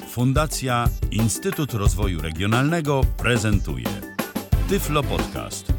Fundacja Instytut Rozwoju Regionalnego prezentuje Tyflo Podcast.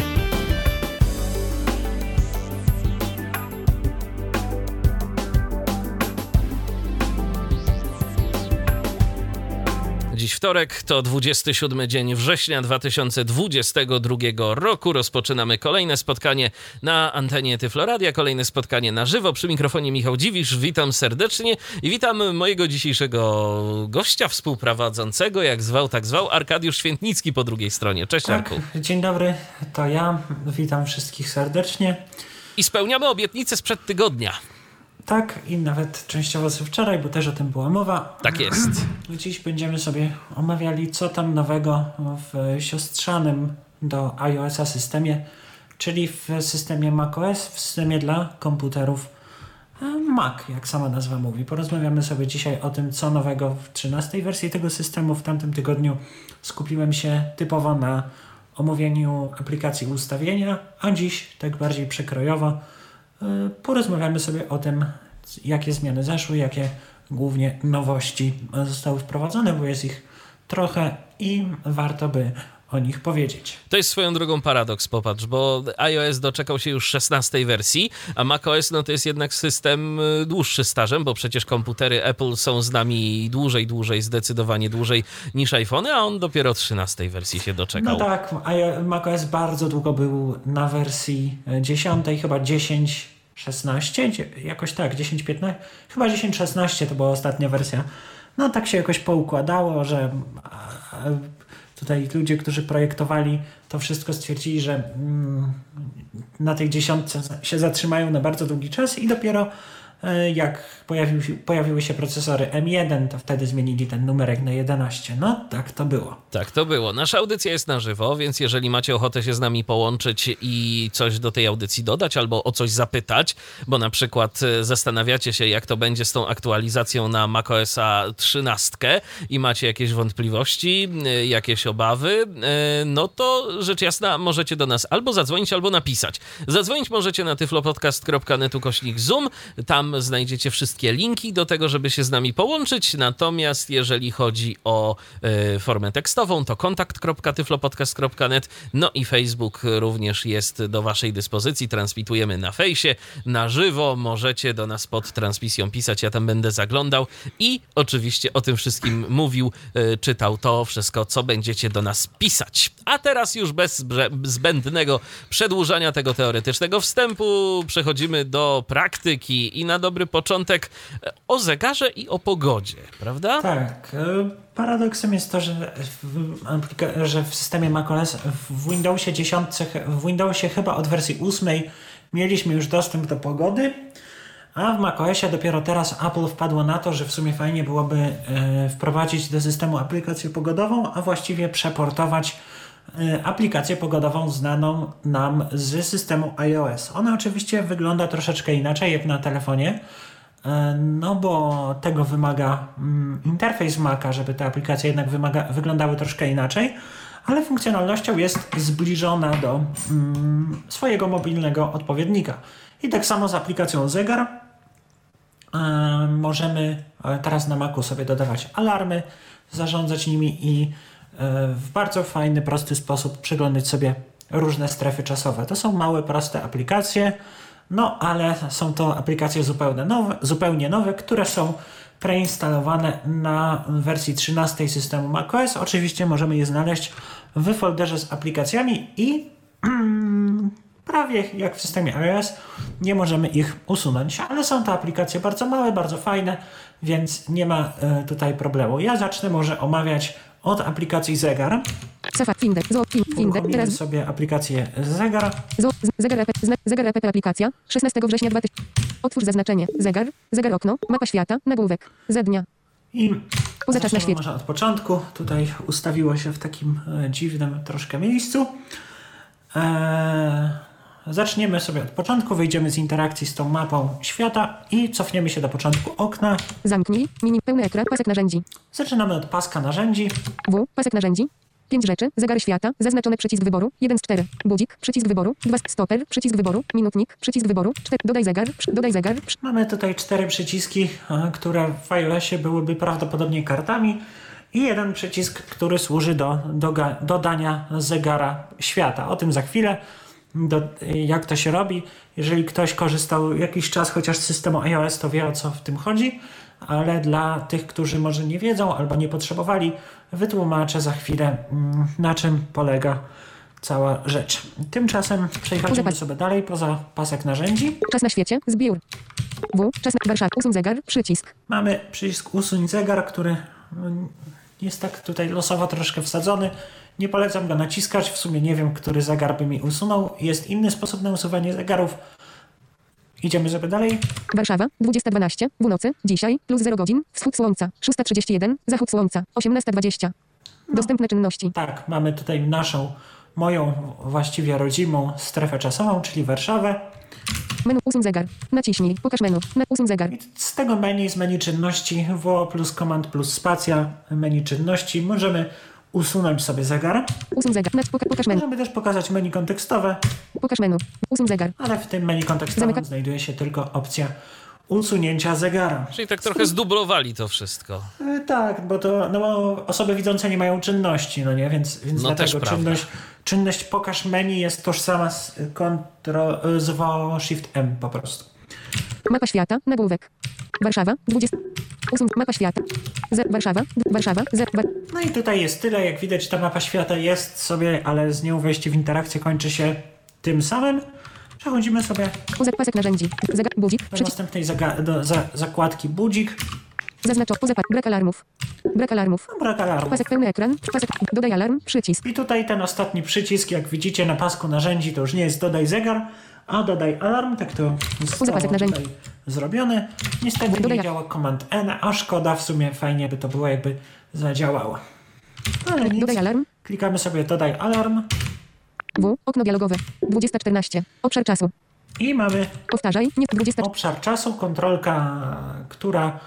Dziś wtorek, to 27 dzień września 2022 roku. Rozpoczynamy kolejne spotkanie na antenie Tyflo Radia, kolejne spotkanie na żywo. Przy mikrofonie Michał Dziwisz, witam serdecznie i witam mojego dzisiejszego gościa, współprowadzącego, jak zwał, tak zwał, Arkadiusz Świętnicki po drugiej stronie. Cześć, Arku. Dzień dobry, to ja. Witam wszystkich serdecznie. I spełniamy obietnicę sprzed tygodnia. Tak, i nawet częściowo z wczoraj, bo też o tym była mowa. Tak jest. Dziś będziemy sobie omawiali, co tam nowego w siostrzanym do iOS-a systemie, czyli w systemie macOS, w systemie dla komputerów Mac, jak sama nazwa mówi. Porozmawiamy sobie dzisiaj o tym, co nowego w 13 wersji tego systemu. W tamtym tygodniu skupiłem się typowo na omówieniu aplikacji ustawienia, a dziś tak bardziej przekrojowo porozmawiamy sobie o tym, jakie zmiany zaszły, jakie głównie nowości zostały wprowadzone, bo jest ich trochę i warto by o nich powiedzieć. To jest swoją drogą paradoks, popatrz, bo iOS doczekał się już 16 wersji, a macOS to jest jednak system dłuższy stażem, bo przecież komputery Apple są z nami dłużej, zdecydowanie dłużej niż iPhony, a on dopiero 13 wersji się doczekał. No tak, macOS bardzo długo był na wersji 10, chyba 10.16, jakoś tak, 10.15, chyba 10.16 to była ostatnia wersja. No tak się jakoś poukładało, że tutaj ludzie, którzy projektowali to wszystko, stwierdzili, że na tej 10 się zatrzymają na bardzo długi czas i dopiero jak pojawiły się procesory M1, to wtedy zmienili ten numerek na 11. No tak to było. Tak to było. Nasza audycja jest na żywo, więc jeżeli macie ochotę się z nami połączyć i coś do tej audycji dodać albo o coś zapytać, bo na przykład zastanawiacie się, jak to będzie z tą aktualizacją na macOSa 13 i macie jakieś wątpliwości, jakieś obawy, no to rzecz jasna możecie do nas albo zadzwonić, albo napisać. Zadzwonić możecie na tyflopodcast.net/zoom, tam znajdziecie wszystkie linki do tego, żeby się z nami połączyć, natomiast jeżeli chodzi o formę tekstową, to kontakt.tyflopodcast.net, no i Facebook również jest do waszej dyspozycji, transmitujemy na fejsie, na żywo, możecie do nas pod transmisją pisać, ja tam będę zaglądał i oczywiście o tym wszystkim mówił, czytał to wszystko, co będziecie do nas pisać. A teraz już bez zbędnego przedłużania tego teoretycznego wstępu przechodzimy do praktyki i na dobry początek o zegarze i o pogodzie, prawda? Tak. Paradoksem jest to, że w systemie macOS w Windowsie 10, w Windowsie chyba od wersji 8 mieliśmy już dostęp do pogody, a w macOSie dopiero teraz Apple wpadło na to, że w sumie fajnie byłoby wprowadzić do systemu aplikację pogodową, a właściwie przeportować aplikację pogodową znaną nam z systemu iOS. Ona oczywiście wygląda troszeczkę inaczej jak na telefonie, no bo tego wymaga interfejs Maca, żeby te aplikacje jednak wyglądały troszkę inaczej, ale funkcjonalnością jest zbliżona do swojego mobilnego odpowiednika. I tak samo z aplikacją zegar. Możemy teraz na Macu sobie dodawać alarmy, zarządzać nimi i w bardzo fajny, prosty sposób przeglądać sobie różne strefy czasowe. To są małe, proste aplikacje, no ale są to aplikacje zupełnie nowe, które są preinstalowane na wersji 13 systemu macOS. Oczywiście możemy je znaleźć w folderze z aplikacjami i prawie jak w systemie iOS nie możemy ich usunąć, ale są to aplikacje bardzo małe, bardzo fajne, więc nie ma tutaj problemu. Ja zacznę może omawiać od aplikacji zegar. Uruchomimy sobie aplikację zegar. Zegar app aplikacja. 16 września 2000. Otwórz zaznaczenie. Zegar okno. Mapa świata. Nagłówek. Za dnia. I zaczas na świecie. Może od początku. Tutaj ustawiło się w takim dziwnym troszkę miejscu. Zaczniemy sobie od początku. Wejdziemy z interakcji z tą mapą świata i cofniemy się do początku okna. Zamknij. Pełny ekran. Pasek narzędzi. Zaczynamy od paska narzędzi. Pasek narzędzi. 5 rzeczy. Zegar świata. Zaznaczony przycisk wyboru. 1 z 4. Budzik. Przycisk wyboru. 2 stoper. Przycisk wyboru. Minutnik. Przycisk wyboru. 4. Dodaj zegar. Dodaj zegar. Mamy tutaj 4 przyciski, które w iOSie byłyby prawdopodobnie kartami i jeden przycisk, który służy do dodania zegara świata. O tym za chwilę, jak to się robi. Jeżeli ktoś korzystał jakiś czas chociaż z systemu iOS, to wie, o co w tym chodzi, ale dla tych, którzy może nie wiedzą albo nie potrzebowali, wytłumaczę za chwilę, na czym polega cała rzecz. Tymczasem przechodzimy sobie dalej poza pasek narzędzi. Czas na świecie. Zbiór. Czas na Warszawa. Usuń zegar. Przycisk. Mamy przycisk usuń zegar, który jest tak tutaj losowo troszkę wsadzony. Nie polecam go naciskać. W sumie nie wiem, który zegar by mi usunął. Jest inny sposób na usuwanie zegarów. Idziemy sobie dalej. Warszawa. 20:12. Północy. Dzisiaj. Plus 0 godzin. Wschód słońca. 6:31. Zachód słońca. 18:20. Dostępne czynności. Tak, mamy tutaj moją właściwie rodzimą strefę czasową, czyli Warszawę. Menu usuń zegar. Naciśnij. Pokaż menu. Usuń zegar. I z tego menu, z menu czynności WO plus Command plus spacja menu czynności możemy usunąć sobie zegar. Usuń zegar. Pokaż menu. Możemy też pokazać menu kontekstowe, Pokaż menu. Usuń zegar. ale w tym menu kontekstowym znajduje się tylko opcja usunięcia zegara. Czyli tak trochę zdublowali to wszystko. Tak, bo to osoby widzące nie mają czynności, no nie? Więc No też dlatego czynność pokaż menu jest tożsama z z Shift M po prostu. Mapa świata. Nagłówek. Warszawa. 20. Usuń mapa świata. Warszawa. No i tutaj jest tyle. Jak widać, ta mapa świata jest sobie, ale z nią wejście w interakcję kończy się tym samym. Przechodzimy sobie Pasek narzędzi. Zegar. Budzik. do następnej zakładki budzik. Zaznacz. Brak alarmów. Brak alarmów. Brak alarmu. Pasek pełny ekran. Pasek. Dodaj alarm. Przycisk. I tutaj ten ostatni przycisk, jak widzicie na pasku narzędzi, to już nie jest dodaj zegar, a dodaj alarm. Tak to zostało pasek narzędzi. tutaj zrobione. Niestety nie działa Command N, a szkoda, w sumie fajnie by to było, jakby zadziałało. Ale nic. Dodaj alarm. Klikamy sobie dodaj alarm Okno dialogowe. 20:14. Obszar czasu. i mamy Powtarzaj. Nie 20. obszar czasu, kontrolka, która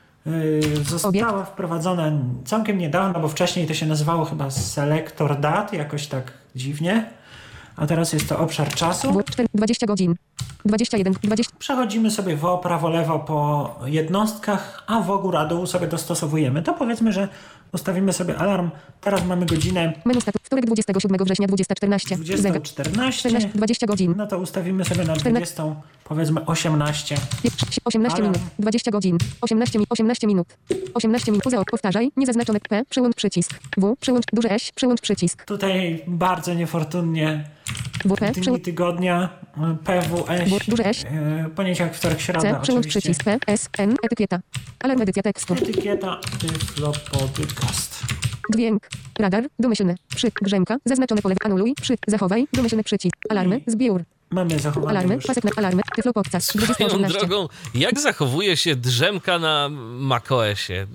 została wprowadzona całkiem niedawno, bo wcześniej to się nazywało chyba Selector Dat, jakoś tak dziwnie. A teraz jest to obszar czasu. 20 godzin. 21. 20. Przechodzimy sobie w prawo, lewo po jednostkach, a w górę, dół sobie dostosowujemy. To powiedzmy, że ustawimy sobie alarm. Teraz mamy godzinę Menu statu. Wtorek 27 września 20:14. 20:14. 20 godzin. No to ustawimy sobie na 20, powiedzmy 18. 18 minut. 20 godzin. 18 minut. 18 minut. Powtarzaj. Niezaznaczone P. Przełącz przycisk. Przełącz duże S. Przełącz przycisk. Tutaj bardzo niefortunnie P. dni tygodnia PWS, duże S. poniedziałek, wtorek, środa C. Przełącz oczywiście. przycisk. P. S. N. Etykieta. Alarm edycja tekstu. Etykieta Tyflo Podcast. Dźwięk. Radar. Domyślny. Grzemka. Zaznaczone pole. Anuluj. Zachowaj. Domyślny przycisk. Alarmy. Zbiór. Mamy zachowane Alarmy. już. Pasek na alarmy. Tyflo Podcast. Swoją 20:18. drogą, jak zachowuje się drzemka na macOSie?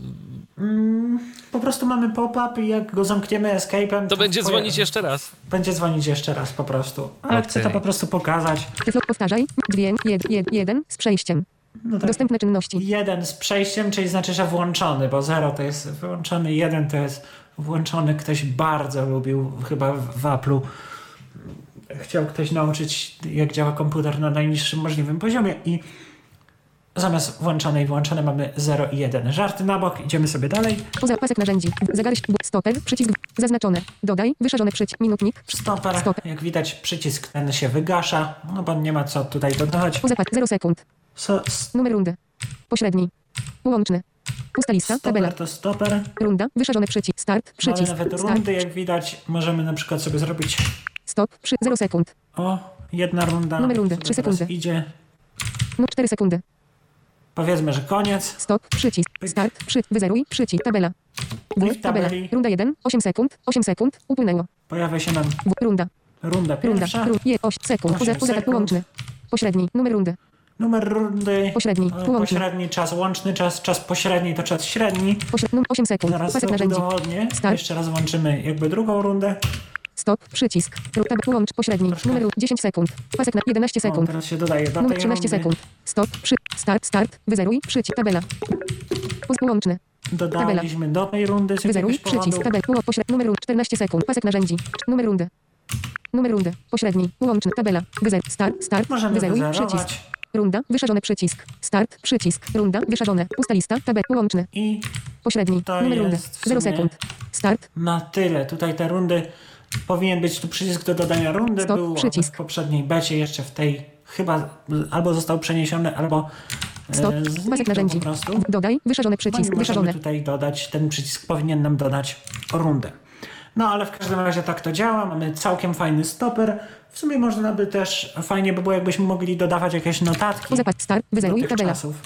Po prostu mamy pop-up i jak go zamkniemy escape'em, To będzie dzwonić jeszcze raz. Będzie dzwonić jeszcze raz po prostu. Ale chcę to po prostu pokazać. Tyflo powtarzaj. Dźwięk. 1 z przejściem. No tak. Dostępne czynności. 1 z przejściem, czyli znaczy, że włączony, bo 0 to jest wyłączony, 1 to jest włączony. Ktoś bardzo lubił, chyba w Apple'u chciał ktoś nauczyć, jak działa komputer na najniższym możliwym poziomie i zamiast włączone i wyłączone mamy 0 i 1. Żarty na bok, idziemy sobie dalej. Poza pasek narzędzi. Zegary. Stoper. Przycisk. Zaznaczone. Dodaj. Wyszarzony przycisk. Minutnik. Stoper. Jak widać, przycisk ten się wygasza, no bo nie ma co tutaj dodawać. Poza 0 sekund. Numer rundy. Pośredni. Łączny. Pusta lista. Tabela. Stoper to stoper. Runda. Wyszarzony przycisk. Start. Przycisk. Ale nawet Start. rundy, jak widać, możemy na przykład sobie zrobić Stop. 0 sekund. jedna runda. Numer rundy. sobie 3 teraz sekundy. Idzie. 4 sekundy. Powiedzmy, że koniec. Stop. Przycisk. Start. Wyzeruj. Przycisk. Tabela. I w Tabela. tabeli Runda 1. 8 sekund. 8 sekund. Upłynęło. pojawia się nam Runda. runda pierwsza. 8 sekund. 8 Poza sekund. łączny. Pośredni. Numer rundy. Numer rundy. Pośredni. Łączny. Pośredni czas, łączny czas, czas pośredni to czas średni. 8 sekund. Zaraz Pasek to narzędzi. udowodnię. Start. Jeszcze raz włączymy jakby drugą rundę. Stop. Przycisk. Łącz. Pośredni. Numer 10 sekund. Pasek na 11 O, sekund. teraz się dodaje do Numer tej 13 rundy. sekund. Stop. Start. Wyzeruj. Przycisk. Tabela. Łączny. dodaliśmy do tej rundy z Wyzeruj, jakiegoś powodu. przycisk, tabel, numer rundy, 14 sekund, pasek narzędzi, numer rundy, pośredni, łączny, tabela, start, Możemy wyzeruj, wyzerować. przycisk, runda, wyszarzony przycisk, start, przycisk, runda, wyszarzone, pusta lista, tabel, łączny, I pośredni, to numer rundy, jest w 0 sumie sekund, start, na tyle. Tutaj te rundy, powinien być tu przycisk do dodania rundy. Stop, Był przycisk. w poprzedniej becie, jeszcze w tej chyba albo został przeniesiony, albo stop, zniknął pasek narzędzi, po prostu. dodaj, wyszarzony Bo nie przycisk, możemy wyszarzone, tutaj dodać, ten przycisk powinien nam dodać rundę. No ale w każdym razie tak to działa, mamy całkiem fajny stoper. W sumie można by też, fajnie by było jakbyśmy mogli dodawać jakieś notatki poza start, wyzeruj, do tych tabela, czasów.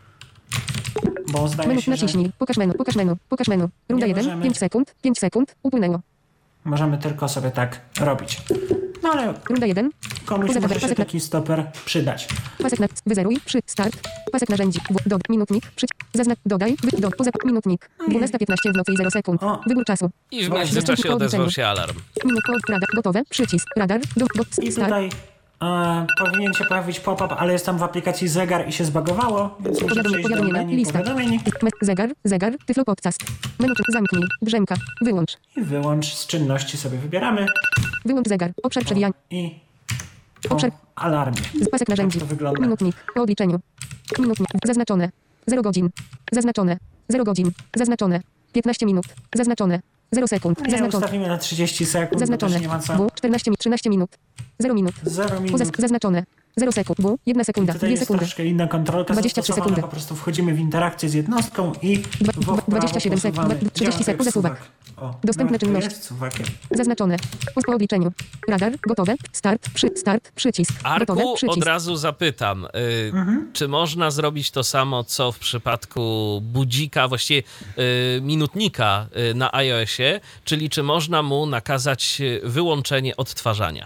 Bo zdaje menu, się, że naciśnij, pokaż menu, runda Nie 1, możemy. 5 sekund, upłynęło, możemy tylko sobie tak robić. No ale runda 1, komuś Poza może się pasek na- taki stoper przydać. pasek wyzeruj, start, pasek narzędzi, minutnik, dodaj, poza minutnik, 12:15 w nocy i 0 sekund, O. wybór czasu, I w Właśnie. międzyczasie odezwał się alarm. radar, gotowe, przycisk, radar, I start, tutaj powinien się pojawić pop-up, ale jest tam w aplikacji zegar i się zbagowało, więc muszę przejść do powiadomienia, menu lista, powiadomień zegar, Tyflo Podcast, menu, zamknij, drzemka, wyłącz, i wyłącz z czynności sobie wybieramy wyłącz zegar, obszar przewijania, i po Obszar- alarmie. pasek narzędzi, to wygląda. minutnik, po odliczeniu, minutnik, zaznaczone, 0 godzin, zaznaczone, 0 godzin, zaznaczone, 15 minut, zaznaczone, 0 sekund, Nie, zaznaczone, ustawimy na 30 sekund, zaznaczone, bo też nie ma co. 13 minut, 0 minut, 0 minut. zaznaczone, 0 sekund, 1 sekunda, Tutaj 2 jest sekundy, troszkę inna kontrolka 23 zastosowana, sekundy. po prostu wchodzimy w interakcję z jednostką i w prawo 27 sekund, posuwamy. 30 sekund, Działa jak zasuwak. O, Dostępne nawet tu czynności. jest suwakiem. zaznaczone, po odliczeniu, radar, gotowe, start, przycisk, gotowe, Arku, od przycisk, razu zapytam, czy można zrobić to samo, co w przypadku budzika, właściwie minutnika na iOSie, czyli czy można mu nakazać wyłączenie odtwarzania?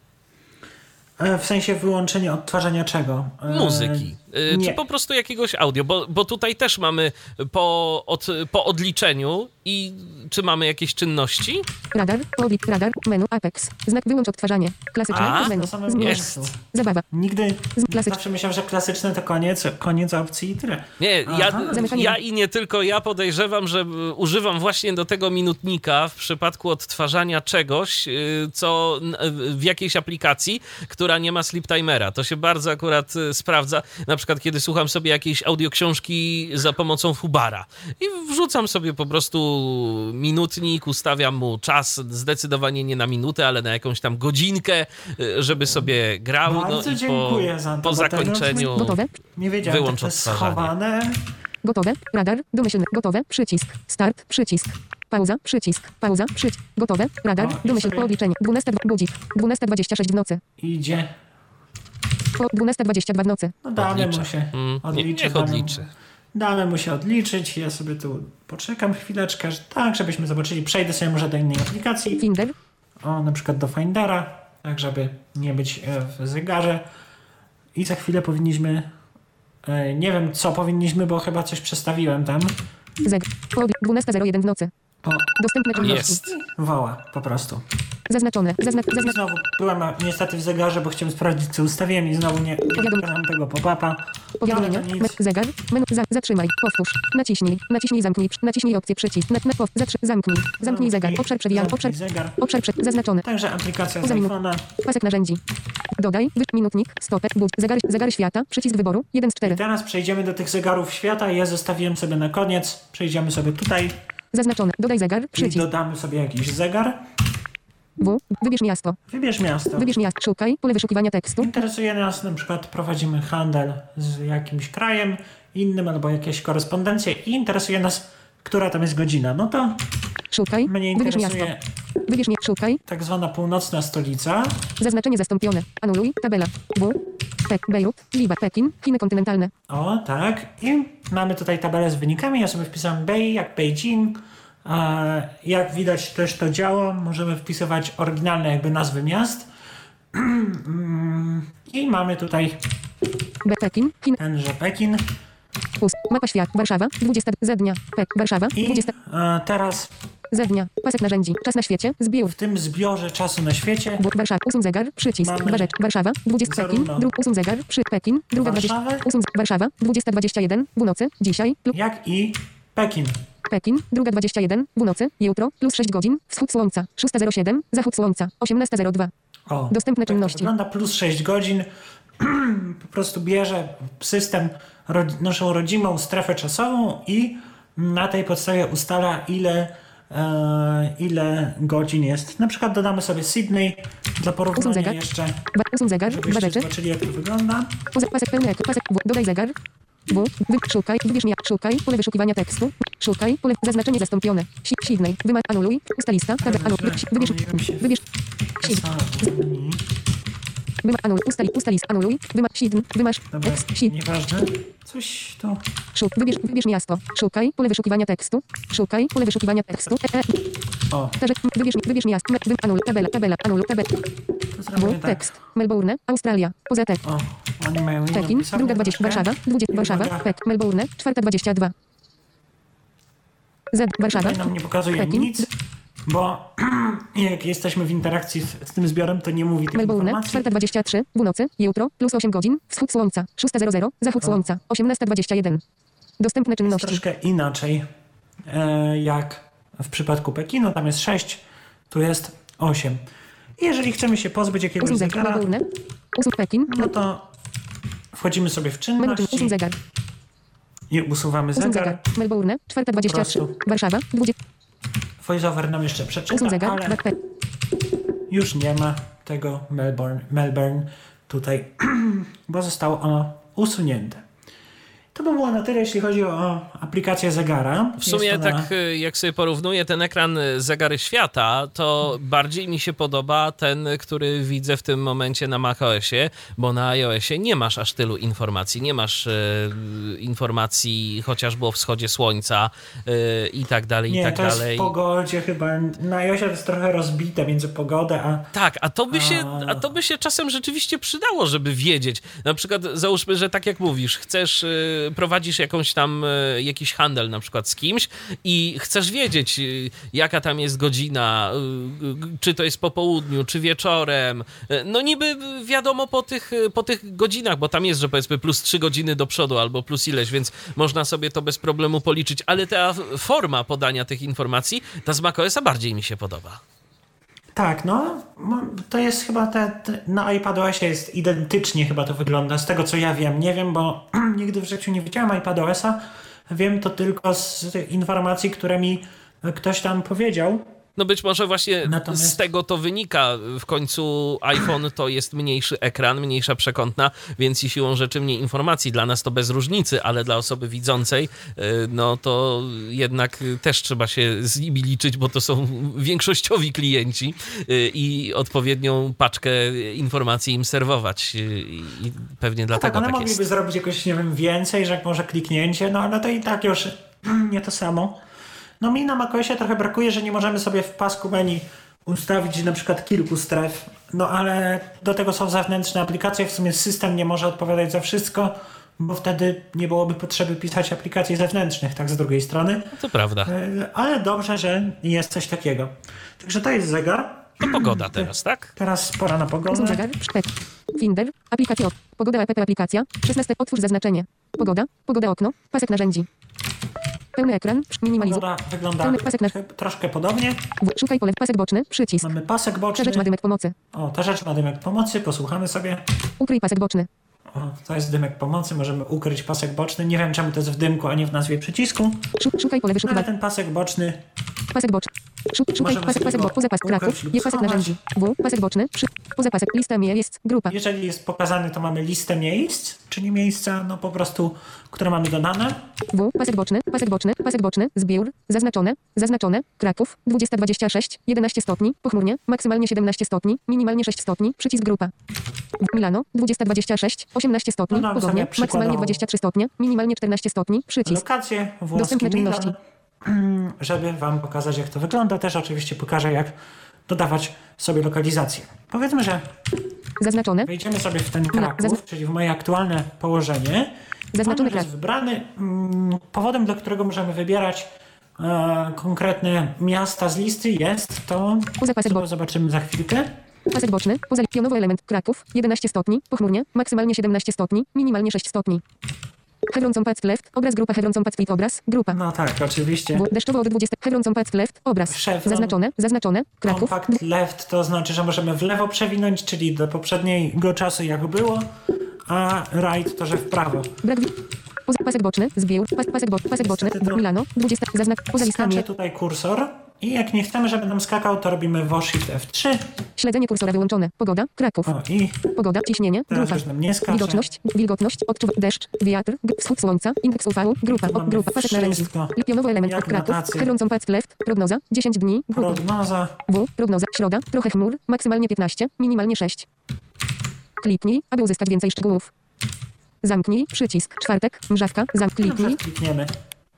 W sensie wyłączenie odtwarzania czego? Muzyki. nie. Czy po prostu jakiegoś audio? Bo tutaj też mamy po odliczeniu i czy mamy jakieś czynności? radar, menu, Apex, znak wyłącz odtwarzanie, klasyczne, A, menu, na samym jest. miejscu. zabawa, Nigdy, klasyczne, zawsze myślałem, że klasyczne to koniec opcji i tyle. Nie, Aha. ja i nie tylko ja podejrzewam, że używam właśnie do tego minutnika w przypadku odtwarzania czegoś, co w jakiejś aplikacji, która nie ma sleep timera. To się bardzo akurat sprawdza. Na przykład, kiedy słucham sobie jakiejś audioksiążki za pomocą Fubara i wrzucam sobie po prostu minutnik, ustawiam mu czas zdecydowanie nie na minutę, ale na jakąś tam godzinkę, żeby sobie grał. Bardzo I dziękuję za to, po bo zakończeniu gotowe, Nie wiedziałem, Wyłącz to jest odtwarzanie. schowane. gotowe, radar, domyślny, gotowe, przycisk, start, przycisk, pauza, gotowe, radar, O, i domyślny, sobie- po odliczeniu, 12, budzik, 12:26 w nocy, Idzie. po 12:22 w nocy, No damy Odlicza. mu się odliczy. Niech odliczy. Damy mu się odliczyć. Ja sobie tu poczekam chwileczkę, tak żebyśmy zobaczyli. Przejdę sobie może do innej aplikacji. Finder, O, na przykład do Findera, tak żeby nie być w zegarze. I za chwilę powinniśmy... nie wiem co powinniśmy, bo chyba coś przestawiłem tam. zegar, po 12:01 w nocy, O, dostępne czynności, Jest. woła po prostu. zaznaczone, I znowu byłem niestety w zegarze, bo chciałem sprawdzić co ustawiłem i znowu nie pokazałem tego pop-upa. powiadomienia, Ale to nic. zegar, menu, zatrzymaj, powtórz, naciśnij, zamknij opcję, przycisk, zamknij zegar, obszar przewijania, Zegar. zaznaczone, Także aplikacja z Poza minut- iPhone'a. pasek narzędzi, dodaj, minutnik, stopę, zegary świata, przycisk wyboru, 1 z 4, Teraz przejdziemy do tych zegarów świata. Ja zostawiłem sobie na koniec. Przejdziemy sobie tutaj zaznaczone, dodaj zegar, i przycisk, dodamy sobie jakiś zegar. wybierz miasto, Wybierz miasto. szukaj, pole wyszukiwania tekstu, Interesuje nas, na przykład prowadzimy handel z jakimś krajem innym albo jakieś korespondencje i interesuje nas, która tam jest godzina. No to szukaj, mnie wybierz miasto, interesuje szukaj, tak zwana północna stolica. zaznaczenie zastąpione, anuluj, tabela, Bejrut, Liba, Pekin, Chiny kontynentalne, O, tak. I mamy tutaj tabelę z wynikami. Ja sobie wpisałem Bei, jak Beijing. Jak widać też to działa. Możemy wpisywać oryginalne jakby nazwy miast. I mamy tutaj Pekin, Chiny, tenże Pekin. mapa świata, Warszawa, 20 z dnia, Warszawa, I 20 teraz z dnia, pasek narzędzi, czas na świecie, zbiór, w tym zbiorze czasu na świecie Warszawa, usuń zegar, przycisk, Mamy 2 rzecz, Warszawa, 20 Pekin, zarówno usuń zegar, Pekin, druga 20, Warszawę, Warszawa, 20:21, północy, dzisiaj, lub jak i Pekin. Pekin, 2:21, północy, jutro, plus 6 godzin, wschód słońca, 6:07, zachód słońca, 18:02. O, Dostępne tak to czynności. wygląda plus 6 godzin. Po prostu bierze system naszą rodzimą strefę czasową i na tej podstawie ustala, ile godzin jest. Na przykład dodamy sobie Sydney dla porównania zegar. jeszcze, Usuń zegar, dwa żebyście rzeczy. zobaczyli, jak to wygląda. Pasek pełny ekran, pasek, dodaj zegar. Szukaj, wybierz mi, szukaj, pole wyszukiwania tekstu. Szukaj, pole, zaznaczenie zastąpione. Sydney, anuluj, usta lista, tab, wybierz, anuluj, usta list, anuluj, wymasz, Dobra, nieważne. Coś tu... wybierz miasto. Szukaj, pole wyszukiwania tekstu. Szukaj, pole wyszukiwania tekstu. O, Wybierz miasto. Anuluj, tabela, anuluj, to zrobimy tak. tekst. Melbourne, Australia, poza tekst. O, oni mają inną Pekin, pisownię 2:20, troszkę. Warszawa, 20, I Warszawa, uwaga, Melbourne, 4:22. Warszawa, tutaj nam nie pokazuje Pekin. nic, bo jak jesteśmy w interakcji z tym zbiorem, to nie mówi tych Melbourne, informacji. 4:23, północy, jutro, plus 8 godzin, wschód słońca, 6:00, zachód słońca, 18:21. Dostępne Jest czynności. troszkę inaczej, jak w przypadku Pekinu. Tam jest 6, tu jest 8. I jeżeli chcemy się pozbyć jakiegoś Usuń zegar, zegara, Melbourne, usuń Pekin, no to wchodzimy sobie w menu, czynności usuń zegar, i usuwamy usuń zegar. zegar, Melbourne, 4:23, Po prostu. Warszawa, 20, VoiceOver nam jeszcze usuń przeczyta, zegar, ale backpack, już nie ma tego Melbourne tutaj, bo zostało ono usunięte. To by było na tyle, jeśli chodzi o aplikację zegara. W sumie Jest to na- tak jak sobie porównuję ten ekran zegary świata, to bardziej mi się podoba ten, który widzę w tym momencie na macOSie, bo na iOSie nie masz aż tylu informacji. Nie masz informacji chociażby o wschodzie słońca i tak dalej, Nie, i tak to jest dalej. w pogodzie chyba. Na iOSie to jest trochę rozbite między pogodę, a Tak, a to by się czasem rzeczywiście przydało, żeby wiedzieć. Na przykład załóżmy, że tak jak mówisz, chcesz, prowadzisz jakąś tam, jakiś handel na przykład z kimś i chcesz wiedzieć, jaka tam jest godzina, czy to jest po południu, czy wieczorem. No niby wiadomo po tych godzinach, bo tam jest, że powiedzmy plus 3 godziny do przodu albo plus ileś, więc można sobie to bez problemu policzyć, ale ta forma podania tych informacji, ta z macOSa bardziej mi się podoba. tak, no to jest chyba na iPadOSie jest identycznie chyba to wygląda, z tego co ja wiem. Nie wiem, bo nigdy w życiu nie widziałem iPadOSa. Wiem to tylko z informacji, które mi ktoś tam powiedział. No być może właśnie Natomiast- z tego to wynika. W końcu iPhone to jest mniejszy ekran, mniejsza przekątna, więc i siłą rzeczy mniej informacji. Dla nas to bez różnicy, ale dla osoby widzącej, no to jednak też trzeba się z nimi liczyć, bo to są większościowi klienci i odpowiednią paczkę informacji im serwować. I pewnie dlatego Tak, one tak mogliby jest. zrobić jakoś, nie wiem, więcej, że może kliknięcie, no ale to i tak już nie to samo. No mi na macOSie trochę brakuje, że nie możemy sobie w pasku menu ustawić na przykład kilku stref, no ale do tego są zewnętrzne aplikacje, w sumie system nie może odpowiadać za wszystko, bo wtedy nie byłoby potrzeby pisać aplikacji zewnętrznych, tak z drugiej strony, To prawda. ale dobrze, że jest coś takiego. Także to jest zegar. To pogoda teraz, tak? Teraz pora na usuń pogodę. zegar, Finder, aplikacja, pogoda app, aplikacja, 16, otwórz zaznaczenie, pogoda okno, pasek narzędzi. Pełny ekran, minimalizuj. Pogoda wygląda Pełny pasek na... troszkę podobnie. Szukaj pole, pasek boczny, przycisk. Mamy pasek Ta boczny. rzecz ma dymek pomocy. O, ta rzecz ma dymek pomocy, posłuchamy sobie. Ukryj pasek boczny. O, to jest dymek pomocy, możemy ukryć pasek boczny. Nie wiem, czemu to jest w dymku, a nie w nazwie przycisku. Szukaj pole Ale wyszukiwania. ten pasek boczny, Pasek boczny. Szukaj Możemy pasek sobie go poza pas ukryć Kraków. lub Jest pasek schować. narzędzi. Pasek boczny. Poza pasek. Lista jest. Grupa. jeżeli jest pokazany, to mamy listę miejsc, czyli miejsca, no po prostu, które mamy dodane. Pasek boczny. Zbiór. Zaznaczone. Kraków. 20:26. 11 stopni. Pochmurnie. Maksymalnie 17 stopni. Minimalnie 6 stopni. Przycisk grupa. Milano. 20:26. 18 stopni. Dodam Podobnie. sobie przykładowo Maksymalnie 23 stopnie. Minimalnie 14 stopni. Przycisk. Lokacje, włoski Dostępne Milan, czynności. żeby wam pokazać, jak to wygląda. Też oczywiście pokażę, jak dodawać sobie lokalizację. Powiedzmy, że Zaznaczone. Wejdziemy sobie w ten Kraków, czyli w moje aktualne położenie. Zaznaczony On jest wybrany. Powodem, dla którego możemy wybierać konkretne miasta z listy jest to, co zobaczymy za chwilkę. Pasek boczny, pionowy element Kraków, 11 stopni, pochmurnie, maksymalnie 17 stopni, minimalnie 6 stopni. Chevron Compact Left, obraz grupa Chevron Compact Fit obraz, grupa. No tak, oczywiście. Deszczowo od 20. Chevron Compact Left, obraz. Chevron Zaznaczone, Kraków. Compact Left to znaczy, że możemy w lewo przewinąć, czyli do poprzedniego czasu jak było, a right to, że w prawo. Brak pasek boczny, zbiór, pasek boczny, Milano, 20, poza listami. Skacze tutaj kursor i jak nie chcemy, żeby nam skakał, to robimy Shift F3. Śledzenie kursora wyłączone. Pogoda, Kraków. O i Pogoda, ciśnienie, teraz grupa. już nam nie skacze. Wilgotność, odczuwa, deszcz, wiatr, wschód słońca, indeks UV, grupa, Tu mamy grupa, pasek narzędzi. wszystko. Pionowo element Jak od Kraków, notacje. Chevron Compact Left, prognoza, 10 dni, grupa. Prognoza. Prognoza, środa, trochę chmur, maksymalnie 15, minimalnie 6. Kliknij, aby uzyskać więcej szczegółów. Zamknij, przycisk, czwartek, mrzawka, kliknij, Klikniemy.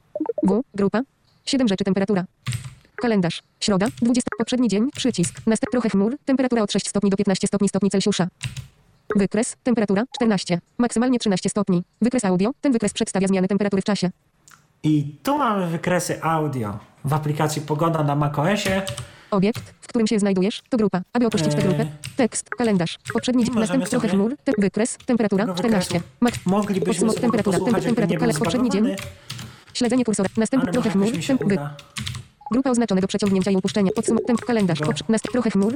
grupa, 7 rzeczy, temperatura. Kalendarz, środa, 20, poprzedni dzień, przycisk, trochę chmur, temperatura od 6 stopni do 15 stopni Celsjusza. Wykres, temperatura, 14, maksymalnie 13 stopni. Wykres audio, ten wykres przedstawia zmiany temperatury w czasie. I tu mamy wykresy audio w aplikacji Pogoda na macOSie. Obiekt, w którym się znajdujesz, to grupa. Aby opuścić tę grupę, tekst, kalendarz, poprzedni dzień, Możemy następny trochę sobie chmur, wykres, temperatura, tego 14. Moglibyśmy sobie temperatura, posłuchać, jakby nie był poprzedni dzień, zbagowany, śledzenie kursora, następny ale trochę może chmur, jakoś mi się uda. grupa oznaczona do przeciągnięcia i upuszczenia, kalendarz, trochę chmur,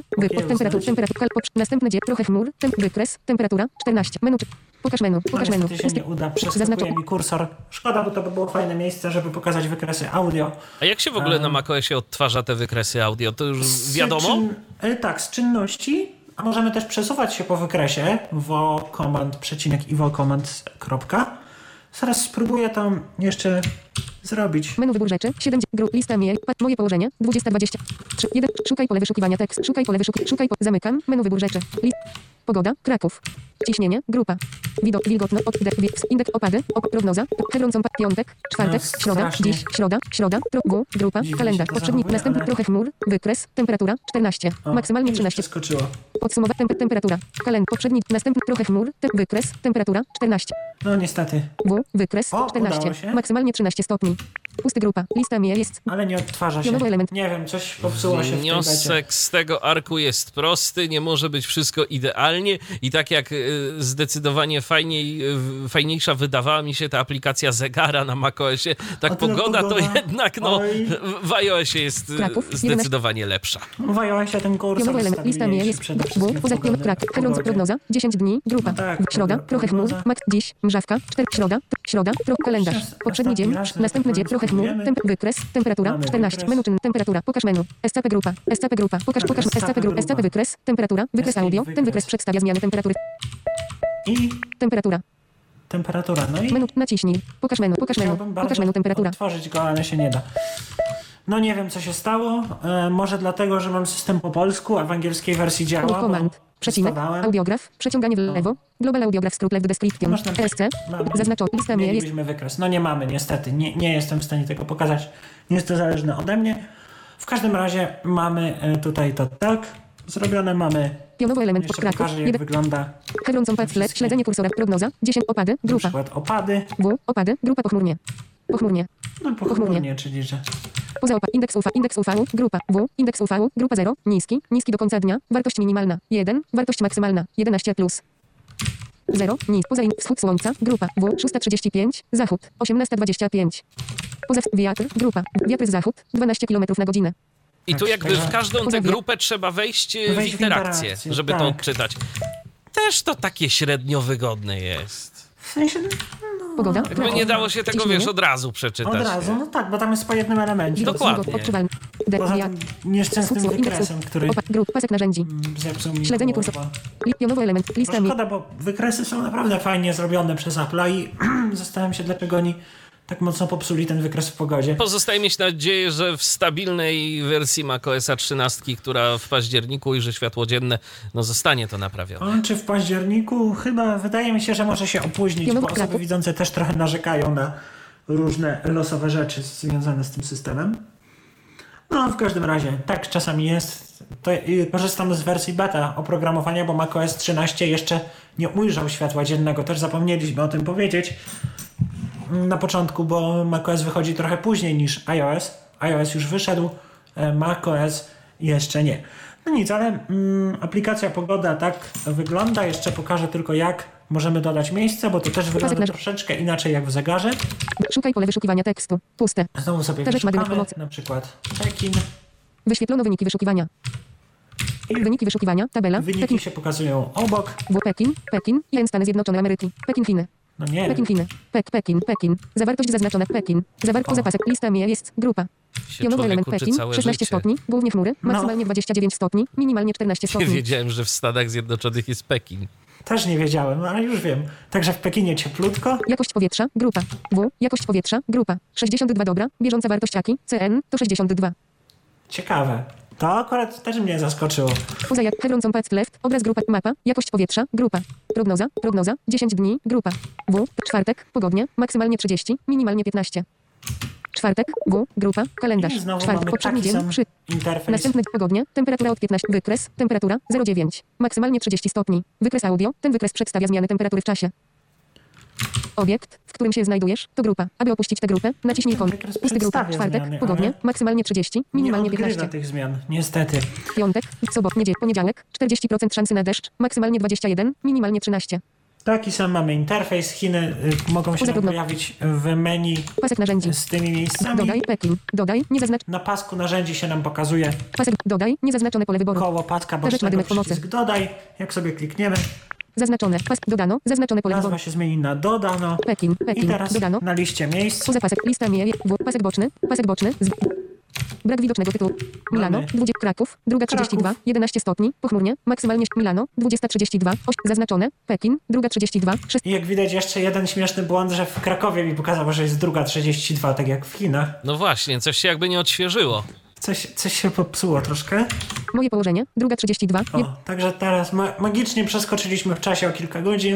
następny dzień, trochę chmur, wykres, temperatura, 14, menu, pokaż menu, Niestety się nie uda, przeskakuje mi kursor. Szkoda, bo to by było fajne miejsce, żeby pokazać wykresy audio. A jak się w ogóle na macOSie odtwarza te wykresy audio? To już wiadomo? Tak, z czynności. A możemy też przesuwać się po wykresie vocomand, i vocomand, kropka. Zaraz spróbuję to jeszcze zrobić. Menu wybór rzeczy, 7, lista mail, moje położenie, 20, 3, 1, szukaj pole wyszukiwania tekst, szukaj pole zamykam, menu wybór rzeczy, pogoda, Kraków, ciśnienie, grupa, wilgotność, indeks opady, prognoza, Chevron Compact, piątek, czwartek, No, środa, strasznie. dziś, środa, grupa, Dziwnie kalendarz, się to poprzedni, zachowuje, następny ale- trochę chmur, wykres, temperatura, 14, maksymalnie 13, Przeskoczyło. podsumować temperatura, poprzedni, następny trochę chmur, wykres, temperatura, 14, No niestety. wykres, O, 14, udało się. maksymalnie 13 stopni, pusty grupa, lista mail jest, Ale nie odtwarza się. Pionowy element. Nie wiem, coś popsuło się w tej becie. Wniosek z tego arku jest prosty, nie może być wszystko idealnie i tak jak zdecydowanie fajniejsza wydawała mi się ta aplikacja zegara na macOSie, tak A tyle pogoda to pogoda. jednak Oj. w iOSie jest Kraków, zdecydowanie lepsza. W iOSie ten kursor pionowy element, lista mail jest, przede wszystkim poza pogodę, Kraków, pogodzie. prognoza, 10 dni, grupa, Tak, środa, trochę chmur, prognoza. dziś, mrzawka, 4, środa, kalendarz, Teraz poprzedni dzień, ostatni raz, następny dzień, trochę chmur, spróbujemy. wykres, temperatura, Mamy 14, wykres. menu czynny, temperatura, pokaż menu, SCP grupa, pokaż SCP grupa, SCP wykres, temperatura, wykres Escape audio, wykres. ten wykres przedstawia zmiany temperatury, I temperatura, temperatura. No i menu, naciśnij, pokaż menu, chciałbym bardzo temperatura, otworzyć go, ale się nie da. No nie wiem, co się stało. Może dlatego, że mam system po polsku, a w angielskiej wersji działa, bo command, przecinek, testowałem. audiograf, przeciąganie w lewo, global audiograf skrót left description, Można- ESC, Mamy. zaznaczony, lista mail jest, Mielibyśmy wykres. No nie mamy niestety. Nie jestem w stanie tego pokazać. Nie jest to zależne ode mnie. W każdym razie mamy tutaj to tak zrobione. Mamy, pionowy element pod jeszcze Kraków, pokażę, jak wygląda Chevron Compact Left, śledzenie kursora, prognoza, 10, opady, na grupa, przykład opady. opady, grupa pochmurnie, No pochmurnie, czyli że poza indeks UV, grupa indeks UV, grupa 0, niski do końca dnia, wartość minimalna 1, wartość maksymalna 11 plus 0, poza wschód słońca, grupa 6:35, zachód 18:25, poza wiatr, grupa wiatr z zachód 12 km na godzinę. I tu Tak, jakby w tak. każdą tę grupę trzeba wejść w interakcję, żeby to tak. odczytać. Też to takie średnio wygodne jest. w sensie Pogoda, Jakby nie dało się tego, ciśnienie, wiesz, od razu przeczytać. od razu, no tak, bo tam jest po jednym elemencie. Dokładnie. odczuwalny, Poza tym nieszczęsnym wykresem, który pasek narzędzi, zepsuł mi śledzenie głowę. kursora, pionowy element, lista No szkoda, bo wykresy są naprawdę fajnie zrobione przez Apple'a i zastanawiam się, dlaczego oni tak mocno popsuli ten wykres w pogodzie. Pozostaje mieć nadzieję, że w stabilnej wersji macOSa 13, która w październiku ujrzy światło dzienne, no zostanie to naprawione. Czy w październiku? Chyba wydaje mi się, że może się opóźnić, bo osoby widzące też trochę narzekają na różne losowe rzeczy związane z tym systemem. No, w każdym razie, tak czasami jest. To korzystam z wersji beta oprogramowania, bo macOS 13 jeszcze nie ujrzał światła dziennego. Też zapomnieliśmy o tym powiedzieć na początku, bo macOS wychodzi trochę później niż iOS. iOS już wyszedł, macOS jeszcze nie. No nic, ale aplikacja Pogoda tak wygląda. Jeszcze pokażę tylko, jak możemy dodać miejsce, bo to też wygląda na- troszeczkę inaczej jak w zegarze. Szukaj pole wyszukiwania tekstu. Puste. Znowu sobie Ta rzecz ma dymek wyszukamy, pomocy. na przykład Pekin. Wyświetlono wyniki wyszukiwania. Wyniki wyszukiwania. Tabela. Wyniki Pekin. się pokazują obok. Pekin. IN Stany Zjednoczone Ameryki. Pekin, Chiny. No nie, Pekin, Chiny. Pekin. Zawartość zaznaczona. Pekin. O. Zapasek. Lista jest. Grupa. Się Jonowy element człowiek uczy Pekin. całe 16 życie. stopni. Głównie chmury. No. Maksymalnie 29 stopni. Minimalnie 14 Nie stopni. wiedziałem, że w Stanach Zjednoczonych jest Pekin. też nie wiedziałem, ale już wiem. Także w Pekinie cieplutko. Jakość powietrza. Grupa. Jakość powietrza. Grupa. 62 dobra. Bieżąca wartość AKI. CN to 62. Ciekawe. To akurat też mnie zaskoczyło. Poza jak Hebron Compact Left. Obraz grupa. Mapa. Jakość powietrza. Grupa. Prognoza. 10 dni. Grupa. Czwartek. Pogodnie. Maksymalnie 30. Minimalnie 15. Czwartek. Grupa. Kalendarz. I znowu Czwartek. mamy Poprzedni taki dzień. sam 3. interfejs. Następny pogodnie. Temperatura od 15. Wykres. Temperatura 0,9. Maksymalnie 30 stopni. Wykres audio. Ten wykres przedstawia zmiany temperatury w czasie. Obiekt, w którym się znajdujesz, to grupa. Aby opuścić tę grupę, naciśnij ikon. Wykres Pusty grupa. przedstawia Czwartek. zmiany, Pogodnie. ale Maksymalnie 30. Minimalnie nie odgrywa 15. tych zmian, niestety. Piątek. Poniedziałek. 40% szansy na deszcz. Maksymalnie 21. Minimalnie 13. Taki sam mamy interfejs. Chiny mogą się Poza nam drobno- pojawić w menu Pasek narzędzi. z tymi miejscami. Dodaj Pekin. Dodaj. Niezaznacz. Na pasku narzędzi się nam pokazuje Pasek. Dodaj. Niezaznaczone pole wyboru. koło paska Ta rzecz ma bocznego, dymek pomocy. przycisk dodaj. Jak sobie klikniemy, Zaznaczone. Pask. Dodano. Zaznaczone pole nazwa wyboru. się zmieni na dodano. Pekin. I teraz Dodano. na liście miejsc Poza pasek. Lista Pasek boczny. Brak widocznego tytułu. Milano. Mamy. 20 Kraków. Druga 32. Kraków. 11 stopni. Pochmurnie. Maksymalnie Milano. 20:32. Zaznaczone. Pekin. Druga 32. 6. I jak widać jeszcze jeden śmieszny błąd, że w Krakowie mi pokazało, że jest druga 32, tak jak w Chinach. No właśnie, coś się jakby nie odświeżyło. Coś się popsuło troszkę. Moje położenie. Druga 32. O, także teraz magicznie przeskoczyliśmy w czasie o kilka godzin.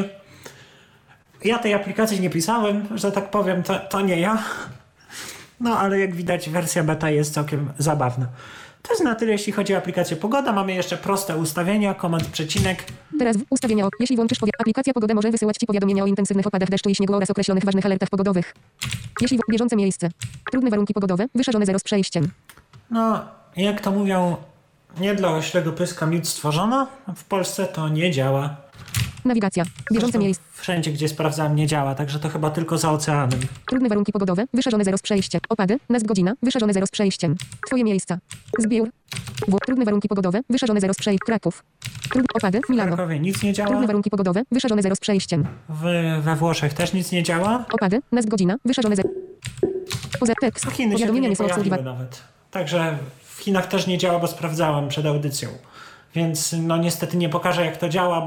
Ja tej aplikacji nie pisałem, że tak powiem, to nie ja. No ale jak widać wersja beta jest całkiem zabawna. To jest na tyle, jeśli chodzi o aplikację Pogoda. Mamy jeszcze proste ustawienia, komand przecinek. Teraz ustawienia. Jeśli włączysz aplikacja Pogoda może wysyłać Ci powiadomienia o intensywnych opadach deszczu i śniegu oraz określonych ważnych alertach pogodowych. Jeśli bieżące miejsce. Trudne warunki pogodowe. Wyszarzone 0 z przejściem. No, jak to mówią, nie dla oślego pyska miód stworzono. W Polsce to nie działa. Nawigacja. Bieżące Zresztą miejsce. wszędzie, gdzie sprawdzałem, nie działa, także to chyba tylko za oceanem. Trudne warunki pogodowe. Wyszarzone 0 z przejściem. Opady. Nazw godzina. Wyszarzone 0 z przejściem. Twoje miejsca. Zbiór. Trudne warunki pogodowe. Wyszarzone 0 z przejściem. Kraków. Opady. W Milano. Krakowie nic nie działa. Trudne warunki pogodowe. Wyszarzone 0 z przejściem. We Włoszech też nic nie działa. Opady. Nazw godzina. Wyszarzone 0. Poza tekst. A Chiny się tu Powiadomienia nie nie są pojawiły obsługiwane. nawet. Także w Chinach też nie działa, bo sprawdzałem przed audycją. Więc no niestety nie pokażę, jak to działa,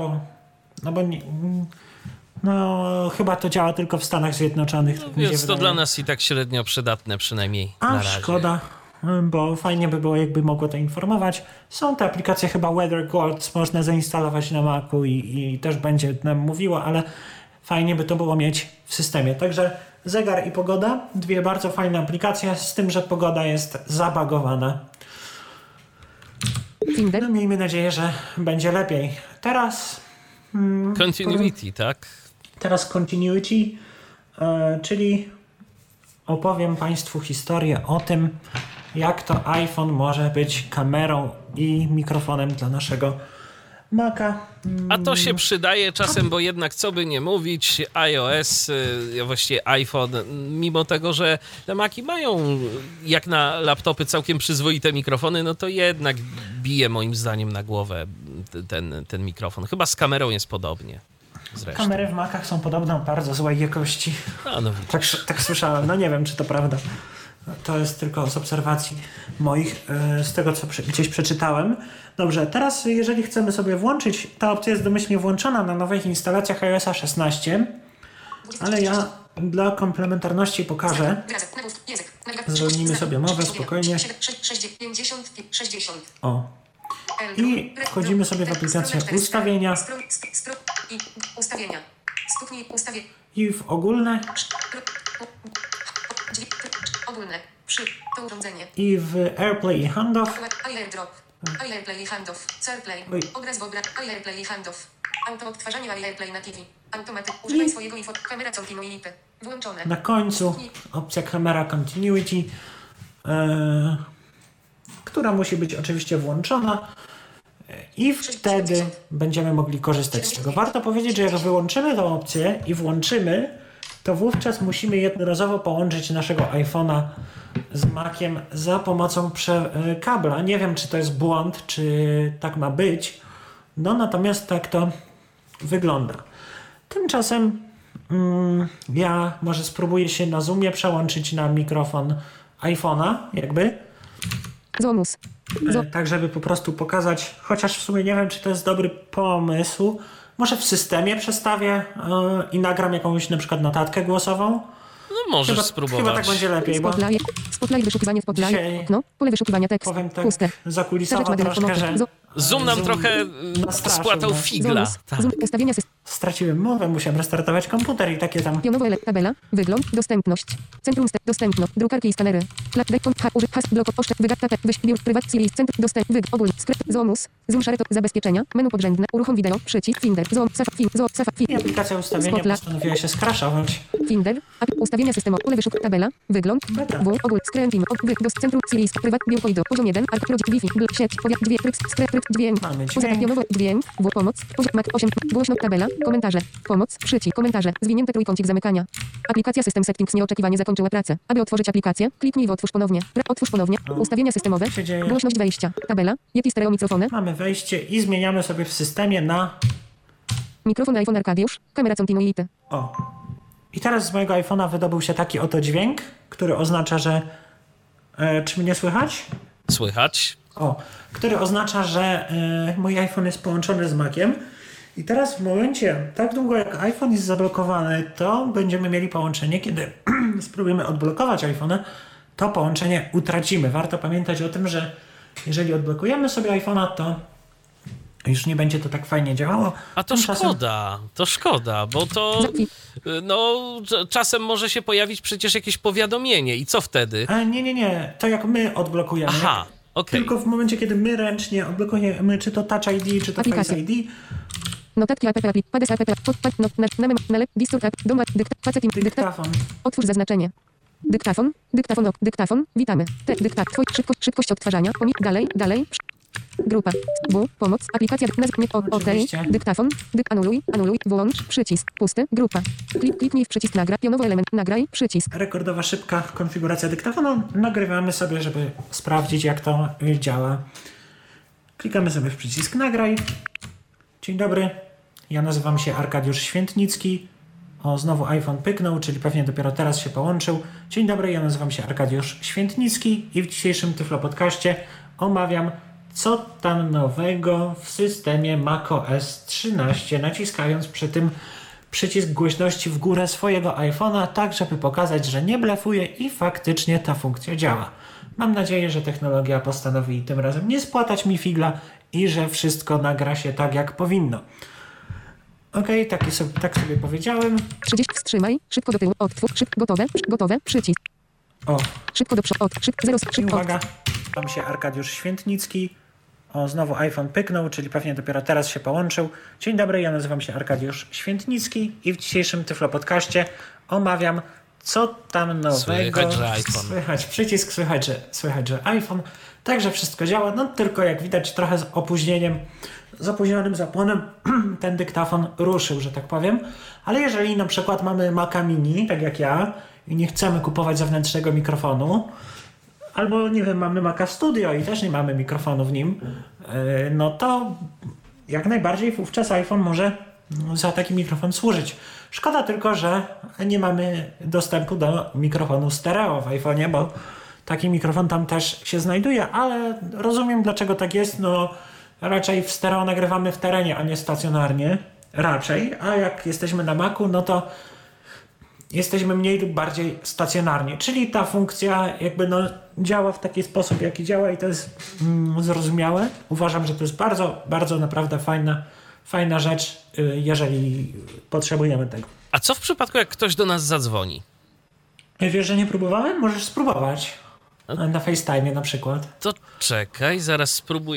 no chyba to działa tylko w Stanach Zjednoczonych. tak mi się Więc to wydaje. dla nas i tak średnio przydatne przynajmniej na A razie. szkoda, bo fajnie by było, jakby mogło to informować. Są te aplikacje chyba Weather Gods, można zainstalować na Macu i też będzie nam mówiło, ale fajnie by to było mieć w systemie. Także zegar i pogoda, dwie bardzo fajne aplikacje, z tym, że pogoda jest zabagowana. Finder. No miejmy nadzieję, że będzie lepiej. Teraz Continuity, tak? continuity, czyli opowiem Państwu historię o tym, jak to iPhone może być kamerą i mikrofonem dla naszego Maca. A to się przydaje czasem, bo jednak co by nie mówić, iOS, właściwie iPhone, mimo tego, że te Maci mają jak na laptopy całkiem przyzwoite mikrofony, no to jednak bije moim zdaniem na głowę ten mikrofon. Chyba z kamerą jest podobnie. Zresztą. Kamery w Macach są podobno bardzo złej jakości. A, no widzisz. Tak słyszałem. No nie wiem, czy to prawda. To jest tylko z obserwacji moich, z tego, co gdzieś przeczytałem. Dobrze, teraz jeżeli chcemy sobie włączyć, ta opcja jest domyślnie włączona na nowych instalacjach iOS 16, ale ja dla komplementarności pokażę. Zwolnijmy sobie mowę, spokojnie. O. I wchodzimy sobie w aplikację ustawienia i w ogólne i w AirPlay i Handoff. AirPlay i handoff. CarPlay. Oj. Obraz w obraz. AirPlay i handoff. Auto odtwarzania AirPlay na TV. Automatyk. Używaj swojego kamera continuity. Włączone. Na końcu opcja Camera Continuity, która musi być oczywiście włączona. I wtedy będziemy mogli korzystać z tego. Warto powiedzieć, że jak wyłączymy tę opcję i włączymy, to wówczas musimy jednorazowo połączyć naszego iPhone'a z Maciem za pomocą kabla. Nie wiem, czy to jest błąd, czy tak ma być. No natomiast tak to wygląda. Tymczasem ja może spróbuję się na Zoomie przełączyć na mikrofon iPhone'a, jakby. Zoomus. Tak, żeby po prostu pokazać, chociaż w sumie nie wiem, czy to jest dobry pomysł. Może w systemie przestawię i nagram jakąś na przykład notatkę głosową. No możesz spróbować. Chyba tak będzie lepiej, bo Spotlight, wyszukiwanie Spotlight. Dzisiaj Okno, pole wyszukiwania tekst. powiem tak Puste. zakulisowo troszkę, że Zoom nam trochę nastraszył spłatał nas. figla. Zoomus. Tak. Zoom. Ustawienia systemu. Straciłem mowę, musiałem restartować komputer i takie tam. Pionowo tabela. Wygląd. Dostępność. Centrum dostępno. Drukarki i skanery. Blok oszczep. Wygat tapet. Wyś. Biur. Prywat. Series. Centrum. Dostęp. Ogólny. Skrypt. Zoomus. Zoom szareto. Zabezpieczenia. Menu podrzędne. Uruchom wideo. Przycisk. Finder. Zoom. Safa. Fin. Zoom. Safa. Fin. I aplikacja ustawienia Spotlight. postanowiła się skraszować. Finder. Ustawienia systemu. Pole wyszuk. Tabela. Wygląd. Beta. Ogól. Skrętimy. Centrum. Series. Prywat. Biurko i do. Poziom 1. Ark. Wi-Fi. Sieć. Powiat. Dźwięk. Mamy dźwięk. Pionowo. Dźwięk. Pomoc. Poziom. Mac 8. Głośno. Tabela. Komentarze. Pomoc. Przycisk. Komentarze. Zwinięte trójkącik zamykania. Aplikacja System Settings nieoczekiwanie zakończyła pracę. Aby otworzyć aplikację, kliknij w otwórz ponownie. Otwórz ponownie. Ustawienia systemowe. Co się dzieje? Głośność wejścia. Tabela. Yeti stereo mikrofony. Mamy wejście i zmieniamy sobie w systemie na... Mikrofon iPhone Arkadiusz. Kamera continuity. O. I teraz z mojego iPhone'a wydobył się taki oto dźwięk, który oznacza, że... czy mnie słychać? Słychać. O. Który oznacza, że mój iPhone jest połączony z Maciem. I teraz w momencie, tak długo jak iPhone jest zablokowany, to będziemy mieli połączenie. Kiedy spróbujemy odblokować iPhone'a, to połączenie utracimy. Warto pamiętać o tym, że jeżeli odblokujemy sobie iPhone'a, to już nie będzie to tak fajnie działało. A to szkoda, bo to czasem może się pojawić przecież jakieś powiadomienie i co wtedy? A nie. To jak my odblokujemy. Aha, okej. Tylko w momencie, kiedy my ręcznie odblokujemy, czy to Touch ID, czy to Aplikacja. Face ID, Notatki app, pades app, podpad, distort app, doma, dyktafon. otwórz zaznaczenie. Dyktafon, witamy. Twój szybkość odtwarzania, dalej, grupa, pomoc, aplikacja, Oczywiście. dyktafon, anuluj, włącz, przycisk, pusty, grupa. Kliknij w przycisk nagraj, pionowy element, nagraj, przycisk. Rekordowa szybka konfiguracja dyktafonu. Nagrywamy sobie, żeby sprawdzić, jak to działa. Klikamy sobie w przycisk nagraj. Dzień dobry, ja nazywam się Arkadiusz Świętnicki. O, znowu iPhone pyknął, czyli pewnie dopiero teraz się połączył. Dzień dobry, ja nazywam się Arkadiusz Świętnicki i w dzisiejszym Tyflo Podcaście omawiam, co tam nowego w systemie macOS 13, naciskając przy tym przycisk głośności w górę swojego iPhone'a, tak żeby pokazać, że nie blefuje i faktycznie ta funkcja działa. Mam nadzieję, że technologia postanowi tym razem nie spłatać mi figla i że wszystko nagra się tak, jak powinno. Okej, tak sobie powiedziałem. Przycisk wstrzymaj, szybko do tyłu, otwórz, gotowe, przycisk. O, Szybko do przodu, i uwaga, tam się Arkadiusz Świętnicki. O, znowu iPhone pyknął, czyli pewnie dopiero teraz się połączył. Dzień dobry, ja nazywam się Arkadiusz Świętnicki i w dzisiejszym Tyflo Podcaście omawiam, co tam nowego. Słychać, że iPhone. Słychać przycisk, słychać, że iPhone. Także wszystko działa, no tylko jak widać trochę z opóźnionym zapłonem ten dyktafon ruszył, że tak powiem. Ale jeżeli na przykład mamy Maca Mini, tak jak ja, i nie chcemy kupować zewnętrznego mikrofonu, albo nie wiem, mamy Maca Studio i też nie mamy mikrofonu w nim, no to jak najbardziej wówczas iPhone może za taki mikrofon służyć. Szkoda tylko, że nie mamy dostępu do mikrofonu stereo w iPhone'ie, bo taki mikrofon tam też się znajduje, ale rozumiem, dlaczego tak jest. No raczej w stereo nagrywamy w terenie, a nie stacjonarnie. Raczej, a jak jesteśmy na Macu, no to jesteśmy mniej lub bardziej stacjonarnie. Czyli ta funkcja jakby działa w taki sposób, jaki działa i to jest zrozumiałe. Uważam, że to jest bardzo, bardzo naprawdę fajna rzecz, jeżeli potrzebujemy tego. A co w przypadku, jak ktoś do nas zadzwoni? Wiesz, że nie próbowałem? Możesz spróbować. Na FaceTime na przykład. To czekaj, zaraz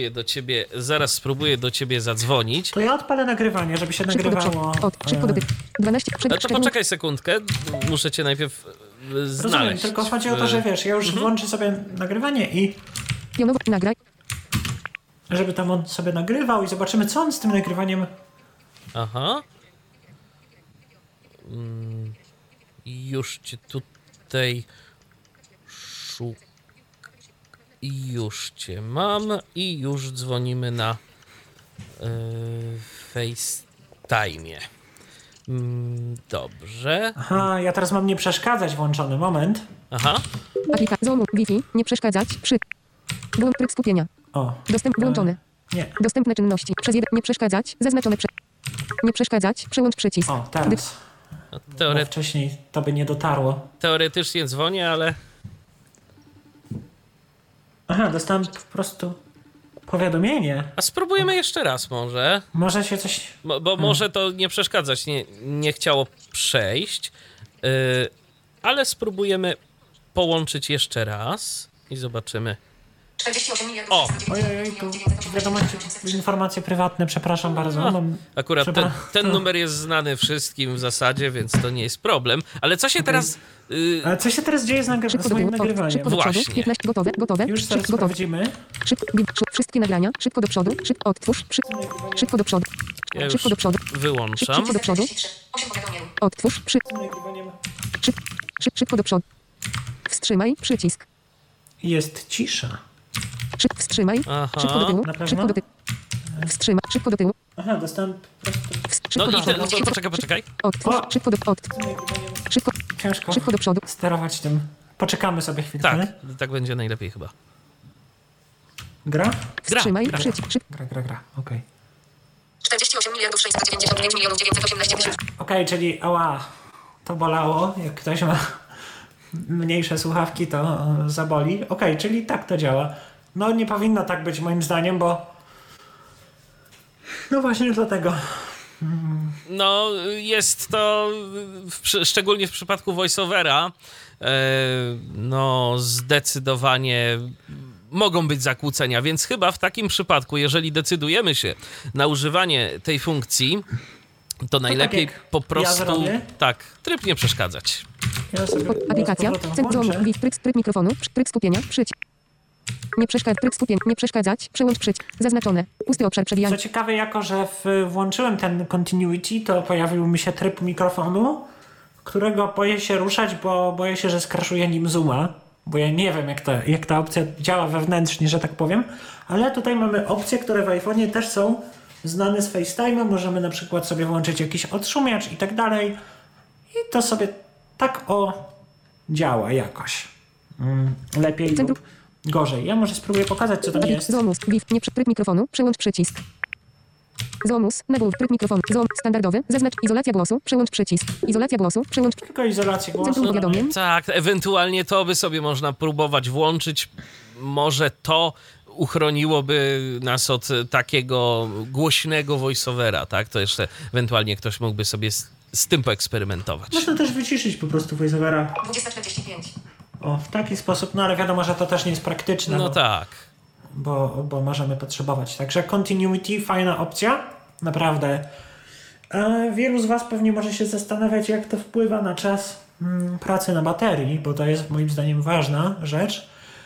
spróbuję do ciebie zadzwonić. To ja odpalę nagrywanie, żeby się nagrywało. Szybko do 12 No to poczekaj sekundkę, muszę cię najpierw znaleźć. Rozumiem, tylko chodzi o to, że wiesz, ja już włączę sobie nagrywanie i pionowo nagraj. żeby tam on sobie nagrywał i zobaczymy, co on z tym nagrywaniem... Aha. Już cię tutaj już cię mam i już dzwonimy na FaceTime'ie. Dobrze. Aha, ja teraz mam nie przeszkadzać włączony. Moment. Aha. Zoomu. Wi-Fi. Nie przeszkadzać. Włącz tryb skupienia. O. Dostęp włączony. Nie. Dostępne czynności. Przez jeden. Nie przeszkadzać. Zaznaczone nie przeszkadzać. Przełącz przycisk. O, teraz. Bo wcześniej to by nie dotarło. Teoretycznie dzwonię, ale... Aha, dostałem po prostu powiadomienie. A spróbujemy jeszcze raz może. Może się coś... Bo może to nie przeszkadzać, nie chciało przejść, ale spróbujemy połączyć jeszcze raz i zobaczymy. 48 miliardów. O! Ojej, tu wiadomości, informacje prywatne, przepraszam bardzo. Mam... Akurat ten numer jest znany wszystkim w zasadzie, więc to nie jest problem. Ale co się teraz... Ale co się teraz dzieje z moim nagrywaniem? Szybko do przodu. Właśnie. 15. Gotowe. Już zaraz sprawdzimy. Wszystkie nagrania. Szybko do przodu. Odtwórz. Szybko do przodu. Ja już Szybko do przodu. wyłączam. Szybko do przodu. 8 powiadomień. Odtwórz. Szybko do przodu. Wstrzymaj. Przycisk. Jest cisza. Wstrzymaj. Aha. Szybko do tyłu. Na pewno? Szybko do tyłu. Wstrzymaj. Szybko do tyłu. Aha, dostałem po prostu... No Szybko i do przodu. poczekaj. Odtwórz. Szybko do Ciężko Szybko do przodu. sterować tym. Poczekamy sobie chwilkę. Tak będzie najlepiej chyba. Gra? Wstrzymaj. Gra. Przycisk. Gra. Okej. 48 miliardów 695 milionów 918 tysięcy. Okej, czyli ała, to bolało. Jak ktoś ma mniejsze słuchawki, to zaboli. Okej, czyli tak to działa. No nie powinno tak być moim zdaniem, bo no właśnie dlatego. No, jest to, szczególnie w przypadku voiceovera, no zdecydowanie mogą być zakłócenia, więc chyba w takim przypadku, jeżeli decydujemy się na używanie tej funkcji, to najlepiej jak po ja prostu, zrobię? tryb nie przeszkadzać. Ja sobie Aplikacja. z powrotem Centrum. włączę. Tryb mikrofonu. Tryb skupienia. Przycisk. Tryb skupienia. Nie przeszkadzać. Przełącz przycisk. Zaznaczone. Pusty obszar przewijania. Co ciekawe, jako że włączyłem ten continuity, to pojawił mi się tryb mikrofonu, którego boję się ruszać, bo boję się, że skraszuję nim Zooma. Bo ja nie wiem, jak ta opcja działa wewnętrznie, że tak powiem. Ale tutaj mamy opcje, które w iPhone'ie też są znane z FaceTime'a. Możemy na przykład sobie włączyć jakiś odszumiacz i tak dalej. I to sobie tak działa jakoś. Lepiej Centrum. lub gorzej. Ja może spróbuję pokazać, co tam jest. Zoomus. Nie tryb mikrofonu. Przełącz przycisk. Zoomus. Nagłów. Tryb mikrofonu. Zoom. Standardowy. Zaznacz. Izolacja głosu. Przełącz przycisk. Izolacja głosu. Przełącz. Tylko izolację głosu. Centrum powiadomień. Tak, ewentualnie to by sobie można próbować włączyć. Może to uchroniłoby nas od takiego głośnego voiceovera, tak? To jeszcze ewentualnie ktoś mógłby sobie z tym poeksperymentować. Można też wyciszyć po prostu voiceovera. 20:45. O, w taki sposób, no ale wiadomo, że to też nie jest praktyczne. No tak. Bo możemy potrzebować. Także continuity, fajna opcja. Naprawdę. Wielu z Was pewnie może się zastanawiać, jak to wpływa na czas pracy na baterii, bo to jest moim zdaniem ważna rzecz.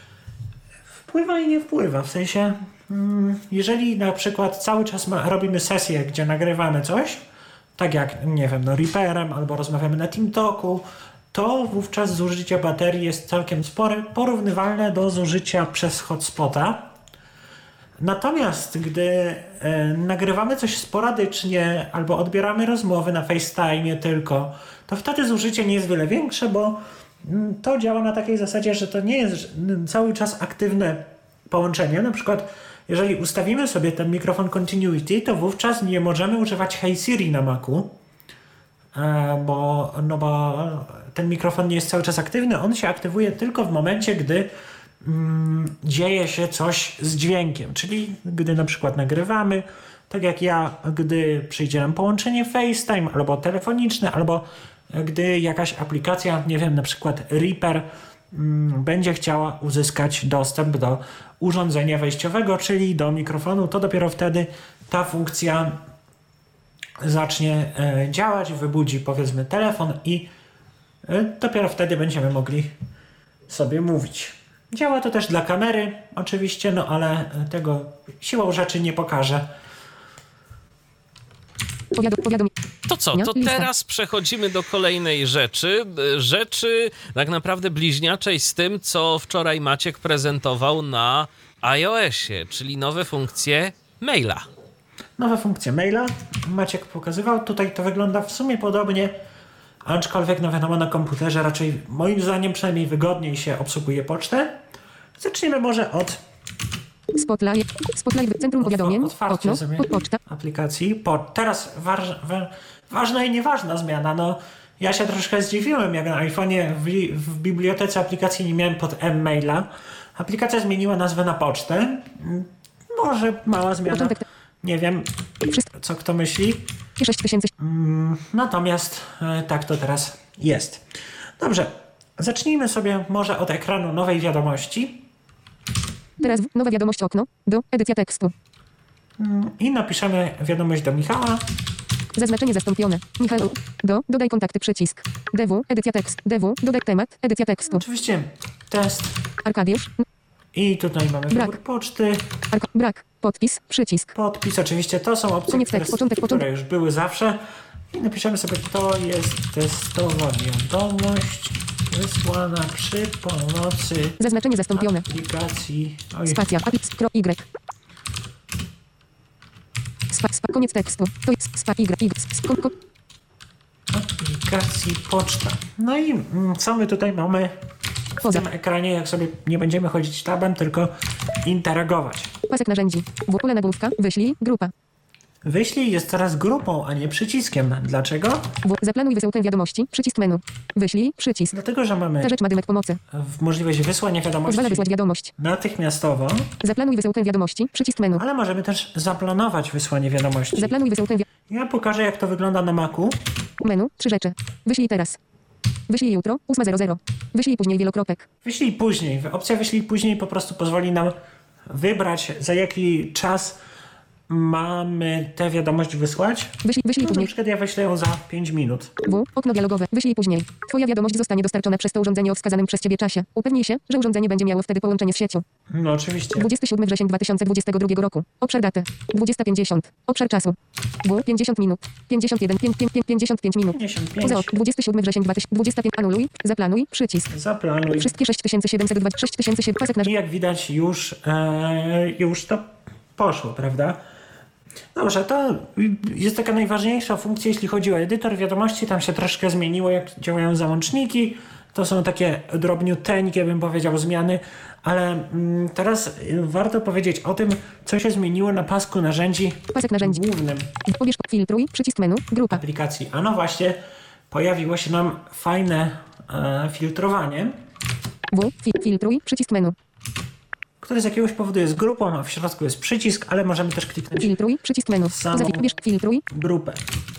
Wpływa i nie wpływa. W sensie, jeżeli na przykład cały czas robimy sesję, gdzie nagrywamy coś, tak jak, nie wiem, no Reaperem albo rozmawiamy na TeamTalku, to wówczas zużycie baterii jest całkiem spore, porównywalne do zużycia przez hotspota. Natomiast gdy nagrywamy coś sporadycznie albo odbieramy rozmowy na FaceTime tylko, to wtedy zużycie nie jest wiele większe, bo to działa na takiej zasadzie, że to nie jest cały czas aktywne połączenie. Na przykład jeżeli ustawimy sobie ten mikrofon continuity, to wówczas nie możemy używać Hey Siri na Macu, bo ten mikrofon nie jest cały czas aktywny. On się aktywuje tylko w momencie, gdy dzieje się coś z dźwiękiem, czyli gdy na przykład nagrywamy, tak jak ja, gdy przyjdzie nam połączenie FaceTime albo telefoniczne, albo gdy jakaś aplikacja, nie wiem, na przykład Reaper będzie chciała uzyskać dostęp do urządzenia wejściowego, czyli do mikrofonu, to dopiero wtedy ta funkcja zacznie działać, wybudzi powiedzmy telefon i dopiero wtedy będziemy mogli sobie mówić. Działa to też dla kamery, oczywiście, no ale tego siłą rzeczy nie pokażę. Powiadom. To co? To Lista. teraz przechodzimy do kolejnej rzeczy. Rzeczy tak naprawdę bliźniaczej z tym, co wczoraj Maciek prezentował na iOSie, czyli nowe funkcje maila. Nowe funkcje maila Maciek pokazywał. Tutaj to wygląda w sumie podobnie, aczkolwiek no wiadomo, na komputerze raczej moim zdaniem przynajmniej wygodniej się obsługuje pocztę. Zacznijmy może od Spotlight. Centrum powiadomień. otwarcia Okno. sobie Poczta. aplikacji. Teraz ważna i nieważna zmiana. No, ja się troszkę zdziwiłem, jak na iPhone'ie w bibliotece aplikacji nie miałem pod M-maila. Aplikacja zmieniła nazwę na pocztę. Może mała zmiana. Początek. Nie wiem, co kto myśli. 6000. Natomiast tak to teraz jest. Dobrze, zacznijmy sobie może od ekranu nowej wiadomości Teraz nowa wiadomość okno. Do. Edycja tekstu. i napiszemy wiadomość do Michała. Zaznaczenie zastąpione. Michał. Do. Dodaj kontakty przycisk. DW. Edycja tekst. DW. Dodaj temat. Edycja tekstu. Oczywiście test Arkadiusz. i tutaj mamy Brak. wybór poczty. Brak. Podpis. Przycisk. Podpis, oczywiście to są opcje, Koniec które, tekstu, początek. które już były zawsze. I napiszemy sobie, to jest testowa wiadomość wysłana przy pomocy Zaznaczenie zastąpione. aplikacji. Oj, Spacja. Y. Koniec tekstu. To jest aplikacji poczta. No i co my tutaj mamy w Poza. tym ekranie, jak sobie nie będziemy chodzić tabem, tylko interagować. Pasek narzędzi. Pole nagłówka. Wyślij. Grupa. Wyślij jest teraz grupą, a nie przyciskiem. Dlaczego? Zaplanuj wysyłkę wiadomości. Przycisk menu. Wyślij. Przycisk. Dlatego, że mamy Ta rzecz ma dymek pomocy. możliwość wysłania wiadomości Pozwala wysłać wiadomość. natychmiastowo, Zaplanuj wysyłkę wiadomości. Przycisk menu. ale możemy też zaplanować wysłanie wiadomości. Zaplanuj wysyłkę Ja pokażę, jak to wygląda na Macu. menu. 3 rzeczy. Wyślij teraz. Wyślij jutro. 8:00. Wyślij później wielokropek. Wyślij później. Opcja wyślij później po prostu pozwoli nam wybrać, za jaki czas mamy tę wiadomość wysłać. Wyślij Na później. przykład ja wyślę ją za 5 minut. Okno dialogowe. Wyślij później. Twoja wiadomość zostanie dostarczona przez to urządzenie o wskazanym przez Ciebie czasie. Upewnij się, że urządzenie będzie miało wtedy połączenie z siecią. No oczywiście. 27 wrzesień 2022 roku. Obszar daty. 20:50. Obszar czasu. 50 minut. 51. 55 minut. 55. Poza 27 wrzesień 2025. Anuluj. Zaplanuj. Przycisk. Zaplanuj. Wszystkie 6702. 6007. Pasek I nasz. jak widać już to poszło, prawda? Dobrze, to jest taka najważniejsza funkcja, jeśli chodzi o edytor wiadomości. Tam się troszkę zmieniło, jak działają załączniki. To są takie drobniuteńkie, bym powiedział, zmiany, ale teraz warto powiedzieć o tym, co się zmieniło na pasku narzędzi Pasek narzędzi. głównym Pobierz. Filtruj. Przycisk menu. Grupa. aplikacji. A no właśnie, pojawiło się nam fajne filtrowanie, Filtruj. Przycisk menu. które z jakiegoś powodu jest grupą, a w środku jest przycisk, ale możemy też kliknąć Filtruj. Przycisk menu. Pobierz. Filtruj. grupę.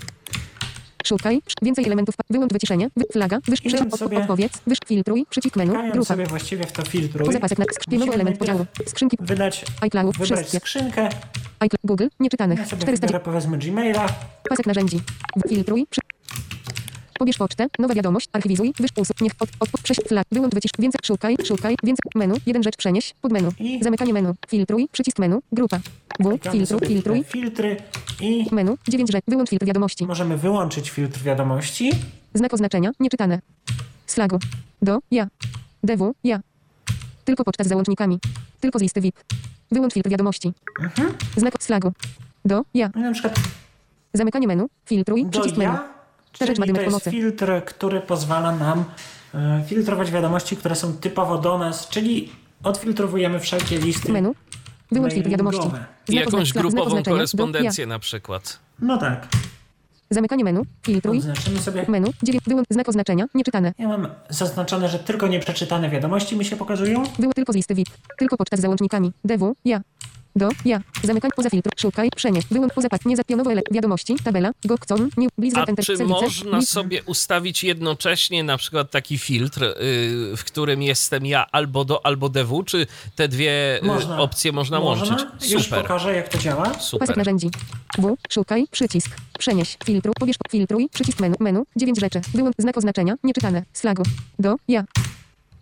Szukaj. Więcej elementów. Wyłącz wyciszenie. Flaga. sobie- Odpowiedz. Filtruj. Przycisk menu. Klikając Grupa. sobie właściwie w to filtruj. Poza pasek na nowy element podziału. Skrzynki. Wydać, iCloud. wybrać Wszystkie. skrzynkę. Google. Nieczytanych. Ja sobie 400. wybiorę powiedzmy Gmaila. Pasek narzędzi. Filtruj. Pobierz pocztę. Nowa wiadomość. Archiwizuj. Usuń. Niech prześ flag. Wyłącz wycisz. Więcej. Szukaj. Więcej. Menu. Jeden rzecz przenieś. Pod menu. I- Zamykanie menu. Filtruj. Przycisk menu. Grupa. Klikamy sobie Filtruj. te filtry i Menu. 9 rzeczy. Wyłącz filtr wiadomości. możemy wyłączyć filtr wiadomości. Znak oznaczenia. Nieczytane. Slagu. Do. Ja. DW. Ja. Tylko poczta z załącznikami. Tylko z listy VIP. Wyłącz filtr wiadomości. Znak slagu. Do. Ja. I na przykład Zamykanie menu. Filtruj. do Przycisk menu. ja, Ta rzecz ma czyli to dymek jest pomocy. filtr, który pozwala nam filtrować wiadomości, które są typowo do nas, czyli odfiltrowujemy wszelkie listy Menu. Wyłącz filtr wiadomości. mailingowe. I jakąś znak grupową oznaczenia. korespondencję na przykład. No tak, Zamykanie menu. Filtruj. odznaczymy sobie. Menu. Wyłącz znak oznaczenia. Nieczytane. Ja mam zaznaczone, że tylko nieprzeczytane wiadomości mi się pokazują. Było tylko z listy VIP. Tylko poczta z załącznikami. DW. Ja. Do. Ja. Zamykanie poza filtr. Szukaj. Przenieś. Wyłącz poza pak. Nie zapionowo wiadomości. Tabela. Gokcon. New. Blizzard. A Enter. czy Celice, można sobie ustawić jednocześnie na przykład taki filtr, w którym jestem ja albo DW, czy te dwie opcje można łączyć? Już Super, pokażę, jak to działa. Pasek super. narzędzi. Szukaj. Przycisk. Przenieś. Filtruj. Filtruj. Przycisk menu. 9 rzeczy. Wyłącz znak oznaczenia. Nieczytane. Slagu. Do. Ja.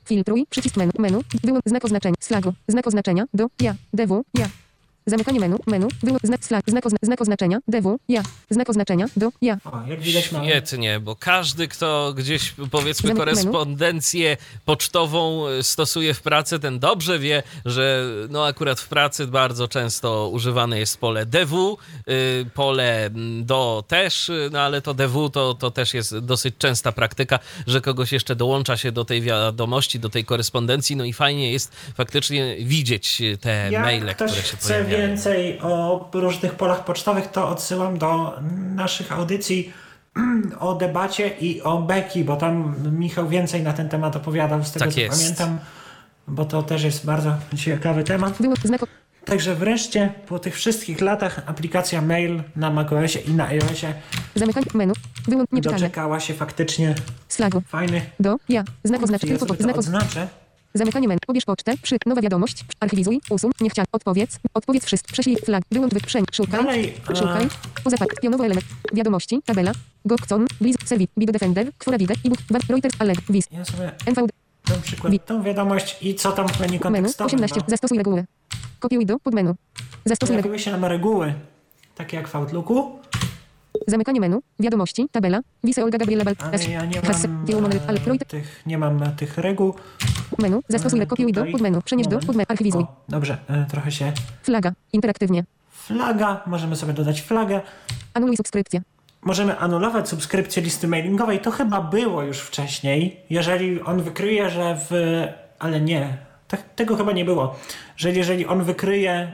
Filtruj, przycisk menu, znak oznaczenia, slagu, znak oznaczenia, DW, ja. Zamykanie menu, znak oznaczenia, DW, ja. Znak oznaczenia, ja. O, jak widać mamy. Świetnie, bo każdy, kto gdzieś, powiedzmy, korespondencję pocztową stosuje w pracy, ten dobrze wie, że no akurat w pracy bardzo często używane jest pole DW, pole do też, no ale to DW to też jest dosyć częsta praktyka, że kogoś jeszcze dołącza się do tej wiadomości, do tej korespondencji, no i fajnie jest faktycznie widzieć te maile, które się pojawiają. Więcej o różnych polach pocztowych, to odsyłam do naszych audycji o debacie i o beki, bo tam Michał więcej na ten temat opowiadał, z tego tak co jest. pamiętam, bo to też jest bardzo ciekawy temat. Także wreszcie po tych wszystkich latach aplikacja mail na macOSie i na iOSie zamykanie menu, nieczytane. doczekała się faktycznie slagu, fajnych. ja. Znak oznaczenia, Ja sobie to odznaczę. Zamykanie menu. Pobierz pocztę. Nowa wiadomość. Archiwizuj. Usuń. Odpowiedz wszystko. Prześlij flag. Wyłącz Dalej, Szukaj. Zapad. Pionowy element. Wiadomości. Tabela. Gokcon. Bliz. Servit. Bido Defender. Quorawide. Ebook. Reuters. Alleg. Wiz. Ja sobie NVD. na przykład tą wiadomość i co tam w menu Menu. kontekstowym. 18. Zastosuj reguły. Kopiuj do podmenu. Zastosuj reguły. Pojawiły się nam reguły, takie jak w Outlooku, Zamykanie menu. Wiadomości. Tabela. Wise Olga Gabriela ale ja nie mam tych reguł. Menu. Zastosuj kopiuj do podmenu. Przenieś do podmenu. Archiwizuj. O, dobrze, trochę się... Flaga. Interaktywnie. Flaga, możemy sobie dodać flagę. Anuluj subskrypcję. Możemy anulować subskrypcję listy mailingowej. To chyba było już wcześniej. Jeżeli on wykryje, że ale nie, tego chyba nie było. Że jeżeli on wykryje,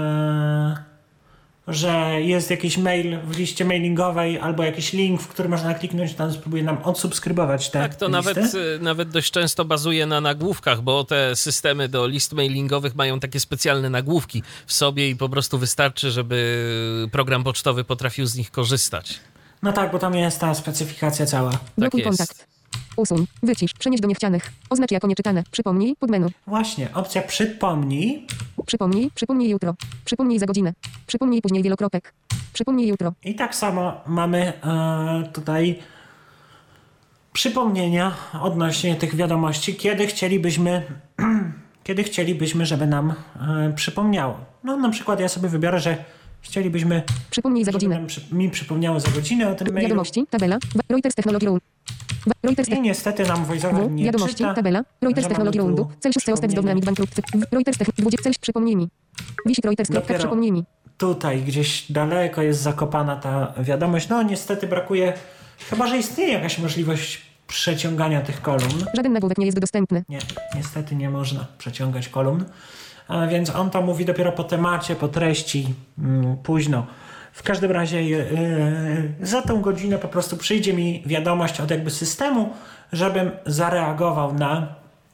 że jest jakiś mail w liście mailingowej albo jakiś link, w który można kliknąć, to on spróbuje nam odsubskrybować te Tak, to listy. nawet dość często bazuje na nagłówkach, bo te systemy do list mailingowych mają takie specjalne nagłówki w sobie i po prostu wystarczy, żeby program pocztowy potrafił z nich korzystać. No tak, bo tam jest ta specyfikacja cała. Blokuj jest. kontakt. Usuń. Wycisz. Przenieś do niechcianych. Oznacz jako nieczytane. Przypomnij. Podmenu. Właśnie, opcja przypomnij. Przypomnij jutro. Przypomnij za godzinę. Przypomnij później wielokropek. Przypomnij jutro. I tak samo mamy tutaj przypomnienia odnośnie tych wiadomości, kiedy chcielibyśmy, żeby nam przypomniało. No na przykład ja sobie wybiorę, że chcielibyśmy, Przypomnij za godzinę. mi przypomniało za godzinę o tym mailu. Wiadomości. Tabela. Reuters Technology Room. Reuters I niestety nam voiceover nie wiadomości. czyta. Tabela. Reuters że Technology mamy tu Room. Celsius Ceostet z dynamit bankructwy. Reuters Technology 20. Celsius. Przypomnij mi. Wisi Reuters. Dopiero Przypomnij mi. Tutaj gdzieś daleko jest zakopana ta wiadomość. No niestety brakuje, chyba że istnieje jakaś możliwość przeciągania tych kolumn. Żaden nagłówek nie jest dostępny. Nie, niestety nie można przeciągać kolumn, a więc on to mówi dopiero po temacie, po treści, późno. W każdym razie za tą godzinę po prostu przyjdzie mi wiadomość od jakby systemu, żebym zareagował na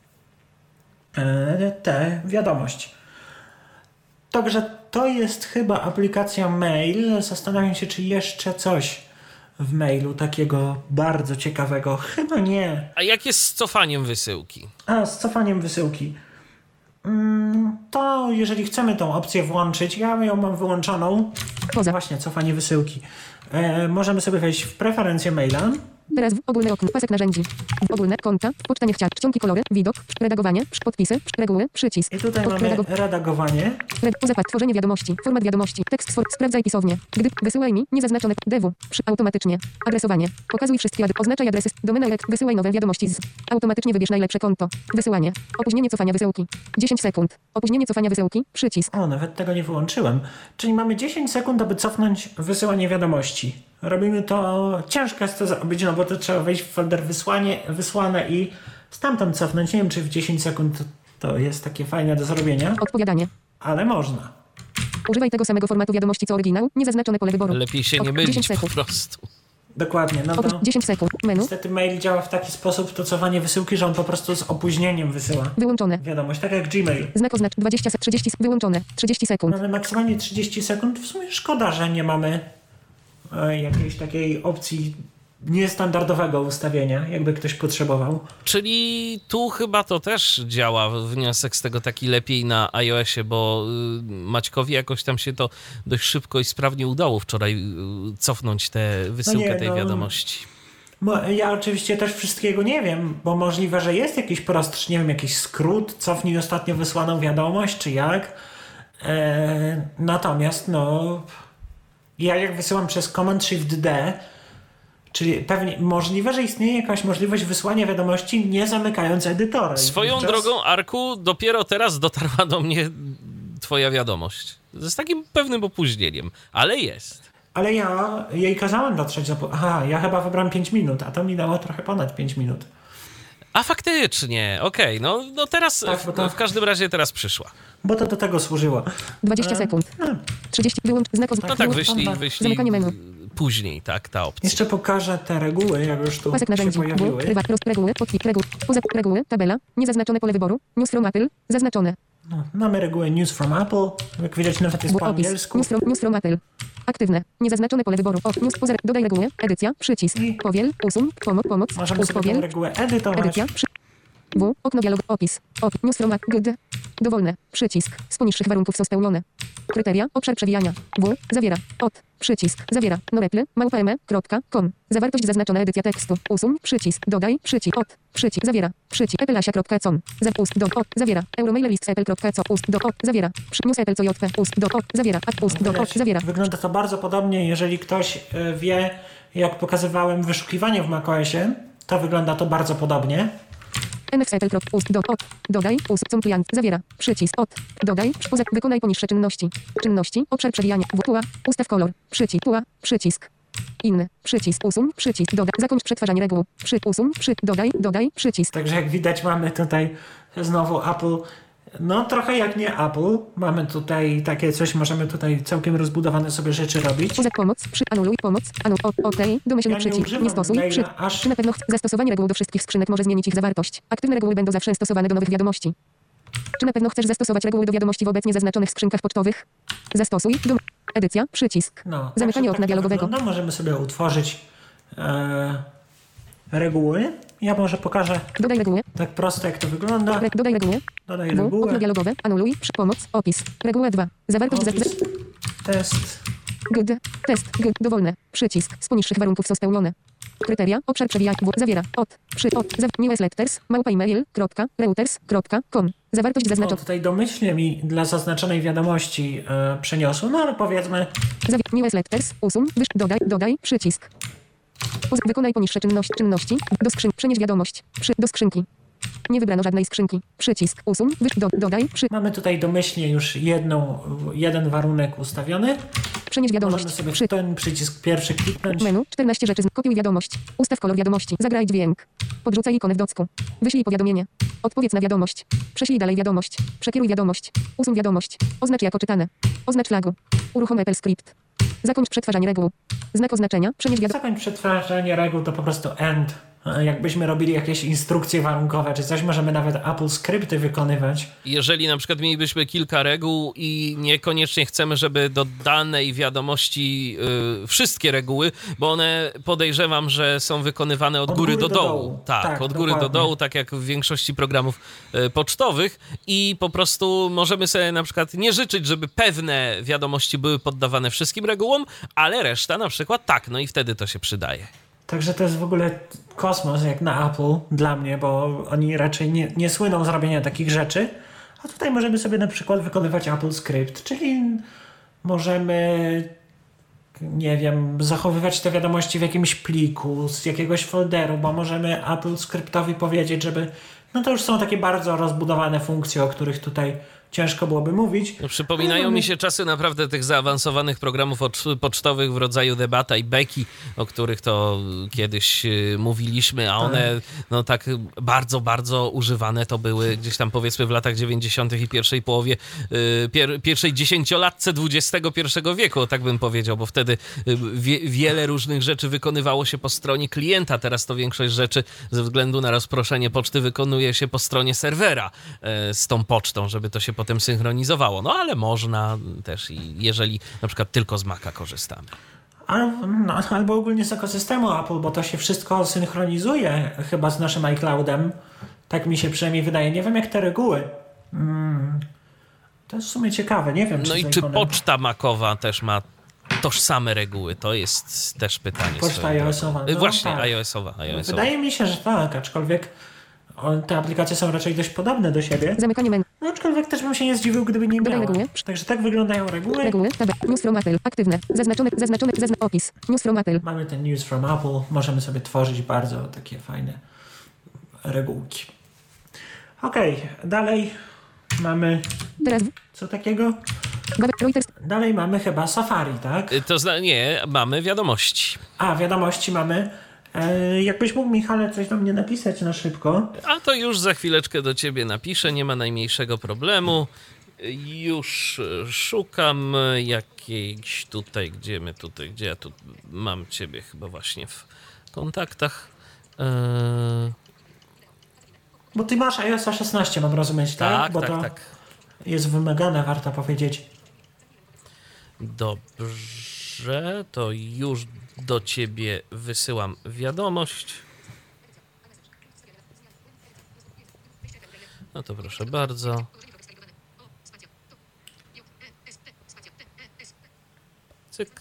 tę wiadomość. Także to jest chyba aplikacja mail. Zastanawiam się, czy jeszcze coś w mailu takiego bardzo ciekawego. Chyba nie. A jak jest z cofaniem wysyłki? A, z cofaniem wysyłki. To jeżeli chcemy tą opcję włączyć, ja ją mam wyłączoną. Poza. Właśnie, cofanie wysyłki. Możemy sobie wejść w preferencje maila. Teraz ogólne okno. Pasek narzędzi. Ogólne konta. Poczta niechciana. Czcionki kolory. Widok. Redagowanie. Podpisy. Reguły. Przycisk. I tutaj mamy redagowanie. Zapad. Tworzenie wiadomości. Format wiadomości. Tekst. Sprawdzaj pisownię. Gdy wysyłaj mi niezaznaczone DW. Automatycznie. Adresowanie. Pokazuj wszystkie oznaczaj adresy. Domena wysyłaj nowe wiadomości z. Automatycznie wybierz najlepsze konto. Wysyłanie. Opóźnienie cofania wysyłki. 10 sekund. Opóźnienie cofania wysyłki. Przycisk. O, nawet tego nie wyłączyłem. Czyli mamy 10 sekund, aby cofnąć wysyłanie wiadomości. Robimy to, ciężko jest to zrobić, no bo to trzeba wejść w folder wysłane i stamtąd cofnąć. Nie wiem, czy w 10 sekund to jest takie fajne do zrobienia, Odpowiadanie. ale można. Używaj tego samego formatu wiadomości co oryginał. Niezaznaczone pole wyboru. Lepiej się nie 10 mylić po sekund. prostu. Dokładnie, no to 10 sekund. Menu. niestety mail działa w taki sposób, to cofanie wysyłki, że on po prostu z opóźnieniem wysyła Wyłączone. wiadomość, tak jak Gmail. Znak oznacz 20 30 wyłączone. 30 sekund. Mamy maksymalnie 30 sekund. W sumie szkoda, że nie mamy jakiejś takiej opcji niestandardowego ustawienia, jakby ktoś potrzebował. Czyli tu chyba to też działa, wniosek z tego taki lepiej na iOSie, bo Maćkowi jakoś tam się to dość szybko i sprawnie udało wczoraj cofnąć tę wysyłkę tej wiadomości. Ja oczywiście też wszystkiego nie wiem, bo możliwe, że jest jakiś prostszy, nie wiem, jakiś skrót, cofnij ostatnio wysłaną wiadomość, czy jak. Natomiast ja jak wysyłam przez Command Shift D, czyli pewnie możliwe, że istnieje jakaś możliwość wysłania wiadomości nie zamykając edytora. Swoją drogą, Arku, dopiero teraz dotarła do mnie twoja wiadomość. Z takim pewnym opóźnieniem, ale jest. Ale ja jej kazałem dotrzeć do... Aha, ja chyba wybrałem 5 minut, a to mi dało trochę ponad 5 minut. A faktycznie, okej, no teraz, Tak, w każdym razie teraz przyszła. Bo to do tego służyło. 20 sekund. 30. Wyłącz znak No tak, wyślij Zamykanie menu. później, tak, ta opcja. Jeszcze pokażę te reguły, jak już tu Pasek się narzędzi. pojawiły. Reguły. Podpis. Reguły. Tabela. Niezaznaczone pole wyboru. News from Apple. Zaznaczone. Mamy regułę News from Apple. Jak widać, nawet jest po Opis. angielsku. News from Apple. Aktywne. Niezaznaczone pole wyboru. News. Dodaj regułę. Edycja. Przycisk. Powiel. Usuń. Pomoc. Możemy sobie tę Powiel. regułę edytować. Edycja. Okno dialog. Opis. News from Apple. Dowolne. Przycisk. Z poniższych warunków są spełnione. Kryteria. Obszar przewijania. Zawiera. Przycisk. Zawiera. noreply.com. Zawartość zaznaczona. Edycja tekstu. Usuń. Przycisk. Dodaj. Przycisk. Przycisk. Zawiera. Przycisk. Appleasia.com. Zawiera. Euromailelist.apple.com. Zawiera. News Apple CJP. Zawiera. Zawiera. Wygląda to bardzo podobnie, jeżeli ktoś wie, jak pokazywałem wyszukiwanie w macOSie, to wygląda to bardzo podobnie. Dodaj, zawiera, przycisk, dodaj, wykonaj poniższe czynności, obszar przewijania, ustaw kolor, przycisk, inny, przycisk, usuń, przycisk, dodaj, zakończ przetwarzanie reguł, dodaj, przycisk. Także jak widać mamy tutaj znowu Apple, trochę jak nie Apple, mamy tutaj takie coś, możemy tutaj całkiem rozbudowane sobie rzeczy robić. Anuluj pomoc, domyślny Ja nie przycisk, używam nie stosuj, maila, aż- czy na pewno zastosowanie reguł do wszystkich skrzynek może zmienić ich zawartość. Aktywne reguły będą zawsze stosowane do nowych wiadomości. Czy na pewno chcesz zastosować reguły do wiadomości w obecnie zaznaczonych skrzynkach pocztowych? Zastosuj, edycja, przycisk, zamykanie także okna tak to dialogowego. wygląda. Możemy sobie utworzyć reguły. Ja może pokażę Dodaj regułę. tak prosto, jak to wygląda. Dodaj regułę. Dodaj Okno regułę. dialogowe. Anuluj. Pomoc. Opis. Reguła 2. Zawartość Opis. Test. Test. Dowolne. Przycisk. Z poniższych warunków są spełnione. Kryteria. Obszar przewijania. Zawiera. newsletters. email.reuters.com. Zawartość zaznaczona. Tutaj domyślnie mi dla zaznaczonej wiadomości przeniosło, ale powiedzmy Newsletters. Usuń. Dodaj. Przycisk. Wykonaj poniższe czynności. Do skrzynki. Przenieś wiadomość. Do skrzynki. Nie wybrano żadnej skrzynki. Przycisk. Usuń. Dodaj. mamy tutaj domyślnie już jeden warunek ustawiony. Przenieś wiadomość. Możemy sobie w ten przycisk pierwszy kliknąć. Menu. 14 rzeczy. Kopiuj wiadomość. Ustaw kolor wiadomości. Zagraj dźwięk. Podrzucaj ikonę w docku. Wyślij powiadomienie. Odpowiedz na wiadomość. Prześlij dalej wiadomość. Przekieruj wiadomość. Usuń wiadomość. Oznacz jako czytane. Oznacz flagu. Uruchom Apple Script. Zakończ przetwarzanie reguł. Znak oznaczenia. Przenieś wiadomość. Zakończ przetwarzanie reguł to po prostu end. Jakbyśmy robili jakieś instrukcje warunkowe czy coś, możemy nawet Apple skrypty wykonywać. Jeżeli na przykład mielibyśmy kilka reguł i niekoniecznie chcemy, żeby do danej wiadomości wszystkie reguły, bo one podejrzewam, że są wykonywane od góry do dołu. Tak, od góry do dołu, tak jak w większości programów pocztowych i po prostu możemy sobie na przykład nie życzyć, żeby pewne wiadomości były poddawane wszystkim regułom, ale reszta na przykład tak, no i wtedy to się przydaje. Także to jest w ogóle kosmos jak na Apple dla mnie, bo oni raczej nie słyną z robienia takich rzeczy. A tutaj możemy sobie na przykład wykonywać Apple Script, czyli możemy, nie wiem, zachowywać te wiadomości w jakimś pliku, z jakiegoś folderu, bo możemy Apple Scriptowi powiedzieć, żeby... to już są takie bardzo rozbudowane funkcje, o których tutaj ciężko byłoby mówić. Przypominają mi się czasy naprawdę tych zaawansowanych programów pocztowych w rodzaju Debata i Beki, o których to kiedyś mówiliśmy, a one tak bardzo, bardzo używane to były gdzieś tam powiedzmy w latach 90. i pierwszej połowie, pierwszej dziesięciolatce XXI wieku, tak bym powiedział, bo wtedy wiele różnych rzeczy wykonywało się po stronie klienta, teraz to większość rzeczy ze względu na rozproszenie poczty wykonuje się po stronie serwera z tą pocztą, żeby to się potem synchronizowało. Ale można też, jeżeli na przykład tylko z Maca korzystamy. Albo ogólnie z ekosystemu Apple, bo to się wszystko synchronizuje chyba z naszym iCloudem. Tak mi się przynajmniej wydaje. Nie wiem jak te reguły. To jest w sumie ciekawe. Nie wiem, Czy poczta Macowa też ma tożsame reguły? To jest też pytanie. Poczta iOS-owa. No, Właśnie, tak. iOS-owa. Wydaje mi się, że tak, aczkolwiek te aplikacje są raczej dość podobne do siebie. Zamykanie menu. No, aczkolwiek też bym się nie zdziwił, gdyby nie Dodaj miała. reguły. Także tak wyglądają reguły. Reguły. Tab. News from Apple. Aktywne. Zaznaczone. Opis. News from Apple. Mamy ten News from Apple. Możemy sobie tworzyć bardzo takie fajne regułki. Okej, dalej mamy Teraz. co takiego? Reuters. Dalej mamy chyba Safari, tak? Nie, mamy wiadomości. A, wiadomości mamy. Jakbyś mógł, Michale, coś do mnie napisać na szybko. A to już za chwileczkę do ciebie napiszę, nie ma najmniejszego problemu. Już szukam jakiejś tutaj, gdzie ja tu mam ciebie chyba właśnie w kontaktach. Bo ty masz iOS 16, mam rozumieć, tak? Bo to tak. jest wymagane, warto powiedzieć. Dobrze, to już do ciebie wysyłam wiadomość. No to proszę bardzo. Cyk.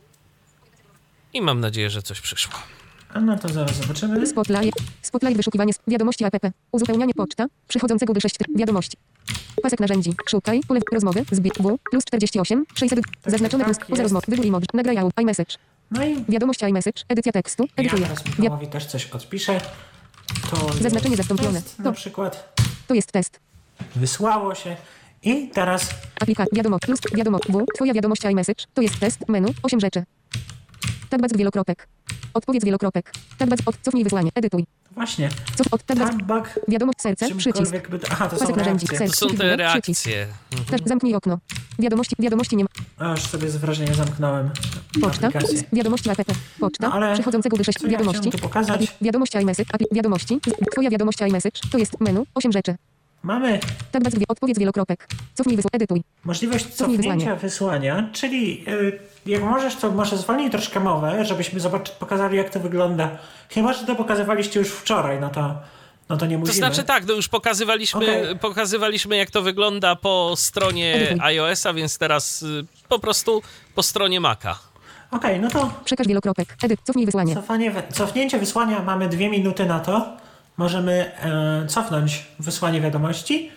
I mam nadzieję, że coś przyszło. A no to zaraz zobaczymy. Spotlight wyszukiwanie. Wiadomości app. Uzupełnianie poczta. Przychodzącego do 6. Wiadomości. Pasek narzędzi. Szukaj. Pole rozmowy. Zbieg. Plus 48. 600. Zaznaczone plus. Poza rozmową. Wybór emoji. Nagraj iMessage. No i Wiadomości iMessage. Edycja tekstu. ja Edytuję. teraz Michałowi też coś odpiszę. To Zaznaczenie jest zastąpione. test, na przykład To jest test. wysłało się. I teraz Wiadomo. Plus. Wiadomo. Twoja wiadomość iMessage. To jest test. Menu. 8 rzeczy. Tab wielokropek. Odpowiedz wielokropek. Tab cofnij wysłanie. Edytuj. właśnie Tab Tabbug, wiadomość serce. Przycisk. czymkolwiek by... Aha, to są Pasek narzędzi. reakcje. To są te reakcje. Też zamknij okno. Wiadomości nie ma. Aż sobie z wrażenia zamknąłem Poczta. aplikację. Wiadomości app. Poczta. No, ale Przychodzącego do 6. co ja Wiadomości. chciałem tu pokazać? Wiadomość iMessage. Wiadomości. Twoja wiadomość iMessage. To jest menu. 8 rzeczy. Mamy Tab odpowiedz wielokropek. Cofnij edytuj. możliwość Cofnij cofnięcia wysłania, czyli jak możesz, to może zwolnij troszkę mowę, żebyśmy pokazali, jak to wygląda. Chyba, że to pokazywaliście już wczoraj, no to nie To musimy. znaczy tak, no już pokazywaliśmy jak to wygląda po stronie iOS-a, więc teraz po prostu po stronie Maca. Okej, no to Przekaż wielokropek. Cofnij wysłanie. cofnięcie wysłania, mamy 2 minuty na to. Możemy cofnąć wysłanie wiadomości.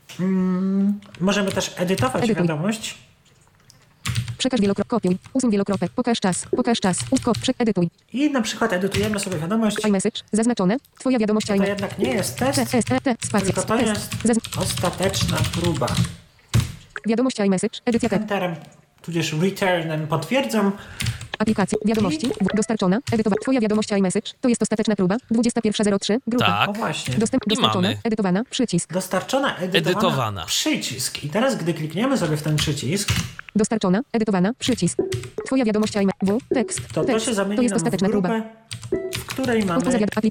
Możemy też edytować Edytuj. wiadomość. Przekaż wielokropek. Kopiuj. Usuń wielokropek. Pokaż czas. Edytuj. I na przykład edytujemy sobie wiadomość. iMessage. Zaznaczone. Twoja wiadomość To iMessage. jednak nie jest test, Spacja. tylko to jest ostateczna próba. Wiadomość iMessage. Edycja tekstu. Enterem, tudzież returnem potwierdzam. Aplikacja. Wiadomości. Dostarczona. Edytowana. Twoja wiadomość iMessage. To jest ostateczna próba. 21.03. Grupa. Tak. O właśnie. Dostarczona. mamy. Edytowana. Przycisk. Dostarczona, edytowana. Przycisk. I teraz, gdy klikniemy sobie w ten przycisk, Dostarczona. Edytowana. Przycisk. Twoja wiadomość iMessage. Tekst. to Tekst. się zamieni To jest nam w ostateczna próba. grupę, w której mamy...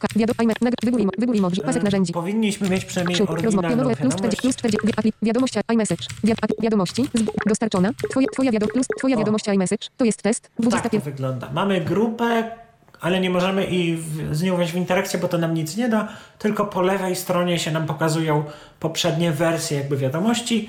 Wybór emoji. Pasek narzędzi. Powinniśmy mieć przynajmniej Ksiąg. Rozmowa. oryginalną Pionowe. Plus 40. wiadomość. Wiadomość iMessage. Wiadomości. Dostarczona. Twoja wiadomość iMessage. To jest test. Tak to 21. wygląda. Mamy grupę, ale nie możemy z nią wejść w interakcję, bo to nam nic nie da, tylko po lewej stronie się nam pokazują poprzednie wersje jakby wiadomości.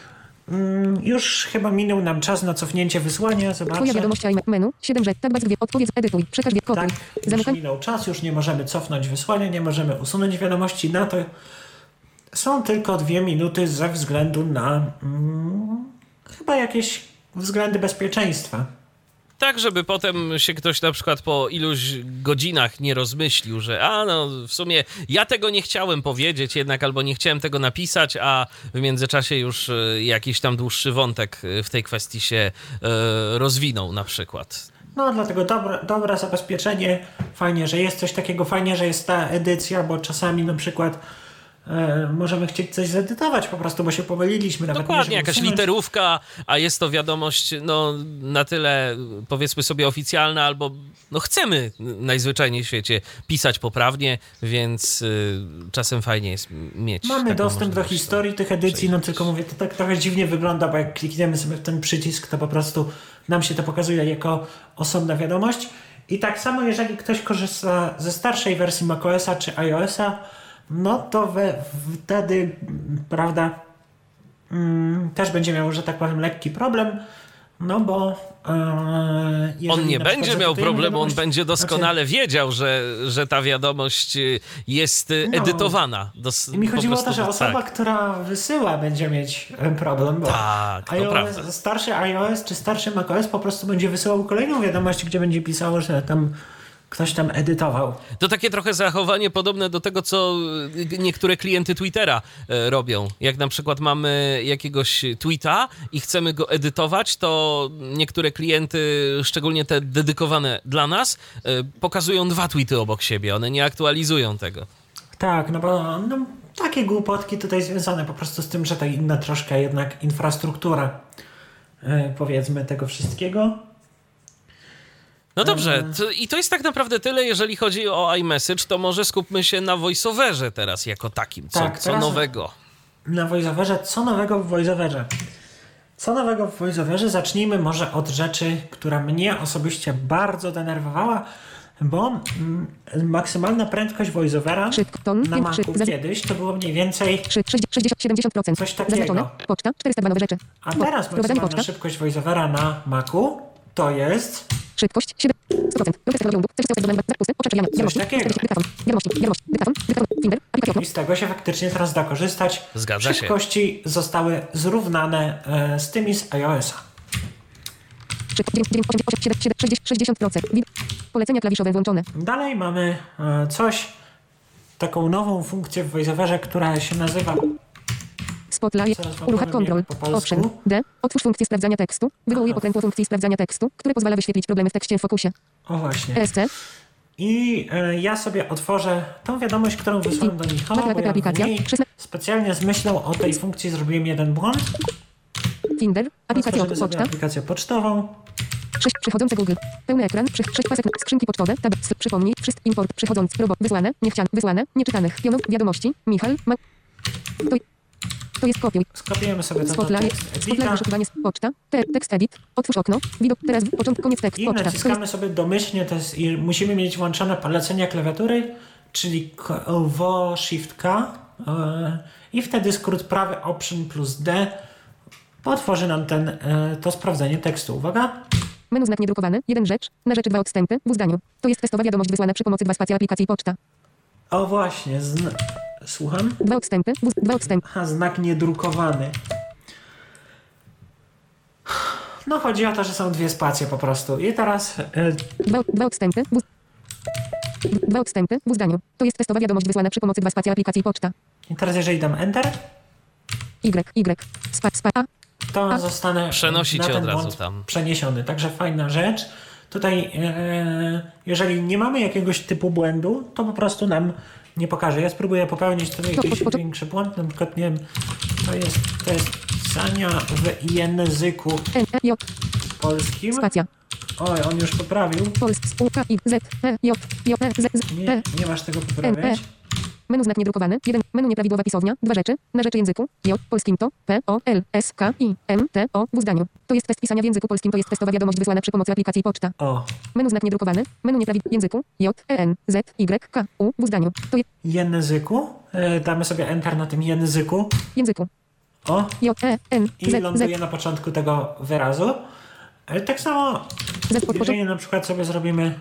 Już chyba minął nam czas na cofnięcie wysłania. Zobaczę. Twoja wiadomość menu. 7 rzeczy. Tab odpowiedz. Edytuj. Przekaż kopiuj. Tak, już Zamykaj. minął czas, już nie możemy cofnąć wysłania, nie możemy usunąć wiadomości. Na to są tylko 2 minuty ze względu na chyba jakieś względy bezpieczeństwa. Tak, żeby potem się ktoś na przykład po iluś godzinach nie rozmyślił, że w sumie ja tego nie chciałem powiedzieć jednak, albo nie chciałem tego napisać, a w międzyczasie już jakiś tam dłuższy wątek w tej kwestii się rozwinął na przykład. No, dlatego dobre zabezpieczenie. Fajnie, że jest coś takiego, fajnie, że jest ta edycja, bo czasami na przykład możemy chcieć coś zedytować po prostu, bo się pomyliliśmy. Nawet Dokładnie, jakaś usunąć. literówka, a jest to wiadomość na tyle, powiedzmy sobie, oficjalna, albo chcemy najzwyczajniej w świecie pisać poprawnie, więc czasem fajnie jest mieć Mamy taką dostęp do możliwość. historii tych edycji, tylko mówię, to tak trochę dziwnie wygląda, bo jak klikniemy sobie w ten przycisk, to po prostu nam się to pokazuje jako osobna wiadomość. I tak samo, jeżeli ktoś korzysta ze starszej wersji macOSa czy iOSa, no to wtedy, prawda, też będzie miał, że tak powiem, lekki problem, No bo On nie na będzie przykład miał zapytujemy problemu, on wiadomość- będzie doskonale wiedział, że ta wiadomość jest edytowana. I mi chodziło o to, że osoba, tak. która wysyła, będzie mieć problem, bo Tak, to prawda. starszy iOS czy starszy macOS po prostu będzie wysyłał kolejną wiadomość, gdzie będzie pisało, że tam ktoś tam edytował. To takie trochę zachowanie podobne do tego, co niektóre klienty Twittera robią. Jak na przykład mamy jakiegoś tweeta i chcemy go edytować, to niektóre klienty, szczególnie te dedykowane dla nas, pokazują 2 tweety obok siebie. One nie aktualizują tego. Tak, no bo takie głupotki tutaj związane po prostu z tym, że to inna troszkę jednak infrastruktura, powiedzmy, tego wszystkiego. No dobrze, i to jest tak naprawdę tyle, jeżeli chodzi o iMessage, to może skupmy się na VoiceOverze teraz jako takim. Co teraz nowego? Na VoiceOverze, co nowego w VoiceOverze? Co nowego w VoiceOverze? Zacznijmy może od rzeczy, która mnie osobiście bardzo denerwowała, bo maksymalna prędkość VoiceOvera Krzyk, ton, na Macu krzyk, kiedyś to było mniej więcej, krzyk, 60-70%. Coś takiego. Zaznaczone, poczta, 402 nowe rzeczy. a teraz Wprowadzanie maksymalna poczta, szybkość VoiceOvera na Macu to jest szybkość, 7%. Robię tego lądu, coś do pusty, oczekiwania, wiadomości, takiego. dyktafon, dyktafon, Finder, aplikacja okno, i z tego się faktycznie teraz da korzystać. Zgadza się. Szybkości zostały zrównane z tymi z iOS-a. krzyk, 60%. Polecenia klawiszowe włączone. Dalej mamy taką nową funkcję w VoiceOverze, która się nazywa Spotlight, Zaraz wam uruchom powiem, control, jak po polsku. option, D, otwórz funkcję sprawdzania tekstu, wywołuje pokrętło funkcji sprawdzania tekstu, które pozwala wyświetlić problemy w tekście w fokusie. O właśnie. ESC, I ja sobie otworzę tą wiadomość, którą wysłałem do Michała, bo ja aplikacja, w niej specjalnie z myślą o tej funkcji zrobiłem jeden błąd. Finder, aplikacja Otworzymy sobie poczta, aplikację pocztową. 6 przychodzące Google, pełny ekran, 6 pasek, skrzynki pocztowe, tab, przypomnij, wszystko import, przychodzący, robot, wysłane, niechciane, wysłane, nieczytanych, pionów, wiadomości, Michal, to jest kopiuj. Skopiujemy sobie to Spotlight, tekst Spotlight edita wyszukiwanie, poczta, tekst edit, otwórz okno, widok, teraz początek, koniec tekst, i poczta, to jest naciskamy sobie domyślnie, i musimy mieć włączone polecenia klawiatury, czyli V, Shift, K i wtedy skrót prawy Option plus D otworzy nam to sprawdzenie tekstu. Uwaga! menu znak niedrukowany, 1 rzecz, na rzeczy 2 odstępy, w zdaniu. To jest testowa wiadomość wysłana przy pomocy 2 spacja aplikacji poczta. O właśnie, słucham? 2 odstępy, 2 odstępy. Aha, znak niedrukowany. No chodzi o to, że są 2 spacje po prostu. I teraz 2 odstępy, 2 odstępy, w zdaniu. To jest testowa wiadomość wysłana przy pomocy 2 spacja aplikacji poczta. jeżeli dam Enter, A, to zostanę Przenosi na cię ten od razu błąd tam. przeniesiony. Także fajna rzecz. Tutaj jeżeli nie mamy jakiegoś typu błędu, to po prostu nam nie pokaże. Ja spróbuję popełnić tutaj jakiś większy błąd. Na przykład, nie wiem, to jest pisania w języku J, polskim. spacja. Oj, on już poprawił. U, K, I, Z, J, Z, Nie masz tego poprawiać. Menu znak niedrukowany, 1, menu nieprawidłowa pisownia, 2 rzeczy, na rzeczy języku, J, polskim to, P, O, L, S, K, I, M, T, O, w zdaniu. To jest test pisania w języku polskim, to jest testowa wiadomość wysłana przy pomocy aplikacji poczta. O, Menu znak niedrukowany, menu nieprawidłowa języku, J, E, N, Z, Y, K, U, w zdaniu. To jest języku. Damy sobie Enter na tym języku. języku, O, J, E, N, i Z, ląduje Z, na początku tego wyrazu. Tak samo, Z, jeżeli na przykład sobie zrobimy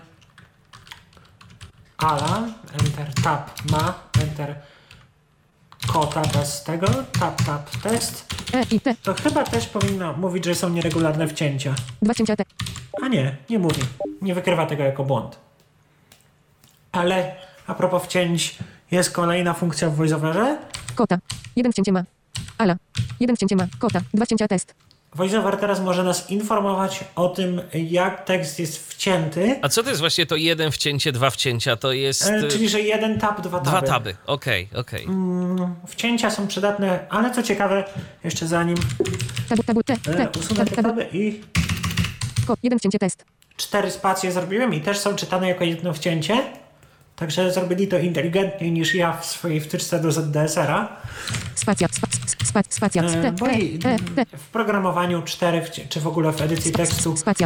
Ala, Enter, Tab, ma, Enter, kota bez tego, tab, test, E, I, T, to chyba też powinno mówić, że są nieregularne wcięcia. 2 cięcia T, A nie mówi. Nie wykrywa tego jako błąd. Ale a propos wcięć, jest kolejna funkcja w VoiceOverze. kota, 1 cięcie ma, Ala, 1 cięcie ma, kota, 2 cięcia test. VoiceOver teraz może nas informować o tym, jak tekst jest wcięty. A co to jest właśnie to 1 wcięcie, 2 wcięcia? To jest... Czyli, że 1 tab, 2 taby. 2 taby, okej. Wcięcia są przydatne, ale co ciekawe, jeszcze zanim Tabu, T, usunę te taby i 1 cięcie test. 4 spacje zrobiłem i też są czytane jako jedno wcięcie. Także zrobili to inteligentniej niż ja w swojej wtyczce do ZDSR-a. Spacja, spacja, T, Bo w programowaniu 4 czy w ogóle w edycji tekstu spacja.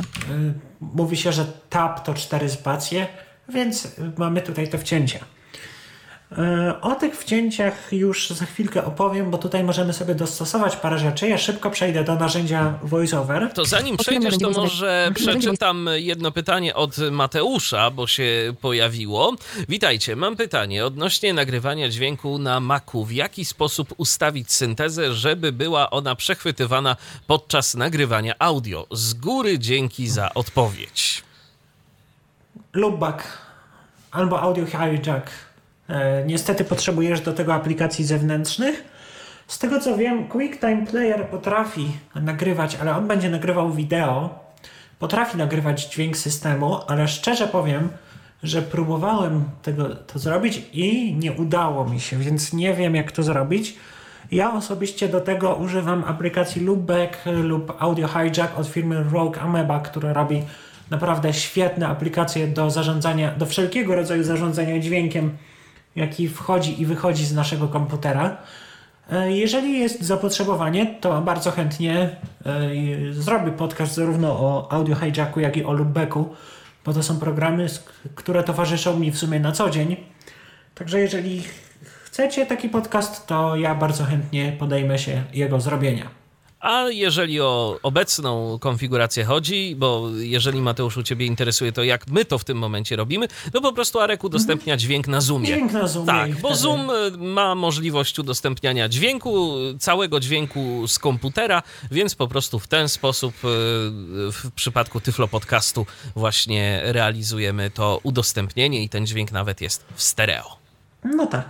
mówi się, że tab to 4 spacje, więc mamy tutaj to wcięcie. O tych wcięciach już za chwilkę opowiem, bo tutaj możemy sobie dostosować parę rzeczy. Ja szybko przejdę do narzędzia VoiceOver. To zanim przejdziesz, to może przeczytam jedno pytanie od Mateusza, bo się pojawiło. Witajcie, mam pytanie odnośnie nagrywania dźwięku na Macu. W jaki sposób ustawić syntezę, żeby była ona przechwytywana podczas nagrywania audio? Z góry dzięki za odpowiedź. Loopback albo Audio Hijack. Niestety potrzebujesz do tego aplikacji zewnętrznych. Z tego co wiem, QuickTime Player potrafi nagrywać, ale on będzie nagrywał wideo. Potrafi nagrywać dźwięk systemu, ale szczerze powiem, że próbowałem to zrobić i nie udało mi się, więc nie wiem jak to zrobić. Ja osobiście do tego używam aplikacji Loopback lub Audio Hijack od firmy Rogue Amoeba, która robi naprawdę świetne aplikacje do zarządzania, do wszelkiego rodzaju zarządzania dźwiękiem, jaki wchodzi i wychodzi z naszego komputera. Jeżeli jest zapotrzebowanie, to bardzo chętnie zrobię podcast zarówno o Audio Hijacku, jak i o Loopbacku, bo to są programy, które towarzyszą mi w sumie na co dzień. Także jeżeli chcecie taki podcast, to ja bardzo chętnie podejmę się jego zrobienia. A jeżeli o obecną konfigurację chodzi, bo jeżeli Mateusz u ciebie interesuje to jak my to w tym momencie robimy, to po prostu Arek udostępnia dźwięk na Zoomie. Dźwięk na Zoomie. Tak, bo Zoom ma możliwość udostępniania dźwięku, całego dźwięku z komputera, więc po prostu w ten sposób w przypadku Tyflo Podcastu właśnie realizujemy to udostępnienie i ten dźwięk nawet jest w stereo. No tak.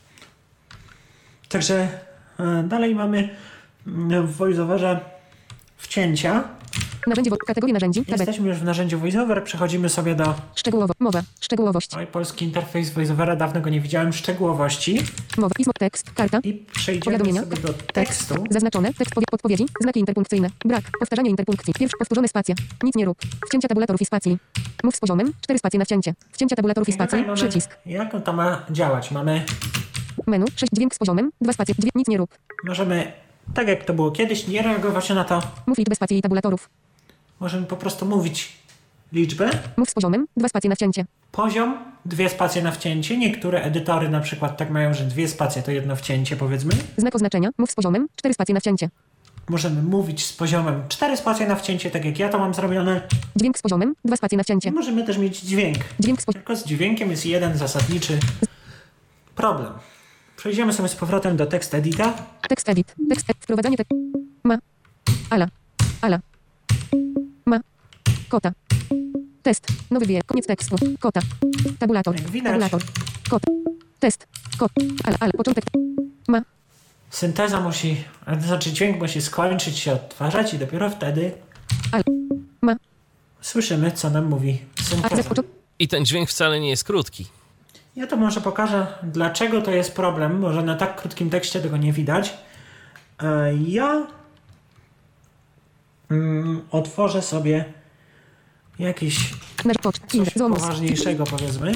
Także dalej mamy w VoiceOverze wcięcia. Narzędzie kategorii narzędzi. Tabel. Jesteśmy już w narzędziu VoiceOver. Przechodzimy sobie do... Mowa. Szczegółowość. Oj, polski interfejs VoiceOvera. Dawno go nie widziałem. Szczegółowości. Mowa. Tekst. Karta. I przejdziemy Powiadomienia. sobie do tekstu. Zaznaczone. Tekst podpowiedzi. Znaki interpunkcyjne. Brak. Powtarzanie interpunkcji. Pierwszy powtórzone spacja. Nic nie rób. Wcięcia tabulatorów i spacji. Mów z poziomem. 4 spacje na wcięcie. Wcięcia tabulatorów i spacji. Przycisk. Jak to ma działać? Mamy... Menu. 6 dźwięk z poziomem. 2 spacje. Nic nie rób. Możemy, tak jak to było kiedyś, nie reagować na to. Mów liczbę spacji i tabulatorów. Możemy po prostu mówić liczbę. Mów z poziomem. 2 spacje na wcięcie. Poziom, 2 spacje na wcięcie. Niektóre edytory na przykład tak mają, że 2 spacje to jedno wcięcie, powiedzmy. Znak oznaczenia. Mów z poziomem. 4 spacje na wcięcie. Możemy mówić z poziomem 4 spacje na wcięcie, tak jak ja to mam zrobione. Dźwięk z poziomem. 2 spacje na wcięcie. Możemy też mieć dźwięk. Tylko z dźwiękiem jest jeden zasadniczy problem. Przejdziemy sobie z powrotem do tekst edita. Tekst edit. Wprowadzanie tekstu. Ma. Ala. Ma. Kota. Test. Nowy bieg. Koniec tekstu. Kota. Tabulator. Jak widać. Tabulator. Kot. Test. Kot. Ala. Początek. Ma. Synteza musi, znaczy dźwięk musi skończyć się odtwarzać i dopiero wtedy Ma. słyszymy, co nam mówi synteza. I ten dźwięk wcale nie jest krótki. Ja to może pokażę, dlaczego to jest problem. Może na tak krótkim tekście tego nie widać. Ja otworzę sobie jakiś coś poważniejszego, powiedzmy.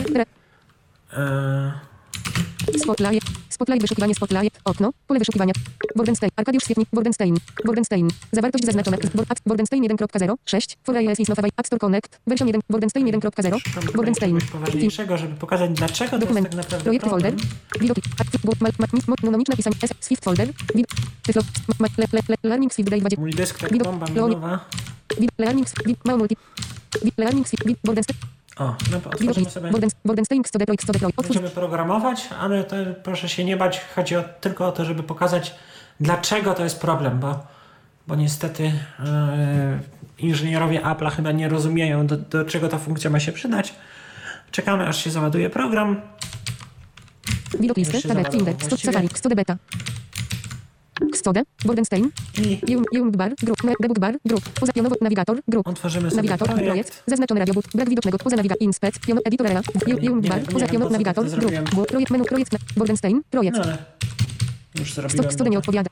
Spotlight, wyszukiwanie Spotlight, okno, pole wyszukiwania, Bordenstein, Arkadiusz Świetnik, Bordenstein, zawartość zaznaczona, Bordenstein 1.0, 6, for iOS is not available, App Store Connect, version 1, Bordenstein 1.0, Bordenstein, poważniejszego, żeby pokazać, dlaczego dokument, to jest tak naprawdę projekty folder, widoki, monomiczne napisanie, Swift folder, learning Swift day 20, mój dysk tak bomba minowa. learning Swift, Bordenstein, no to otworzymy sobie. Bordenstein, Będziemy programować, ale to proszę się nie bać. Chodzi tylko o to, żeby pokazać, dlaczego to jest problem, bo niestety inżynierowie Apple'a chyba nie rozumieją, do czego ta funkcja ma się przydać. Czekamy, aż się załaduje program. Widok listy, tabel, Finder, Safari, Xtode Beta. Xtode, Bordenstein, Bar, Debug Bar, Poza pionowo, Navigator, Otworzymy sobie Navigator, projekt, zaznaczony radiobud, brak widocznego, poza Navigator, Inspect, Editor Ela, Bar, poza pionowo, Navigator, projekt menu, projekt, Bordenstein, projekt. No, już zrobiłem. Xtode nie odpowiada.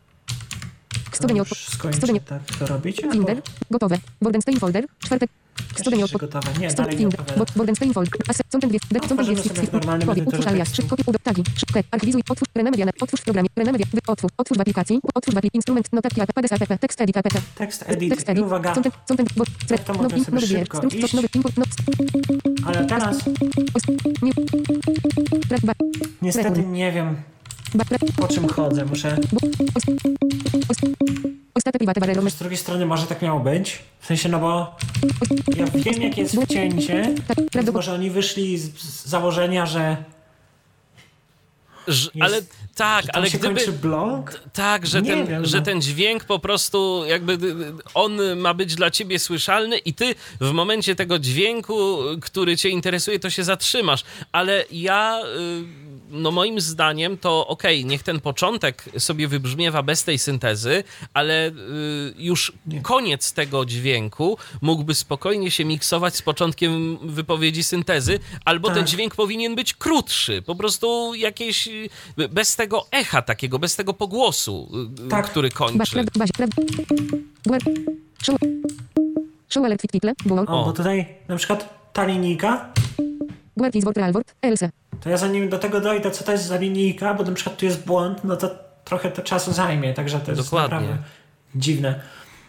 Xtode nie odpowiada. Skończę tak to robić. Finder, gotowe, Bordenstein folder, 4. Studio Jeszcze gotowe. Nie, Stop dalej nie Finder. odpowiada. Bordenstein Fold. Content Wief. Content Otworzymy Wief. sobie w normalnym Powie. edytorze Utwórz alias. tekstu. Szybko. Tagi. Szybko. Archiwizuj. Otwórz. Renemedia. Otwórz w programie. Renemedia. Otwórz w aplikacji. Otwórz w aplikacji. Instrument. Notatki. APP. APP. Tekst edit. APP. Tekst edit. Tekst I edit. uwaga, Content. Tak to można sobie Nowy szybko Strukt. iść. Nowy import. ale teraz niestety nie wiem, po czym chodzę. Muszę... Ostate private barrel. Z drugiej strony może tak miało być. W sensie, no bo ja wiem, jakie jest wcięcie, więc może oni wyszli z założenia, że Ale tak, że tam ale się gdyby... kończy blok. Tak, że, Nie wiem, że no. ten dźwięk po prostu jakby on ma być dla ciebie słyszalny i ty w momencie tego dźwięku, który cię interesuje, to się zatrzymasz. Ale ja, no moim zdaniem to okej, niech ten początek sobie wybrzmiewa bez tej syntezy, ale już koniec tego dźwięku mógłby spokojnie się miksować z początkiem wypowiedzi syntezy, albo ten dźwięk powinien być krótszy, po prostu jakieś, bez tego echa takiego, bez tego pogłosu, który kończy. Show electric title. O, bo tutaj na przykład ta linijka, to ja zanim do tego dojdę, co to jest za linijka, bo na przykład tu jest błąd, no to trochę to czasu zajmie, także to jest Dokładnie. naprawdę dziwne.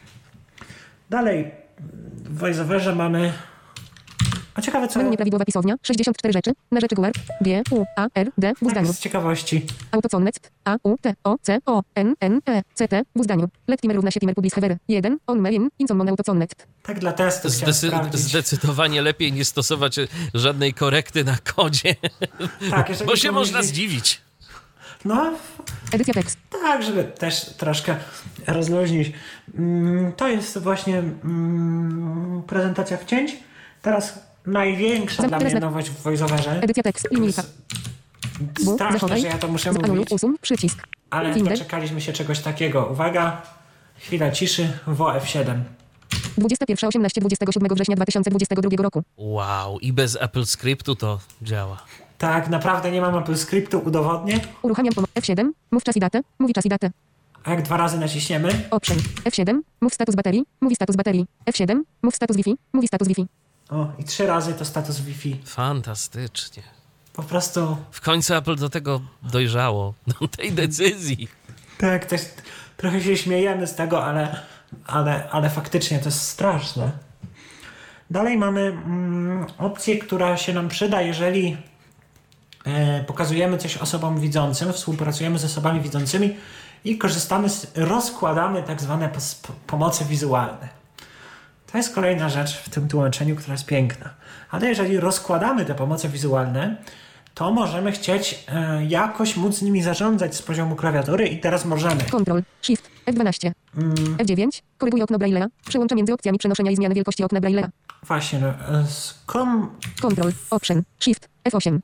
Dalej w VoiceOverze mamy... A ciekawe co... Menu nieprawidłowa pisownia. 64 rzeczy. Na rzeczy gular. G, U, A, R, D. W Tak, zdaniu. z ciekawości. Autoconnext. A, U, T, O, C, O, N, N, E, C, T. W zdaniu. Let timer równa się timer public header. 1. On main. Incommon autoconnect. Tak dla testu chciałem sprawdzić. Zdecydowanie lepiej nie stosować żadnej korekty na kodzie, Tak, jeżeli bo się komuś można gdzieś- zdziwić. No, Edycja tekst. tak, żeby też troszkę rozluźnić. To jest właśnie prezentacja wcięć. Teraz największa dla mnie nowość w VoiceOverze. Edycja tekst. Linijka. Straszne, Zachowaj. że ja to muszę Anuluj. mówić, Usuń. Przycisk. ale Finder. doczekaliśmy się czegoś takiego. Uwaga, chwila ciszy, WF7. 21:18 27 września 2022 roku. Wow, i bez Apple Scriptu to działa. Tak, naprawdę nie mam Apple Scriptu, udowodnię. Uruchamiam pomoc. F7. Mów czas i datę. Mówi czas i datę. A jak 2 razy naciśniemy, Option. F7. Mów status baterii. Mówi status baterii. F7. Mów status Wi-Fi. Mówi status Wi-Fi. o, i 3 razy to status Wi-Fi. Fantastycznie. Po prostu, W końcu Apple do tego dojrzało, do tej decyzji. tak, też trochę się śmiejemy z tego, ale faktycznie to jest straszne. Dalej mamy opcję, która się nam przyda, jeżeli pokazujemy coś osobom widzącym, współpracujemy z osobami widzącymi i rozkładamy tak zwane pomoce wizualne. To jest kolejna rzecz w tym tłumaczeniu, która jest piękna. Ale jeżeli rozkładamy te pomoce wizualne, to możemy chcieć jakoś móc nimi zarządzać z poziomu klawiatury i teraz możemy. Ctrl. Shift. F12. F9. Koryguj okno Braille'a. Przełącza między opcjami przenoszenia i zmiany wielkości okna Braille'a. Właśnie, no, Ctrl. Option. Shift. F8.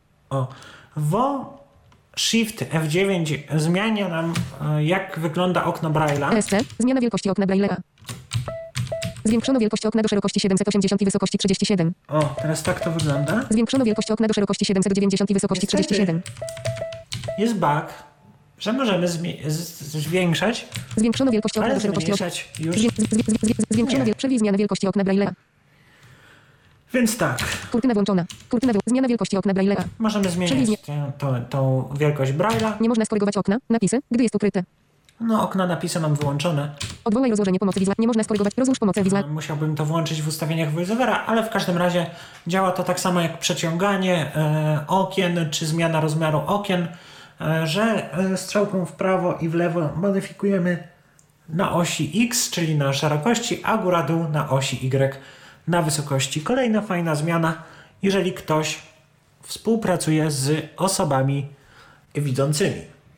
Shift F9 zmienia nam jak wygląda okno Braille'a. ESC. Zmiana wielkości okna Braille'a. Zwiększono wielkość okna do szerokości 780 i wysokości 37. O, teraz tak to wygląda. Zwiększono wielkość okna do szerokości 790 i wysokości Niestety 37. Jest bug, że możemy zwiększać, Zwiększono wielkość okna ale do szerokości okna. zmniejszać już. Zwiększono Nie. przewij zmiana wielkości okna Braille'a. Więc tak, Kurtyna włączona. Zmiana wielkości okna Braille'a. możemy zmieniać tą wielkość Braille'a. Nie można skorygować okna, napisy, gdy jest ukryte. No, okna napisy mam wyłączone. Odwołaj rozłożenie pomocy wizualnej. Nie można skorygować. Rozłóż pomoce wizualne. Musiałbym to włączyć w ustawieniach VoiceOvera, ale w każdym razie działa to tak samo jak przeciąganie okien, czy zmiana rozmiaru okien, że strzałką w prawo i w lewo modyfikujemy na osi X, czyli na szerokości, a góra-dół na osi Y na wysokości. Kolejna fajna zmiana, jeżeli ktoś współpracuje z osobami widzącymi.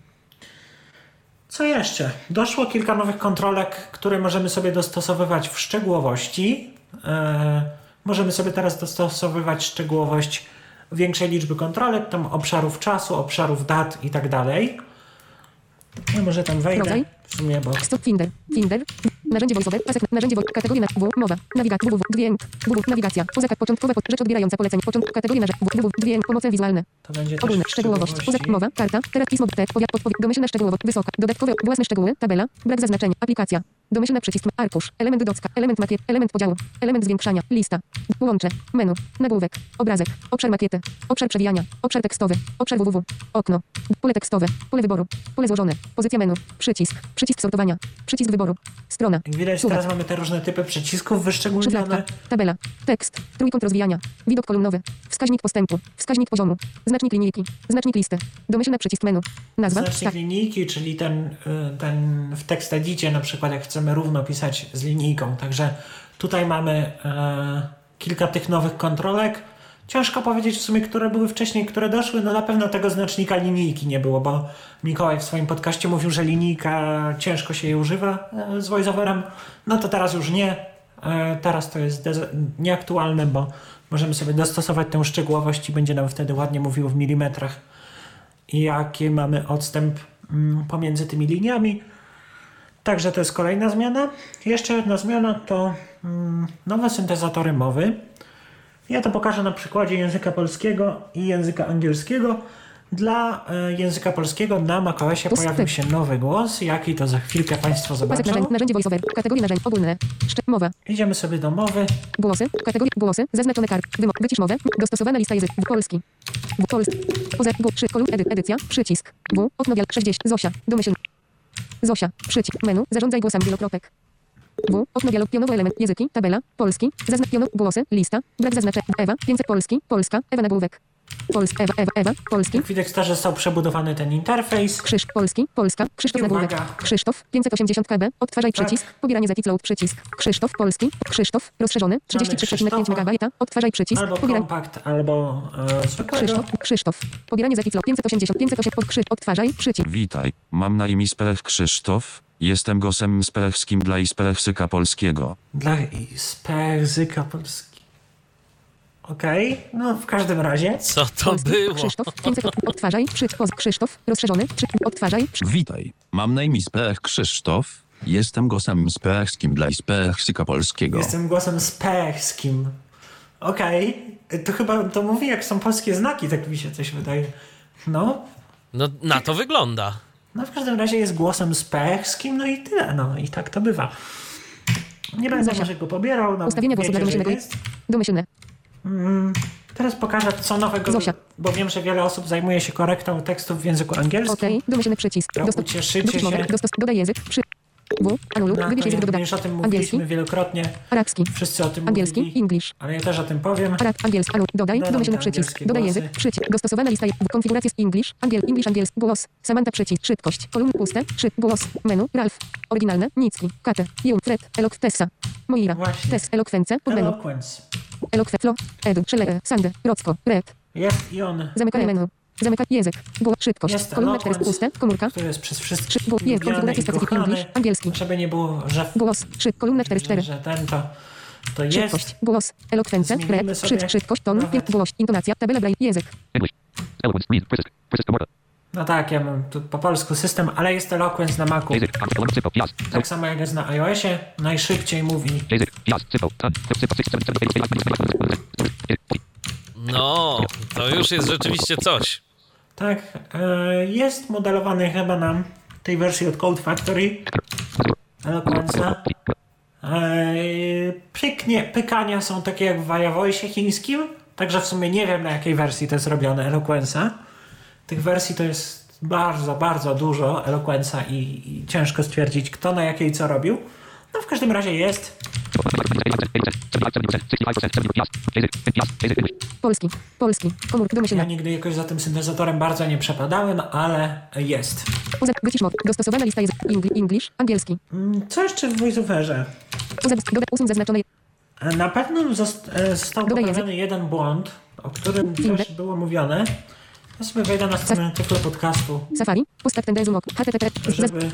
Co jeszcze? Doszło kilka nowych kontrolek, które możemy sobie dostosowywać w szczegółowości. Możemy sobie teraz dostosowywać szczegółowość większej liczby kontrolek, tam obszarów czasu, obszarów dat i tak dalej. Ja może tam wejdę Rodzaj? w sumie, bo... Stop Finder. Finder. Narzędzie voiceover. Narzędzie kategoria na W. Mowa. Nawigacja. Dźwięk. Nawigacja. Początkowa. Rzecz odbierająca poleceń. Kategoria na dźwięk. Pomoce wizualne. To będzie też Ogólne. w Szczegółowość. szczegółowości. Mowa. Karta. Teraz pismo. Powiat. Domyślna szczegółowość. Wysoka. Dodatkowe. Własne szczegóły. Tabela. Brak zaznaczenia. Aplikacja. Domyślny przycisk. Arkusz. Element docka. Element makiet. Element podziału. Element zwiększania. Lista. Łącze. Menu. Nagłówek. Obrazek. Obszar makiety. Obszar przewijania. Obszar tekstowy. Obszar www. Okno. Pole tekstowe. Pole wyboru. Pole złożone. Pozycja menu. Przycisk. Przycisk sortowania. Przycisk wyboru. Strona. Jak widać, Suwak. teraz mamy te różne typy przycisków wyszczególnione. Szufladka. Tabela. Tekst. Trójkąt rozwijania. Widok kolumnowy. Wskaźnik postępu. Wskaźnik poziomu. Znacznik linijki. Znacznik listy. Domyślny przycisk menu. Nazwa. Znacznik linijki, czyli ten w tekstedicie na przykład, jak chcemy równo pisać z linijką. Także tutaj mamy kilka tych nowych kontrolek. Ciężko powiedzieć w sumie, które były wcześniej, które doszły. No na pewno tego znacznika linijki nie było, bo Mikołaj w swoim podcaście mówił, że linijka ciężko się jej używa z voiceoverem. No to teraz już nie. Teraz to jest nieaktualne, bo możemy sobie dostosować tę szczegółowość i będzie nam wtedy ładnie mówił w milimetrach, jaki mamy odstęp pomiędzy tymi liniami. Także to jest kolejna zmiana. Jeszcze jedna zmiana to nowe syntezatory mowy. Ja to pokażę na przykładzie języka polskiego i języka angielskiego. Dla języka polskiego na macOSie pojawił się nowy głos, jaki to za chwilkę Państwo zobaczą. Narzędzie voiceover. Kategorie narzędzi ogólne. Mowa. Idziemy sobie do mowy. Głosy. Kategorie głosy. Zaznaczone karty. Wycisz mowę. Dostosowana lista języków. Polski. Polski. Poza. Kolumn. Edycja. Przycisk. Okno 60. Zosia. Domyślny. Zosia. Przycisk. Menu. Zarządzaj głosami. Wielokropek. Okno dialog. Pionowo element. Języki. Tabela. Polski. Pionowo. Głosy. Lista. Brak zaznaczeń. Ewa. 500. Polski. Polska. Ewa nagłówek. Ewa. Polski. Jak widać też został przebudowany ten interfejs. Krzysztof. Polski. Polska. Krzysztof nagłówek. Krzysztof. 580 KB. Odtwarzaj przycisk. Pobieranie za load przycisk. Krzysztof. Polski. Krzysztof. Rozszerzony. 33,5 MB. Odtwarzaj przycisk. Albo kompakt, albo zwykłego. Krzysztof. Pobieranie za load 580. 508 odtwarzaj przycisk. Witaj, mam na imię Spelech Krzysztof. Jestem głosem spelechskim dla Ispelechsyka Polskiego. Dla Ispelechsyka Polskiego. Okej, no w każdym razie. Co to było? Krzysztof, 500, odtwarzaj, Krzysztof, rozszerzony, odtwarzaj. Witaj, mam na imię Spelech Krzysztof. Jestem głosem spelechskim dla Ispelechsyka Polskiego. Jestem głosem spelechskim. Okej, to chyba to mówi, jak są polskie znaki, tak mi się coś wydaje. No. No na to wygląda. No w każdym razie jest głosem spelechskim, no i tyle, no i tak to bywa. Nie będę może go pobierał. No, ustawienia głosu dla domyślnego. Domyślne. Teraz pokażę co nowego, Zosia. bo wiem, że wiele osób zajmuje się korektą tekstów w języku angielskim. Okej, domyślny przycisk. Ucieszycie się. Dodaj język. Anulu. Wybierz język do dodania. Już o tym Angielski. mówiliśmy wielokrotnie. Arabski. Wszyscy o tym Angielski. mówili. English. Ale ja też o tym powiem. Angielski. Dodaj. Dodam Domyślny te przycisk. angielskie Dodaj głosy. język. Przycisk. Dostosowana lista. Konfiguracja z English. Angielski. Głos. Samantha przycisk. Szybkość. Kolumny puste. Głos. Menu. Ralph. Oryginalne. Nicki. Kate. Jun. Fred. Tessa. Moira. Właśnie. Tess. Elokwence. Podmenu. Eloquence. Flo. Edu. Szele. Sande. Rocko. Red. Jest i on. Zamykaj menu. Zamykaj język. Szybkość. Jest Kolumna 4 puste. Komórka. który jest przez wszystkich Jest. Konfiguracja specyfiki English. Angielski. Żeby nie było, że Głos. Kolumna 4. że ten to jest. Szybkość. Głos. Elokwence. Zmienimy Red. sobie Szybkość. Ton. nawet- Głos. Intonacja. Tabela Braille. Język. No tak, ja mam tu po polsku system, ale jest Eloquence na Macu. Tak samo jak jest na iOSie. Najszybciej mówi. No, to już jest rzeczywiście coś. Tak, jest modelowany chyba na tej wersji od Code Factory. Eloquence'a. Pykania są takie jak w iOSie chińskim, także w sumie nie wiem, na jakiej wersji to jest robione Eloquence'a. Tych wersji to jest bardzo, bardzo dużo Eloquence'a i ciężko stwierdzić, kto na jakiej co robił. No w każdym razie jest. Polski. Komórka Ja domyślna. nigdy jakoś za tym syntezatorem bardzo nie przepadałem, ale jest. Wycisz mowy. Dostosowana lista języków. English. Angielski. Co jeszcze w VoiceOverze? Usuń zaznaczone. Na pewno został Dodaj poprawiony jeden błąd, o którym też było mówione. Ja sobie wejdę na stronę Tyflo Podcastu, Safari. Postaw ten zoom. HTTP. żeby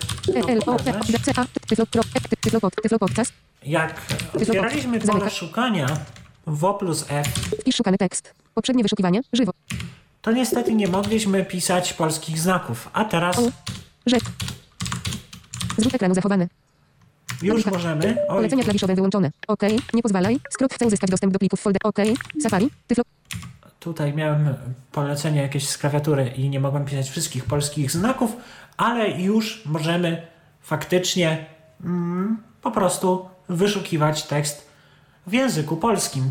Tyflo Podcast. jak otwieraliśmy pole szukania W plus F, Wpisz szukany tekst. Poprzednie wyszukiwanie. Żywo. to niestety nie mogliśmy pisać polskich znaków, a teraz Rzecz. Zrzut ekranu zachowany. już możemy. Oj, Polecenia klawiszowe wyłączone. OK. Nie pozwalaj. Skrót chcę uzyskać dostęp do plików folder. OK. Safari. Tyflo. tutaj miałem polecenie jakieś z klawiatury i nie mogłem pisać wszystkich polskich znaków, ale już możemy faktycznie po prostu wyszukiwać tekst w języku polskim.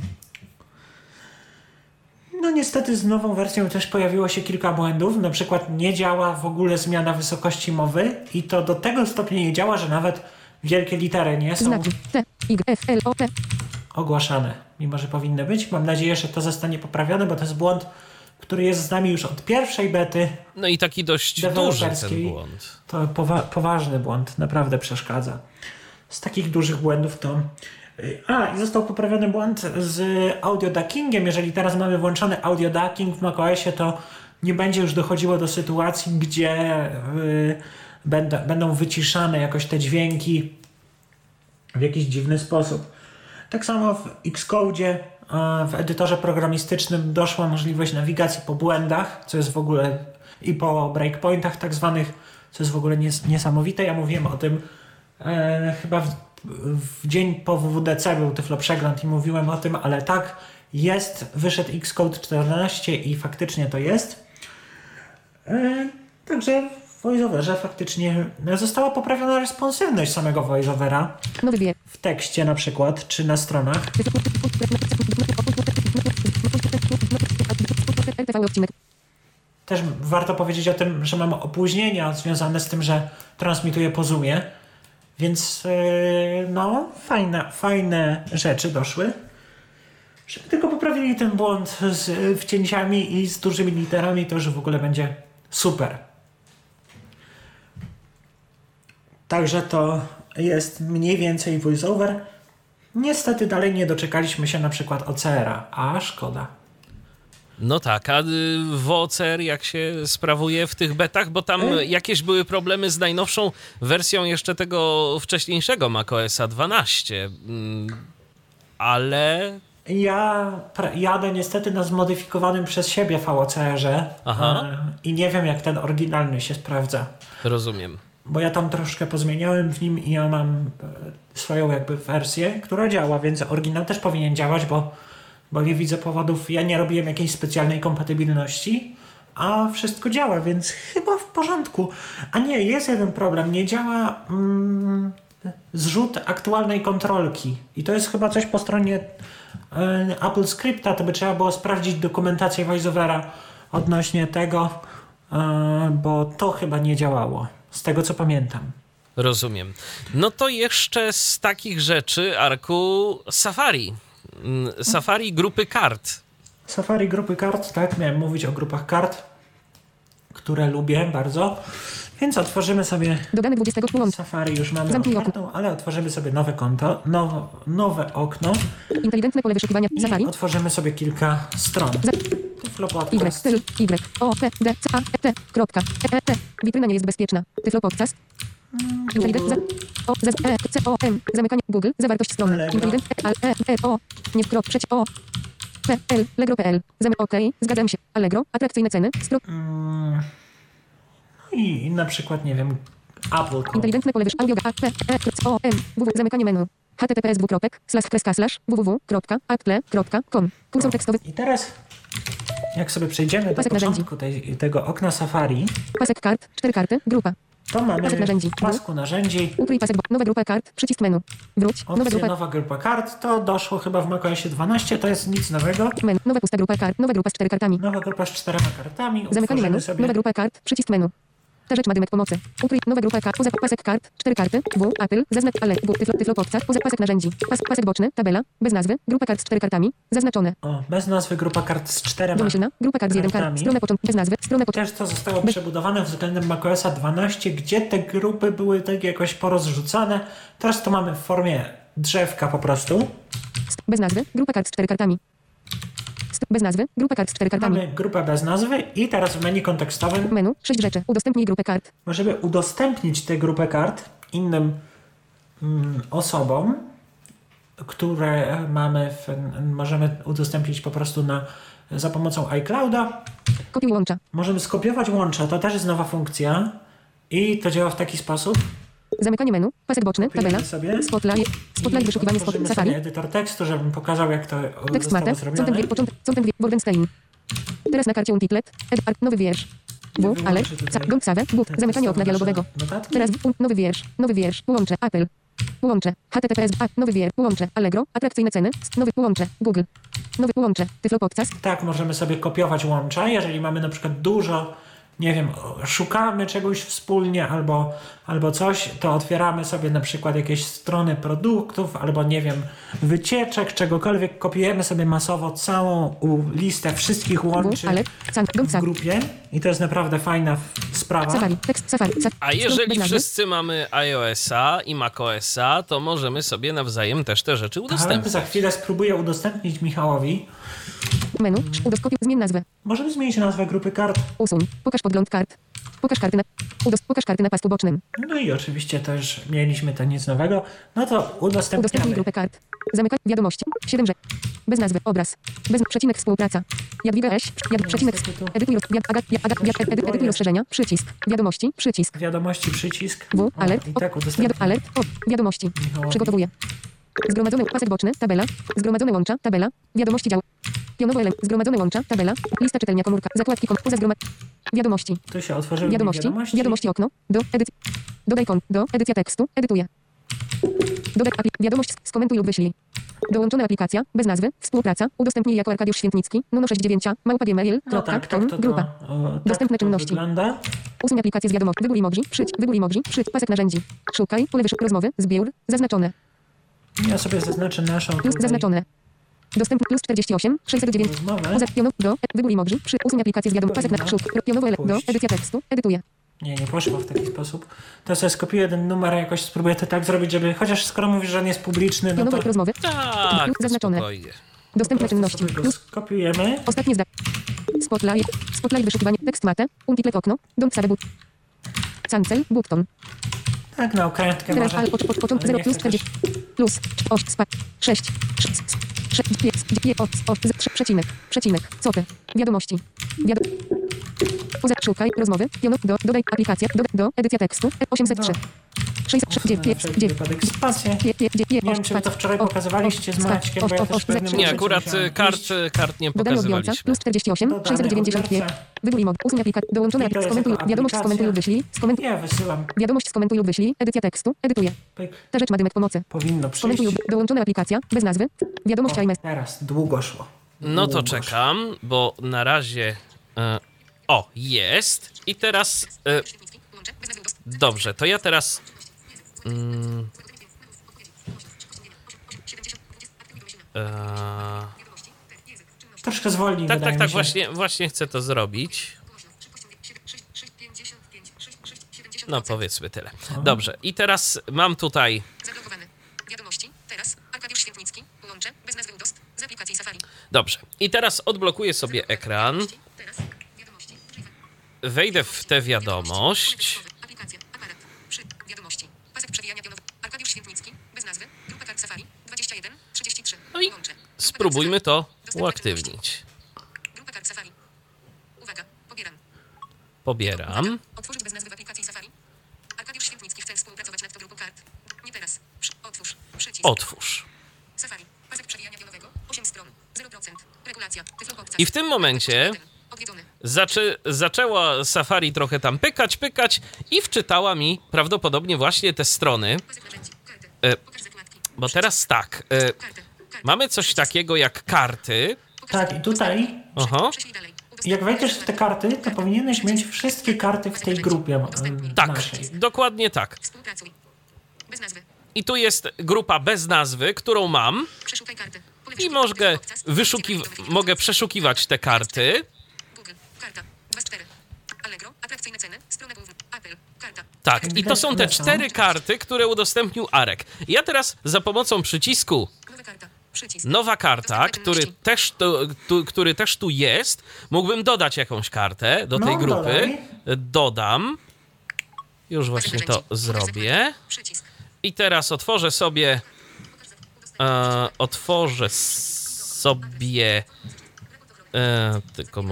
No niestety z nową wersją też pojawiło się kilka błędów. Na przykład nie działa w ogóle zmiana wysokości mowy i to do tego stopnia nie działa, że nawet wielkie litery nie są Znaki T, Y, F, L, O, P. ogłaszane, mimo że powinny być. Mam nadzieję, że to zostanie poprawione, bo to jest błąd, który jest z nami już od pierwszej bety No i taki dość duży ten deweloperskiej. błąd. To poważny błąd, naprawdę przeszkadza. Z takich dużych błędów to... I został poprawiony błąd z audio duckingiem. Jeżeli teraz mamy włączony audio ducking w macOSie, to nie będzie już dochodziło do sytuacji, gdzie będą wyciszane jakoś te dźwięki w jakiś dziwny sposób. Tak samo w Xcode, w edytorze programistycznym doszła możliwość nawigacji po błędach, co jest w ogóle i po breakpointach tak zwanych, co jest w ogóle niesamowite. Ja mówiłem o tym chyba w dzień po WWDC był Tyflo Przegląd i mówiłem o tym, ale tak jest, wyszedł Xcode 14 i faktycznie to jest. Także w VoiceOverze faktycznie została poprawiona responsywność samego VoiceOvera Nowy bieg. w tekście na przykład, czy na stronach. RTV odcinek. Też warto powiedzieć o tym, że mamy opóźnienia związane z tym, że transmituje po Zoomie, więc no fajne rzeczy doszły. Żeby tylko poprawili ten błąd z wcięciami i z dużymi literami, to już w ogóle będzie super. Także to jest mniej więcej VoiceOver. Niestety dalej nie doczekaliśmy się na przykład OCR-a, a szkoda. No tak, a WOCR jak się sprawuje w tych betach, bo tam jakieś były problemy z najnowszą wersją jeszcze tego wcześniejszego macOSa 12, ale... Ja jadę niestety na zmodyfikowanym przez siebie VOCR-ze i nie wiem, jak ten oryginalny się sprawdza. Rozumiem. Bo ja tam troszkę pozmieniałem w nim i ja mam swoją jakby wersję, która działa, więc oryginał też powinien działać, bo nie widzę powodów, ja nie robiłem jakiejś specjalnej kompatybilności, a wszystko działa, więc chyba w porządku. A nie, jest jeden problem, nie działa zrzut aktualnej kontrolki i to jest chyba coś po stronie Apple Scripta, to by trzeba było sprawdzić dokumentację VoiceOvera odnośnie tego, bo to chyba nie działało, z tego co pamiętam. Rozumiem. No to jeszcze z takich rzeczy, Arku, Safari. Safari grupy kart. Safari grupy kart, tak, miałem mówić o grupach kart, które lubię bardzo, więc otworzymy sobie Dodany 20 łącz. Safari, już mamy Zamknij otwartą, ale otworzymy sobie nowe konto, nowe okno. Inteligentne pole wyszukiwania. I Safari. otworzymy sobie kilka stron. Tyflo Podcast. Y, Y, O, P, D, C, A, E, T, kropka, E, T. Witryna nie jest bezpieczna. Tyflo Podcast. Inteligentne. O, E, C, O, M. Zamykanie Google. Zawartość strony. Allegro. Inteligentne. O. Nie wkrop. Przeć. O. P, L. Allegro.pl. Okej. Zgadzam się. Allegro. Atrakcyjne ceny. I na przykład, nie wiem, Apple. Inteligentne pole audio. A, P, E, O, M. www. Zamykanie menu. https://www.apple.com. Kursor tekstowy. I teraz, jak sobie przejdziemy do Pasek narzędzi. początku tego okna Safari, Pasek kart. 4 karty. Grupa. to mamy Pasek narzędzi. w pasku narzędzi Ukryj pasek. Nowa grupa kart. Przycisk menu. Wróć. Nowa opcję grupa. nowa grupa kart. To doszło chyba w macOSie 12, to jest nic nowego. Menu. Nowa pusta grupa kart. Nowa grupa z 4 kartami. Nowa grupa z 4 kartami. Zamykanie Utworzymy menu. sobie Nowa grupa kart. Przycisk menu. Ta rzecz ma dymek pomocy. Ukryj. Nowa grupa kart. Pasek kart. 4 karty. Apple. Zaznacz. Ale. Tyflo Podcast. Pasek narzędzi. Pasek boczny. Tabela. Bez nazwy. Grupa kart z 4 kartami. Zaznaczone. O, bez nazwy grupa kart z 4 Domyślna. Grupa kart z 1 kart. kartami. Strona początku. Bez nazwy. Strona początku. Też to zostało przebudowane względem macOSa 12, gdzie te grupy były tak jakoś porozrzucane. Teraz to mamy w formie drzewka po prostu. Bez nazwy. Grupa kart z 4 kartami. Bez nazwy. Grupa kart z 4 kartami. Mamy grupę bez nazwy i teraz w menu kontekstowym Menu. 6 rzeczy. Udostępnij grupę kart. możemy udostępnić tę grupę kart innym osobom, które możemy udostępnić po prostu za pomocą iClouda. Kopiuj łącza. Możemy skopiować łącza, to też jest nowa funkcja i to działa w taki sposób. Zamykanie menu. Pasek boczny. Tabela. Sobie. Spotlight. Wyszukiwanie Otworzymy Safari. sobie edytor tekstu, żebym pokazał, jak to Tekst zostało Marte. zrobione. Początek Bordenstein. Teraz na karcie Untitlet. Nowy wiersz. Ale. Gąb Sawę. Zamykanie okna dialogowego. Notatki. Teraz nowy wiersz. Łącze. Apple. Łącze. HTTPS. Nowy WIR. Łącze. Allegro. Atrakcyjne ceny. Nowy łącze. Google. Nowy łącze. Tyflo Podcast. Tak, możemy sobie kopiować łącza. Jeżeli mamy na przykład dużo, nie wiem, szukamy czegoś wspólnie albo coś, to otwieramy sobie na przykład jakieś strony produktów albo, nie wiem, wycieczek, czegokolwiek. Kopiujemy sobie masowo całą listę wszystkich łączy w grupie i to jest naprawdę fajna sprawa. Safari. Tekst Safari. A jeżeli wszyscy mamy iOS-a i macOS-a, to możemy sobie nawzajem też te rzeczy Ale udostępnić. za chwilę spróbuję udostępnić Michałowi. Menu. Zmień nazwę. Możemy zmienić nazwę grupy kart. Usuń. Pokaż podgląd kart. Pokaż karty na pasku bocznym. No i oczywiście też mieliśmy to nic nowego. No to Udostępnij udostępniamy. grupę kart. Zamykaj wiadomości. 7 rzeczy. Bez nazwy. Obraz. Bez przecinek współpraca. Jadwiga Eś. Przecinek. Edytuj rozszerzenia. Przycisk. Wiadomości. Przycisk. Wiadomości, przycisk. Alert. I tak udostępniamy. Alert. Wiadomości. Michałowi. Przygotowuję. Zgromadzony pasek boczny. Tabela. Zgromadzone łącza. Tabela. Wiadomości dział. Pionowo element. Zgromadzone łącza. Tabela. Lista czytelnia komórka. Zakładki poza Wiadomości. Tu się otworzyły Wiadomości okno. Do edycji. Dodaj kont. Do edycja tekstu. Edytuję. Dodaj wiadomość. Skomentuj lub wyślij. Dołączona aplikacja. Bez nazwy. Współpraca. Udostępnij jako Arkadiusz Świętnicki. Nuno69. No tak, Grupa. Dostępne czynności. Wygląda. Usuń aplikację z wiadomości. Wybór emoji. Wybór emoji. Pasek narzędzi. Szukaj. Pole rozmowy. Zbiór. Zaznaczone. Ja sobie zaznaczę naszą Plus tutaj zaznaczone. Dostępny plus 48, 609. rozmowę. Do wybór emoji. Usuń aplikację z wiadomości. Pasek na szuk. Pionowo do edycja tekstu. Edytuję. Nie poszło w taki sposób. To sobie skopiuję ten numer, jakoś spróbuję to tak zrobić, żeby, chociaż skoro mówisz, że nie jest publiczny, no Pionowo to rozmowy. Tak, Zaznaczone. spokojnie. Dostępne czynności. sobie go Plus skopiujemy. ostatnie zdanie. Spotlight wyszukiwanie. Tekst mate. Untitled okno. Don't save but. Cancel. Button. Tak, na okrętkę Teraz może. początek Ale 0 nie plus chcę też. 40 plus 8 6 przecinek co ty wiadomości szukaj rozmowy dodaj aplikacja do edycja tekstu 803 Wszelki wypadek spację. Nie wiem, czy wy to wczoraj pokazywaliście z Maćkiem, bo ja też w pewnym Nie, momencie akurat musiałem kart iść. nie dodany odbiorca pokazywaliśmy. plus 48 Dodany 692 odbiorca. wybór imod usuń aplikację dołączone I to jest skomentuj jako wiadomość aplikacja. skomentuj lub wyślij Ja wysyłam. wiadomość skomentuj lub wyślij edycja tekstu edytuję Pyk. ta rzecz ma dymek pomocy Powinno przyjść. skomentuj lub dołączona aplikacja bez nazwy wiadomość O, iMess teraz długo szło. No to Długo szło. czekam, bo na razie... jest. I teraz... dobrze, to ja teraz... Troszkę zwolnij, tak, wydaje mi się. właśnie chcę to zrobić. No powiedzmy tyle. Dobrze, i teraz mam tutaj... Zablokowane. Wiadomości. Teraz. Arkadiusz Świętnicki. Łącze. Bez nazwy udost. Z aplikacji Safari. Dobrze, i teraz odblokuję sobie ekran. Teraz. Wiadomości. Wejdę w tę wiadomość. Aplikacja. Aparat. Wiadomości. Pasek przewijania pionowy. Arkadiusz Świętnicki. Bez nazwy. Grupa kart Safari. 21. 33. No i Łącze. spróbujmy to uaktywnić. Grupa kart Safari. Uwaga. Pobieram. Pobieram. Otworzyć bez nazwy w aplikacji Safari. Arkadiusz Świętnicki chce współpracować nad tą grupą kart. Nie teraz. Otwórz. Przycisk. Otwórz. Safari. Pasek przewijania pionowego. 8 stron. 0%. Regulacja. Tyflo Podcast. I w tym momencie Odwiedzony. zaczęła Safari trochę tam pykać i wczytała mi prawdopodobnie właśnie te strony. Pasek narzędzi. Karty. Pokaż zakładki. Bo teraz tak, Karty. Karty. mamy coś takiego jak karty. Tak, i tutaj, Aha. Prześlij dalej. jak wejdziesz w te karty, to powinieneś mieć wszystkie karty w tej grupie Tak, naszej. dokładnie tak. Współpracuj. Bez nazwy. I tu jest grupa bez nazwy, którą mam Przeszukaj karty. Pole i wyszukiwania. mogę przeszukiwać te karty. Google. Karta. 24. Allegro. Atrakcyjne ceny. Strona główna. Apple. Karta. Tak, i to są te 4 karty, które udostępnił Arek. Ja teraz za pomocą przycisku Nowa karta. Przycisk. Nowa karta, który też tu jest, mógłbym dodać jakąś kartę do tej No, grupy. dodaj. Dodam. Już właśnie to zrobię. Przycisk. I teraz otworzę sobie tylko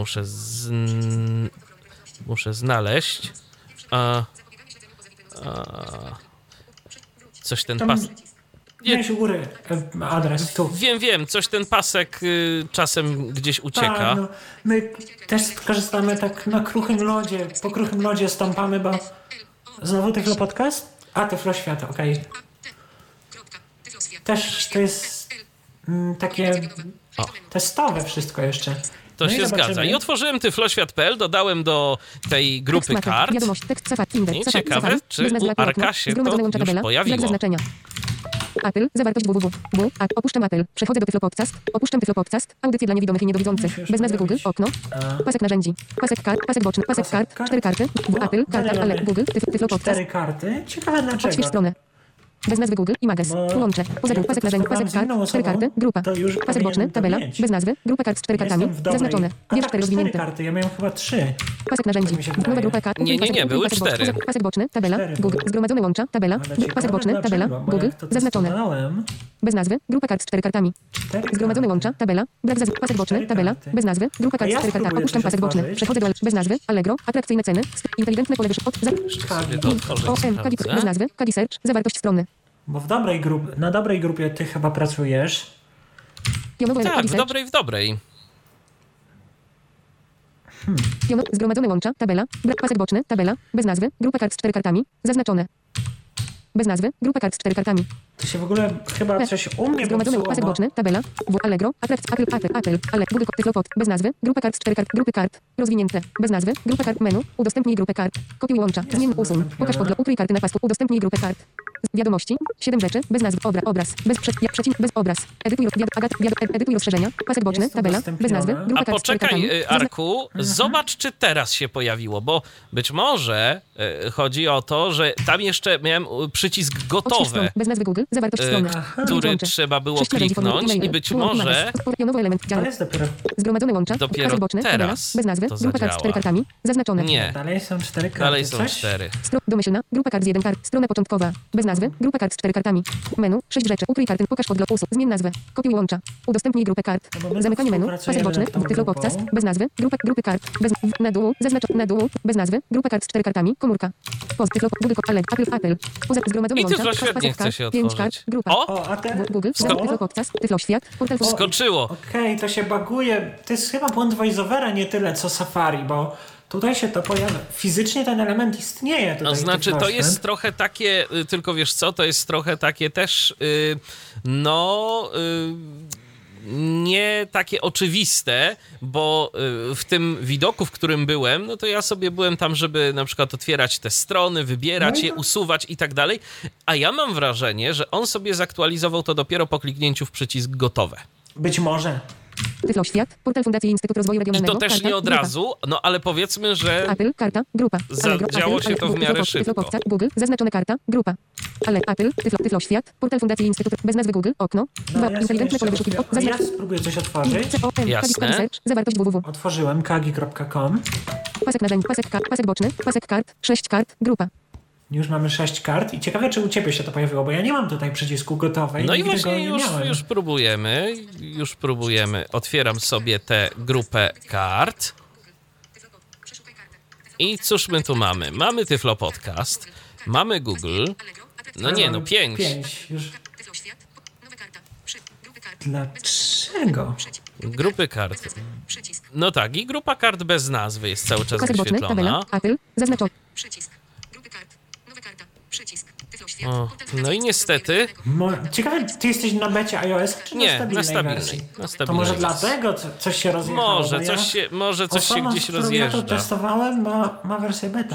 muszę znaleźć coś ten pas. Weź u góry adres tu. Wiem, coś ten pasek czasem gdzieś ucieka. Tak, no, my też korzystamy tak na kruchym lodzie, po kruchym lodzie stąpamy, bo znowu Tyflo Podcast? A, Tyflo Świat, okej. też to jest takie testowe wszystko jeszcze. To No i się zobaczymy. zgadza. I otworzyłem tyfloświat.pl, dodałem do tej grupy Tekst mapy, kart. Wiadomość, tekst Safari, Tinder, I Safari, ciekawe, Safari, czy bez nazwy u okno, Arka się to zgromadzone łącza już tabela, pojawiło. brak zaznaczenia. Apple, zawartość www. Opuszczam Apple. Przechodzę do Tyflo Podcast. Opuszczam Tyflo Podcast. Audycje dla niewidomych i niedowidzących. Musi już Bez nazwy Google. pojawić. Okno. Pasek narzędzi. Pasek kart. Pasek boczny. Pasek Pasek kart. kart. 4 karty. Apple. Karta. Ale Google. Tyflo Podcast. 4 karty. Ciekawe dlaczego. Odśwież stronę. Bez nazwy Google i magaz. Bo Łącze. Poza jak pasek to narzędzi. testowałem Pasek z inną kart. 4 osobą, karty. Grupa. to już Pasek boczny. powinienem to Tabela. mieć. Bez nazwy. Grupa kart z 4 kartami. Jestem w dobrej. Zaznaczone. A Wiersz tak, 4 4 rozwinięty. karty. Ja miałem chyba 3. Pasek narzędzi. Tak mi się wydaje. Nowa grupa kart. Nie, były pasek boczny, 4. Pasek boczny. Tabela. 4 Google. były. Zgromadzone łącza. Tabela. Ale Pasek ciekawe boczny. Tabela. dlaczego, bo Google. jak to Zaznaczone. testowałem, Bez nazwy. Grupa kart z 4 kartami. 4 Zgromadzone karty. łącza, tabela, brak zaznaczenia, pasek boczny, 4 tabela, karty. bez nazwy, grupa kart A ja 4 karta, spróbuję opuszczam coś pasek boczny, otworzyć. przechodzę do bez nazwy, Allegro, atrakcyjne ceny, inteligentne pole wyszło, Sobie to otworzę i Kagi, bez sprawdzę. nazwy, Kagi Search, zawartość strony, Bo na dobrej grupie ty chyba pracujesz. pionowo Tak, Kagi w Search, dobrej. zgromadzone łącza, tabela, pasek boczny, tabela, bez nazwy, grupa kart z 4 kartami, zaznaczone. Bez nazwy, grupa kart z 4 kartami. To się w ogóle chyba coś u mnie Zgromadzony popsuło, pasek bo boczny, tabela, Allegro, Apple, ale Google, Tyflopod, bez nazwy, grupa kart z 4 kart, grupy kart, rozwinięte, bez nazwy, grupa kart menu, udostępnij grupę kart, kopiuj łącza, zmień usuń, pokaż podgląd, ukryj karty na pasku, udostępnij grupę kart. Wiadomości, 7 rzeczy, bez nazwy, obraz, bez obraz, edytuj rozszerzenia, pasek boczny, Jest tabela, bez nazwy, udostępnione. grupa A kart z 4 kartami, poczekaj, Arku, zobacz, czy teraz się pojawiło, bo być może chodzi o to, że tam jeszcze miałem przycisk Odśwież gotowe, stronę, bez nazwy Google, zawartość strony, który Łącze. trzeba było 6 narzędzi, kliknąć formuł, i e-mail, być formuł, może magaz, pionowy element, dział, to jest dopiero. zgromadzone łącza, Dopiero pasek boczny, tabela, teraz bez nazwy, to grupa kart z 4 zadziała. kartami, zaznaczone. nie, Dalej są 4 karty. dalej są Coś? 4. Domyślna, grupa kart z 1 kart, strona początkowa, bez nazwy, grupa kart z 4 kartami. Menu, 6 rzeczy, ukryj karty, pokaż podgląd usuw, zmień nazwę, kopiuj łącza, udostępnij grupę kart, No bo my zamykanie menu, współpracujemy pasek boczny, nad tą Tyflo grupą. Podcast, bez nazwy, grupy kart, na dół, na dół, bez nazwy, grupa kart z 4 kartami, komórka, post, Tyflo, Google, Apple, zgromadzone I łącza, Tyfloświat nie pasek chce kart, się 5 otworzyć. kart, grupa, O, O, a ten... Google, Tyflo Podcast, Tyfloświat, portal skoczyło. Okej, to się baguje. To jest chyba błąd voiceovera, nie tyle co Safari, bo tutaj się to pojawia. Fizycznie ten element istnieje. Tutaj No znaczy, to Tyfloświat. jest trochę takie, tylko wiesz co, to jest trochę takie też, nie takie oczywiste, bo w tym widoku, w którym byłem, no to ja sobie byłem tam, żeby na przykład otwierać te strony, wybierać No i je, to- usuwać i tak dalej, a ja mam wrażenie, że on sobie zaktualizował to dopiero po kliknięciu w przycisk gotowe. Być może. Tyfloświat, portal Fundacji Instytut Rozwoju I Regionalnego, to też karta, nie od grupa. razu, no ale powiedzmy, że Apple, karta, grupa. Zadziało się to w miarę szybko. Google, zaznaczone karta, grupa. Ale Apple, Tyfloświat, portal Fundacji Instytut, bez nazwy Google, okno. No, ja Inteligentne pole sobie wyszukiwania. jeszcze- ja spróbuję coś otworzyć. Jasne. Kagi Search, zawartość www. Otworzyłem kagi.com. Pasek narzędzi, pasek boczny, pasek kart, 6 kart, grupa. Już mamy 6 kart i ciekawe, czy u ciebie się to pojawiło, bo ja nie mam tutaj przycisku gotowej. No i nigdy go właśnie nie miałem. już próbujemy. Otwieram sobie tę grupę kart. Przeszukaj kartę. I cóż my tu mamy? Mamy Tyflo Podcast, mamy Google. No nie, no 5. 5. Już. Tyfloświat. Nowa karta. Grupy kart. Dlaczego? Grupy kart. Przycisk. No tak, i grupa kart bez nazwy jest cały czas Pasek boczny, tabela, wyświetlona. Apple, zaznaczony. Przycisk. Grupy kart. Nowa karta. Przycisk. Tyfloświat. O, Portal no Fundacji i Instytut niestety, Ciekawe, ty jesteś na becie iOS czy Nie, na stabilnej na stabilnej, wersji? na To stabilnej może wersji. dlatego coś się rozjechało. może bo coś się osoba, gdzieś z którą Ja to rozjeżdża. testowałem, ma wersję beta.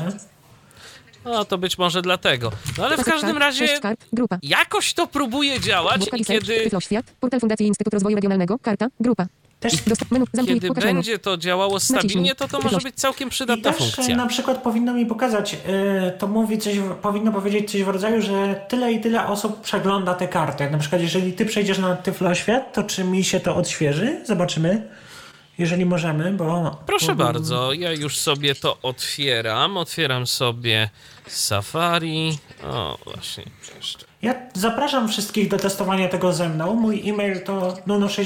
No to być może dlatego. No ale w Pasek każdym kart, razie 6 kart, grupa. jakoś to próbuje działać i kiedy... Tyfloświat, portal Fundacji Instytut Rozwoju Regionalnego, karta, grupa. Też Menu, zamknij, Kiedy pokaż menu. będzie to działało stabilnie, to może być całkiem I przydatna też funkcja. na przykład powinno mi pokazać, to mówi coś, powinno powiedzieć coś w rodzaju, że tyle i tyle osób przegląda te karty. Na przykład jeżeli ty przejdziesz na Tyfloświat, to czy mi się to odświeży? Zobaczymy. Jeżeli możemy, bo... Proszę bardzo, ja już sobie to otwieram. Otwieram sobie Safari. O, właśnie, jeszcze. Ja zapraszam wszystkich do testowania tego ze mną. Mój e-mail to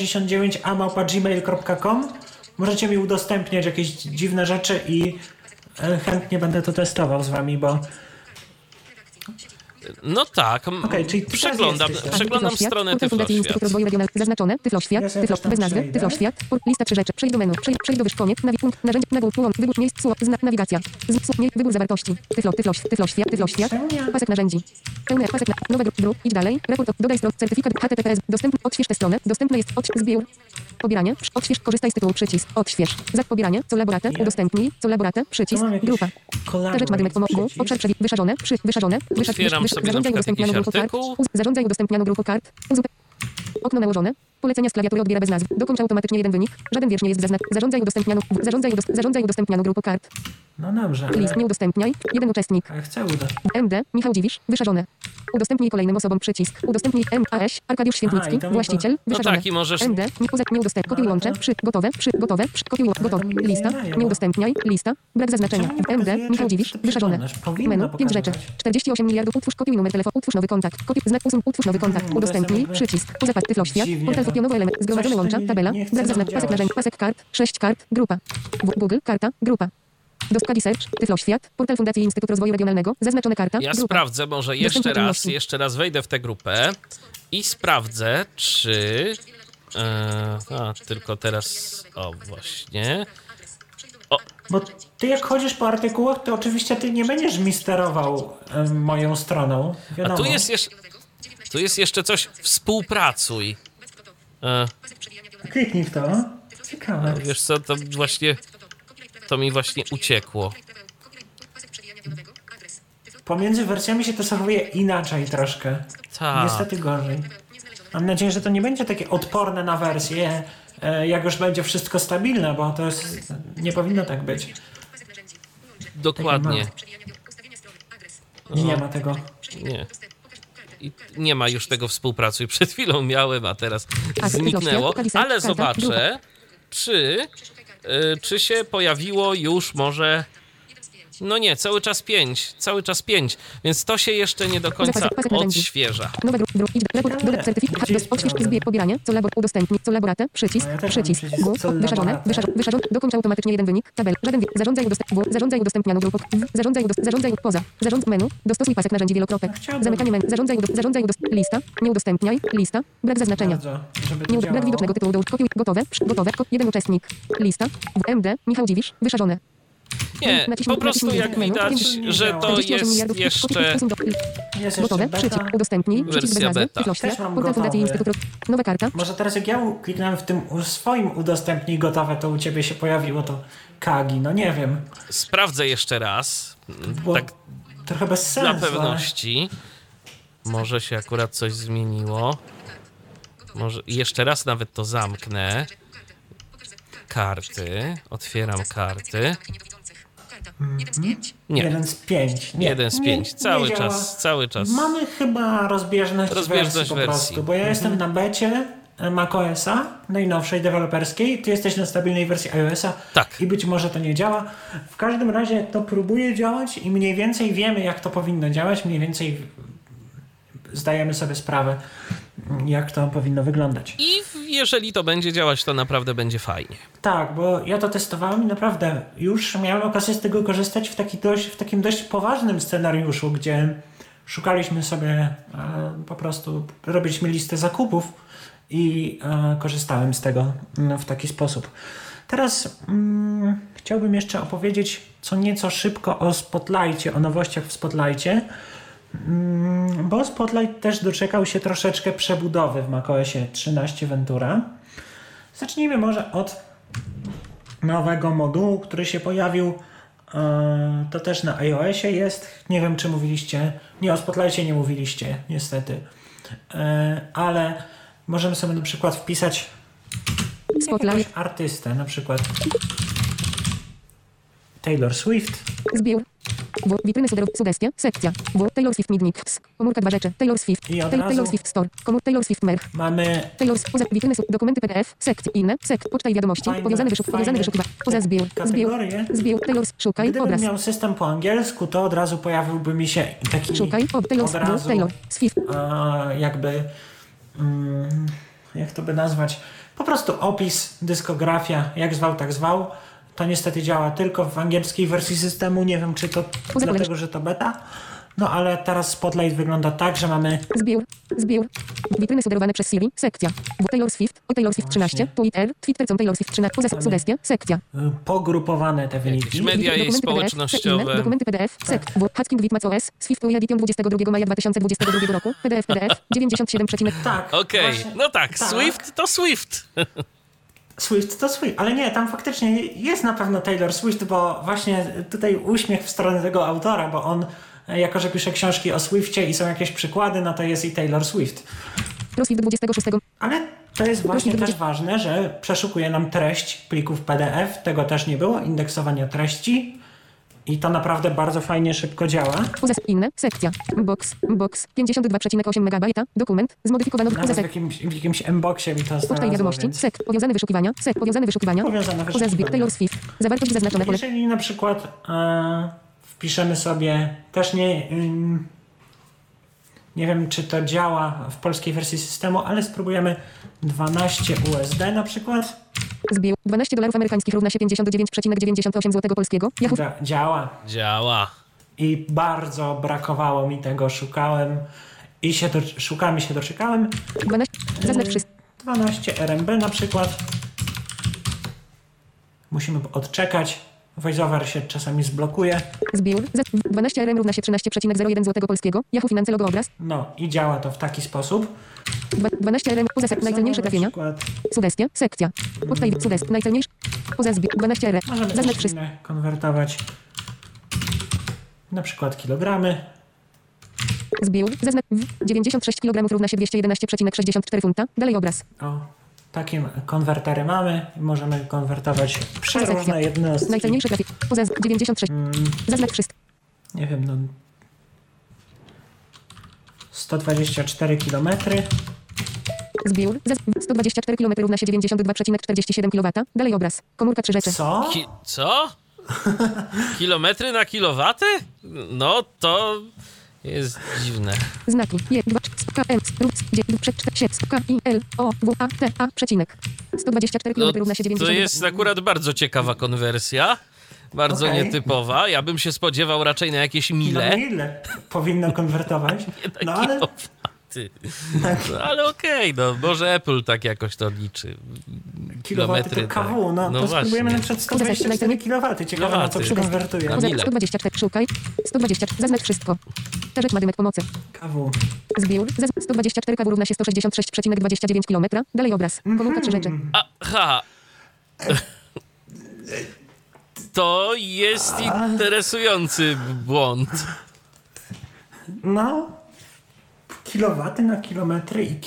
nuno69a@gmail.com. Możecie mi udostępniać jakieś dziwne rzeczy i chętnie będę to testował z wami, bo No tak, Okej, czyli ty przeglądam teraz jesteś, tak? przeglądam Tyfloświat, stronę portal Fundacji Tyfloświat. Instytut Rozwoju Regionalnego. Zaznaczone. Tyfloświat. Ja sobie Tyflo. też tam Bez nazwy. przejdę. Tyfloświat. Lista 3 rzeczy. Przejdź do menu. Przejdź do wyszkonie. Punkt. Narzędzie. Nagłówek. Połącz. Wybór miejsc. Słów. Nawigacja. Wybór zawartości. Tyfloświat. Pasek narzędzi. Pełny pasek. Nowe druk. Idź dalej. Raport. Dodaj stron. Certyfikat HTTPS. Dostępny. Odśwież tę stronę. Dostępny jest. Zbiór. Pobieranie. Odśwież. Korzystaj z tytułu. Przycisk. Odśwież. Pobieranie. Colaborate. Udostępnij. Colaborate. Przycisk. Tu mam jakiś Grupa. Ta rzecz ma dymek pomocy. przycisk. Obszar przewi. Wyszarone. Wyszarone. Otwieram sobie na Zarządzaj przykład udostępnianą jakiś grupą kart. artykuł. Zarządzaj udostępnianą grupą kart. Okno nałożone. Polecenia z klawiatury odbiera bez nazw. Dokończ automatycznie jeden wynik. Żaden wiersz nie jest zaznaczony. Zarządzaj udostępnianą grupą kart. No dobrze, List nie udostępniaj. Jeden uczestnik. ale chcę udać. MD. Michał Dziwisz. Wyszarzone. Udostępnij kolejnym osobom przycisk. Udostępnij MAS. Arkadiusz Świętnicki. i to mi Właściciel. No Wyszarzone. tak, i możesz... MD. Nie udostępnij. Kopiuj łącze. Gotowe. Kopiuj gotowe. to mi Lista. nie daje, Nie bo- udostępniaj. Lista. Brak zaznaczenia. Czemu nie MD. pokazuje, Michał czy Dziwisz. ty Wyszarzone. przeglądasz? Powinno Menu. 5 rzeczy. pokazywać. 48 miliardów. Utwórz numer telefonu. Utwórz nowy kontakt. Znak usług. Utwórz nowy kontakt. Udostępnij. jakby Przycisk. Zapad. Tyfloświat. dziwnie Portal to. pionowy element. Zgromadzone Coś, co łącza. nie- Tabela. nie chce Brak nam zaznaczenia. Pasek działać. narzędzi. Pasek kart. 6 kart. Grupa. Google. Karta. Grupa. Doskali Search. Tyfloświat. Portal Fundacji Instytut Rozwoju Regionalnego. Zaznaczone karta. Ja Grupa. sprawdzę, może Dostępne czynności. jeszcze raz wejdę w tę grupę i sprawdzę, czy... tylko teraz... O, właśnie... Bo ty jak chodzisz po artykułach, to oczywiście ty nie będziesz misterował moją stroną. A Wiadomo. tu jest jeszcze coś, współpracuj. Kliknij w to. Ciekawe. Wiesz co, to mi właśnie uciekło. Pomiędzy wersjami się to zachowuje inaczej troszkę. Tak. Niestety gorzej. Mam nadzieję, że to nie będzie takie odporne na wersję, jak już będzie wszystko stabilne, bo to jest, nie powinno tak być. Dokładnie. Nie ma tego. Nie. I nie ma już tego współpracuj. Przed chwilą miałem, a teraz A, zniknęło. Tyfloświat, Ale karta, zobaczę, czy się pojawiło już może... No nie, cały czas 5, więc to się jeszcze nie do końca Pasek narzędzi. odświeża. Nowe druk. Raport. Dodaj certyfikat. Odśwież. Pobieranie. Pobieranie. Colaborate. Przycisk. No ja też mam Przycisk. przycisk Wyszarone. colaborate. Dokończ automatycznie jeden wynik. Tabel. Żaden zarządzaj udostępnianą grupą. Zarządzaj poza. Zarząd menu. Dostosuj pasek narzędzi wielokropek. Chciałbym. Zamykanie menu. Zarządzaj lista. Nie udostępniaj. Lista. Brak zaznaczenia. Bardzo, żeby to Nie brak działało. widocznego tytułu. Kopiuj. Gotowe. Jeden uczestnik. Lista. MD. Michał Dziwisz. Wyszarzone. Nie, po prostu jak widać, że to 48 jest miliardów. jeszcze Jest jeszcze Gotowe. beta. Przycisk. Udostępnij. Przycisk bez Wersja nazwy. beta. Tyfloświat. Też mam Portal Fundacji gotowy. Instytut. Nowa karta. Może teraz jak ja kliknąłem w tym swoim udostępnij gotowe, to u ciebie się pojawiło to Kagi. No nie wiem. sprawdzę jeszcze raz, Bo tak trochę bez sensu. dla pewności. Może się akurat coś zmieniło. Może jeszcze raz nawet to zamknę. Karty. Otwieram karty. Nie, 1 z 5. 1 z 5. Cały czas. Mamy chyba rozbieżność Rozbieżność wersji po wersji. prostu, bo ja jestem na becie macOSa, najnowszej deweloperskiej, ty jesteś na stabilnej wersji iOSa Tak. i być może to nie działa. W każdym razie to próbuje działać i mniej więcej wiemy, jak to powinno działać, mniej więcej zdajemy sobie sprawę, jak to powinno wyglądać. I jeżeli to będzie działać, to naprawdę będzie fajnie. Tak, bo ja to testowałem i naprawdę już miałem okazję z tego korzystać w takim dość poważnym scenariuszu, gdzie szukaliśmy sobie, po prostu robiliśmy listę zakupów i korzystałem z tego w taki sposób. Teraz chciałbym jeszcze opowiedzieć co nieco szybko o Spotlightie, o nowościach w Spotlightie, bo Spotlight też doczekał się troszeczkę przebudowy w macOSie 13 Ventura. Zacznijmy może od nowego modułu, który się pojawił. To też na iOSie jest. Nie wiem, czy mówiliście. Nie, o Spotlightie nie mówiliście, niestety. Ale możemy sobie na przykład wpisać Spotlight. jakiegoś artystę, na przykład Taylor Swift. Zbiór. Witryny sugestie. Sekcja. Taylor Swift Midmix. Komórka 2 rzeczy. Taylor Swift. I od Taylor razu Swift Store. Taylor Swift Merch. mamy Taylor witryny dokumenty PDF. Sekcje inne. Poczta i wiadomości. Fajne- Powiązany fajne wyszukiwanie. Poza zbiór. kategorie. Zbiór. Taylor szukaj. Gdybym Obraz. miał system po angielsku, to od razu pojawiłby mi się taki Szukaj. od razu Taylor Swift. jakby jak to by nazwać, po prostu opis, dyskografia, jak zwał, tak zwał. To niestety działa tylko w angielskiej wersji systemu, nie wiem czy to Poza dlatego, że to beta. No ale teraz Spotlight wygląda tak, że mamy Zbiór. Witryny sugerowane przez Siri. Sekcja. Taylor Swift. Taylor Swift 13. Twitter. Twittercom Taylor Swift 13. Sugestia. Sekcja. pogrupowane te wyniki. Media i Dokumenty społecznościowe. PDF, dokumenty PDF. Sek. Hacking with macOS. Swift Edition 22 maja 2022 roku. PDF 97. Tak. Okej, właśnie- no tak, Swift to Swift. Swift to Swift, ale nie, tam faktycznie jest na pewno Taylor Swift, bo właśnie tutaj uśmiech w stronę tego autora, bo on, jako że pisze książki o Swiftie i są jakieś przykłady, no to jest i Taylor Swift. Crossfit 26. Ale to jest właśnie też ważne, że przeszukuje nam treść plików PDF, tego też nie było, indeksowania treści i to naprawdę bardzo fajnie, szybko działa. Inne. Sekcja. Box. 52,8 MB. Dokument. Zmodyfikowano W jakimś mboxie mi to Poczta i znalazło, wiadomości. więc Sek. Powiązane wyszukiwania. Powiązane wyszukiwania. Taylor Swift. Zawartość zaznaczona pole. jeżeli na przykład wpiszemy sobie, też nie wiem, czy to działa w polskiej wersji systemu, ale spróbujemy 12 USD na przykład. Zbił. $12 amerykańskich równa się 59,98 zł polskiego. Yahoo. Działa. Działa. I bardzo brakowało mi tego, szukałem i się doczekałem. 12. Zaznacz wszystko. 12 RMB na przykład. Musimy odczekać. VoiceOver się czasami zblokuje. Zbiór. 12 RM równa się 13,01 zł polskiego. Yahoo Finance logo obraz. No i działa to w taki sposób. 12 RM. Najcenniejsze trafienia. Przykład Sugestia. Sekcja. Poczta i sugest. Najcenniejsze. Zbiór. 12 RM. możemy Zaznacz też wszystko. inne konwertować. Na przykład kilogramy. Zbiór. 96 kg równa się 211,64 funta. Dalej obraz. O, takie konwertery mamy i możemy konwertować przeróżne jednostki. Najcenniejsze trafienia. 96. Zaznacz wszystko. Nie wiem, no 124 km. Zbiór. 124 km równa się 92,47 kW. Dalej obraz. Komórka 3 rzeczy. Co? Co? Kilometry na kilowaty? No to jest dziwne. Znaki. Je, 2, K, M, K, I, L, O, W, A, T, A, przecinek. 124 km równa się To 90. jest akurat bardzo ciekawa konwersja. Bardzo Okej. nietypowa. Ja bym się spodziewał raczej na jakieś mile. Ile powinno konwertować? No ale Kilowaty. No, ale okej, no może Apple tak jakoś to liczy. kilowaty to KW, no to właśnie. spróbujemy na przykład 124 kW. Ciekawe na co Kilowaty. przekonwertuje. Na mile. 124, szukaj. 120, zaznacz wszystko. Rzecz ma dymek pomocy. KW. Zbiór. 124 kW równa się 166,29 km. Dalej obraz. Komórka 3 rzeczy. Aha. To jest interesujący błąd. No, kilowaty na kilometry i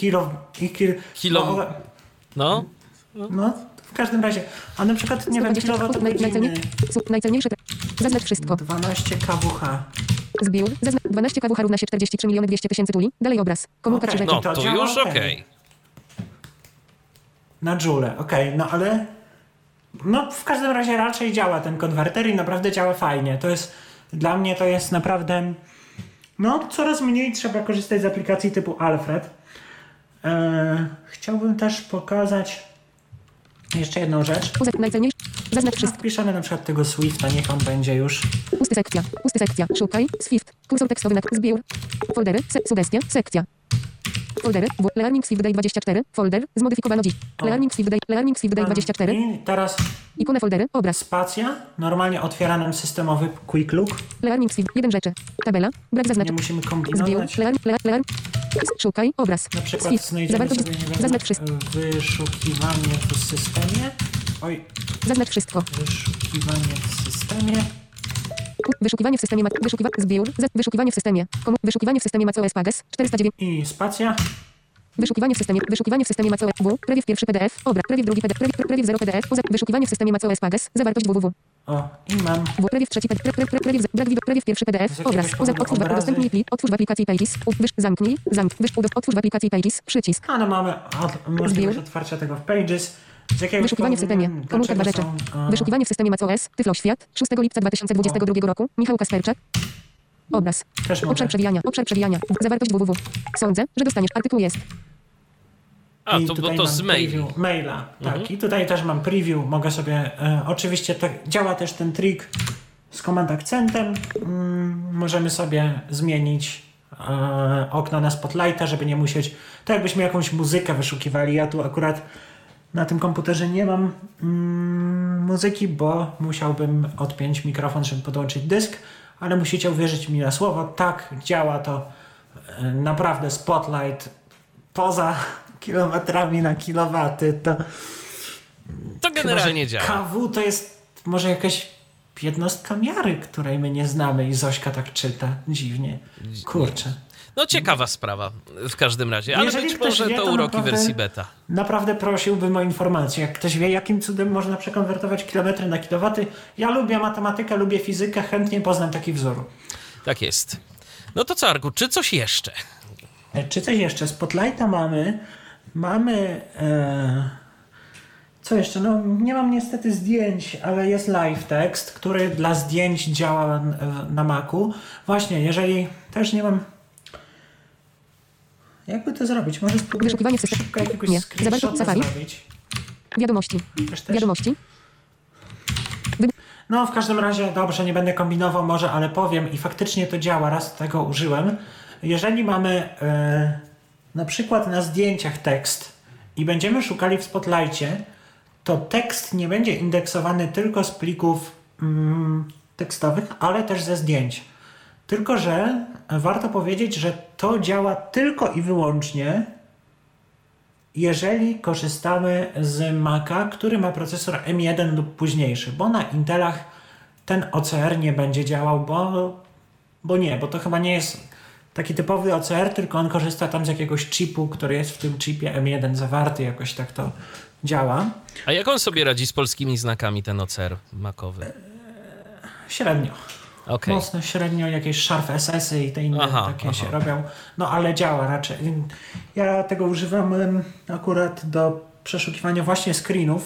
No, No, w każdym razie. A na przykład, nie wiem, kilowatogodziny. Najcenniejsze. Zaznacz wszystko. 12 kWh. Zbiór. 12 kWh równa się 43 200 000 tuli. Dalej obraz. Komórka 3 Okej. rzeczy. no to to działa, już okej. okej. Na joule, okej, no ale no w każdym razie raczej działa ten konwerter i naprawdę działa fajnie. To jest, dla mnie to jest naprawdę, no coraz mniej trzeba korzystać z aplikacji typu Alfred. Chciałbym też pokazać jeszcze jedną rzecz. Najcenniejsze. Zaznacz wszystko. Wpiszemy na przykład tego Swifta, niech on będzie już. Pusty sekcja. Pusty sekcja. Szukaj. Swift. Kursor tekstowy na zbiór. Foldery. Sugestia. Sekcja. Foldery. Learning Swift Day 24. Folder. Zmodyfikowano dziś. Learning Swift Day 24. I teraz Ikona foldery. Obraz. spacja. Normalnie otwiera nam systemowy Quick Look. Learning Swift. 1 rzeczy. Tabela. Brak Nie zaznaczeń. musimy Zbiór. kombinować. Szukaj. Obraz. Na przykład Swift. znajdziemy Zawartość. sobie, nie wiem, Zaznacz wszystko. wyszukiwanie w systemie. Oj, Zaznacz wszystko. wyszukiwanie w systemie. Wyszukiwanie w systemie. Zbiór. Wyszukiwanie w systemie. Wyszukiwanie w systemie macOS Pages. 409. I spacja. Wyszukiwanie w systemie. Wyszukiwanie w systemie macOS. Preview pierwszy PDF. Obraz. Preview drugi PDF. Preview 0 PDF. Wyszukiwanie w systemie macOS Pages. Zawartość www. O, i mam. Preview trzeci Preview pierwszy PDF. Z jakiegoś Obraz. powodu Otwórz obrazy. udostępnij plik. Otwórz w aplikacji Pages. Zamknij. Otwórz w aplikacji Pages. Przycisk. Ale mamy możliwość Zbiór. otwarcia tego w Pages. Z jakiegoś Wyszukiwanie w powodu systemie. nie wiem, Komórka 2 dlaczego rzeczy. są, Wyszukiwanie w systemie macOS. Tyfloświat. 6 lipca 2022 roku. Michał Kasperczak. Obraz. Też mogę. Obszar przewijania. Obszar przewijania. Zawartość www. Sądzę, że dostaniesz. Artykuł jest. A, I to, bo tutaj to mam z maili. preview maila. Tak, i tutaj też mam preview. Mogę sobie, oczywiście tak, działa też ten trik, z Command Accentem możemy sobie zmienić okno na Spotlighta, żeby nie musieć, tak jakbyśmy jakąś muzykę wyszukiwali. Ja tu akurat na tym komputerze nie mam muzyki, bo musiałbym odpiąć mikrofon, żeby podłączyć dysk, ale musicie uwierzyć mi na słowo, tak działa to naprawdę Spotlight poza kilometrami na kilowaty. To generalnie działa. KW to jest może jakaś jednostka miary, której my nie znamy i Zośka tak czyta dziwnie. Kurczę. No ciekawa sprawa w każdym razie, ale Jeżeli być ktoś może wie, to to uroki naprawdę- wersji beta. Naprawdę prosiłbym o informację. Jak ktoś wie, jakim cudem można przekonwertować kilometry na kilowaty. Ja lubię matematykę, lubię fizykę, chętnie poznam taki wzór. Tak jest. No to co, Arku, czy coś jeszcze? Czy coś jeszcze? Spotlighta mamy. Co jeszcze? No nie mam niestety zdjęć, ale jest live text, który dla zdjęć działa na Macu. Właśnie, jeżeli też nie mam... Jakby to zrobić? Może spróbuję Wyszukiwanie w systemie. szybko jakiegoś Nie. screenshota Zawarto Safari. zrobić. Wiadomości. Też też. Wiadomości. No w każdym razie, dobrze, nie będę kombinował może, ale powiem i faktycznie to działa, raz tego użyłem. Jeżeli mamy na przykład na zdjęciach tekst i będziemy szukali w Spotlightie, to tekst nie będzie indeksowany tylko z plików tekstowych, ale też ze zdjęć. Tylko że warto powiedzieć, że to działa tylko i wyłącznie, jeżeli korzystamy z Maca, który ma procesor M1 lub późniejszy, bo na Intelach ten OCR nie będzie działał, bo to chyba nie jest taki typowy OCR, tylko on korzysta tam z jakiegoś chipu, który jest w tym chipie M1 zawarty, jakoś tak to działa. A jak on sobie radzi z polskimi znakami, ten OCR makowy? Średnio. Okej. Mocno średnio, jakieś Sharp SS-y i te inne takie się robią. No ale działa raczej. Ja tego używam akurat do przeszukiwania właśnie screenów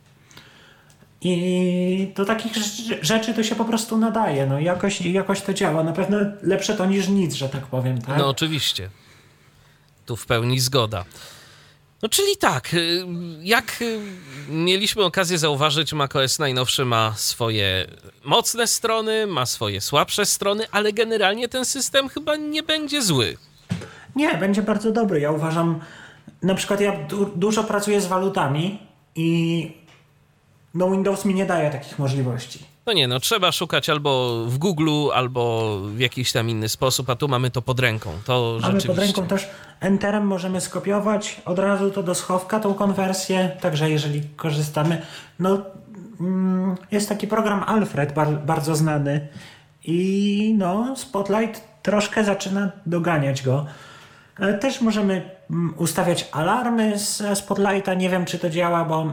i do takich rzeczy to się po prostu nadaje. No jakoś to działa. Na pewno lepsze to niż nic, że tak powiem. Tak? No oczywiście. Tu w pełni zgoda. No czyli tak, jak mieliśmy okazję zauważyć, macOS najnowszy ma swoje mocne strony, ma swoje słabsze strony, ale generalnie ten system chyba nie będzie zły. Nie, będzie bardzo dobry. Ja uważam, na przykład ja dużo pracuję z walutami i no Windows mi nie daje takich możliwości. No nie, no trzeba szukać albo w Google, albo w jakiś tam inny sposób, a tu mamy to pod ręką. To Mamy rzeczywiście. pod ręką też Enterem możemy skopiować od razu to do schowka, tą konwersję, także jeżeli korzystamy, no jest taki program Alfred, bardzo znany i no Spotlight troszkę zaczyna doganiać go. Też możemy ustawiać alarmy z Spotlighta, nie wiem czy to działa, bo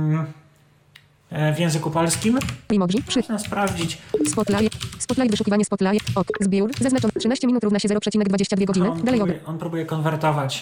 w języku polskim Emoji. można sprawdzić. Spotlight. Wyszukiwanie Spotlight. Ok. Zbiór. Zaznaczony. 13 minut równa się 0,22 godziny. Dalej oby. On próbuje konwertować.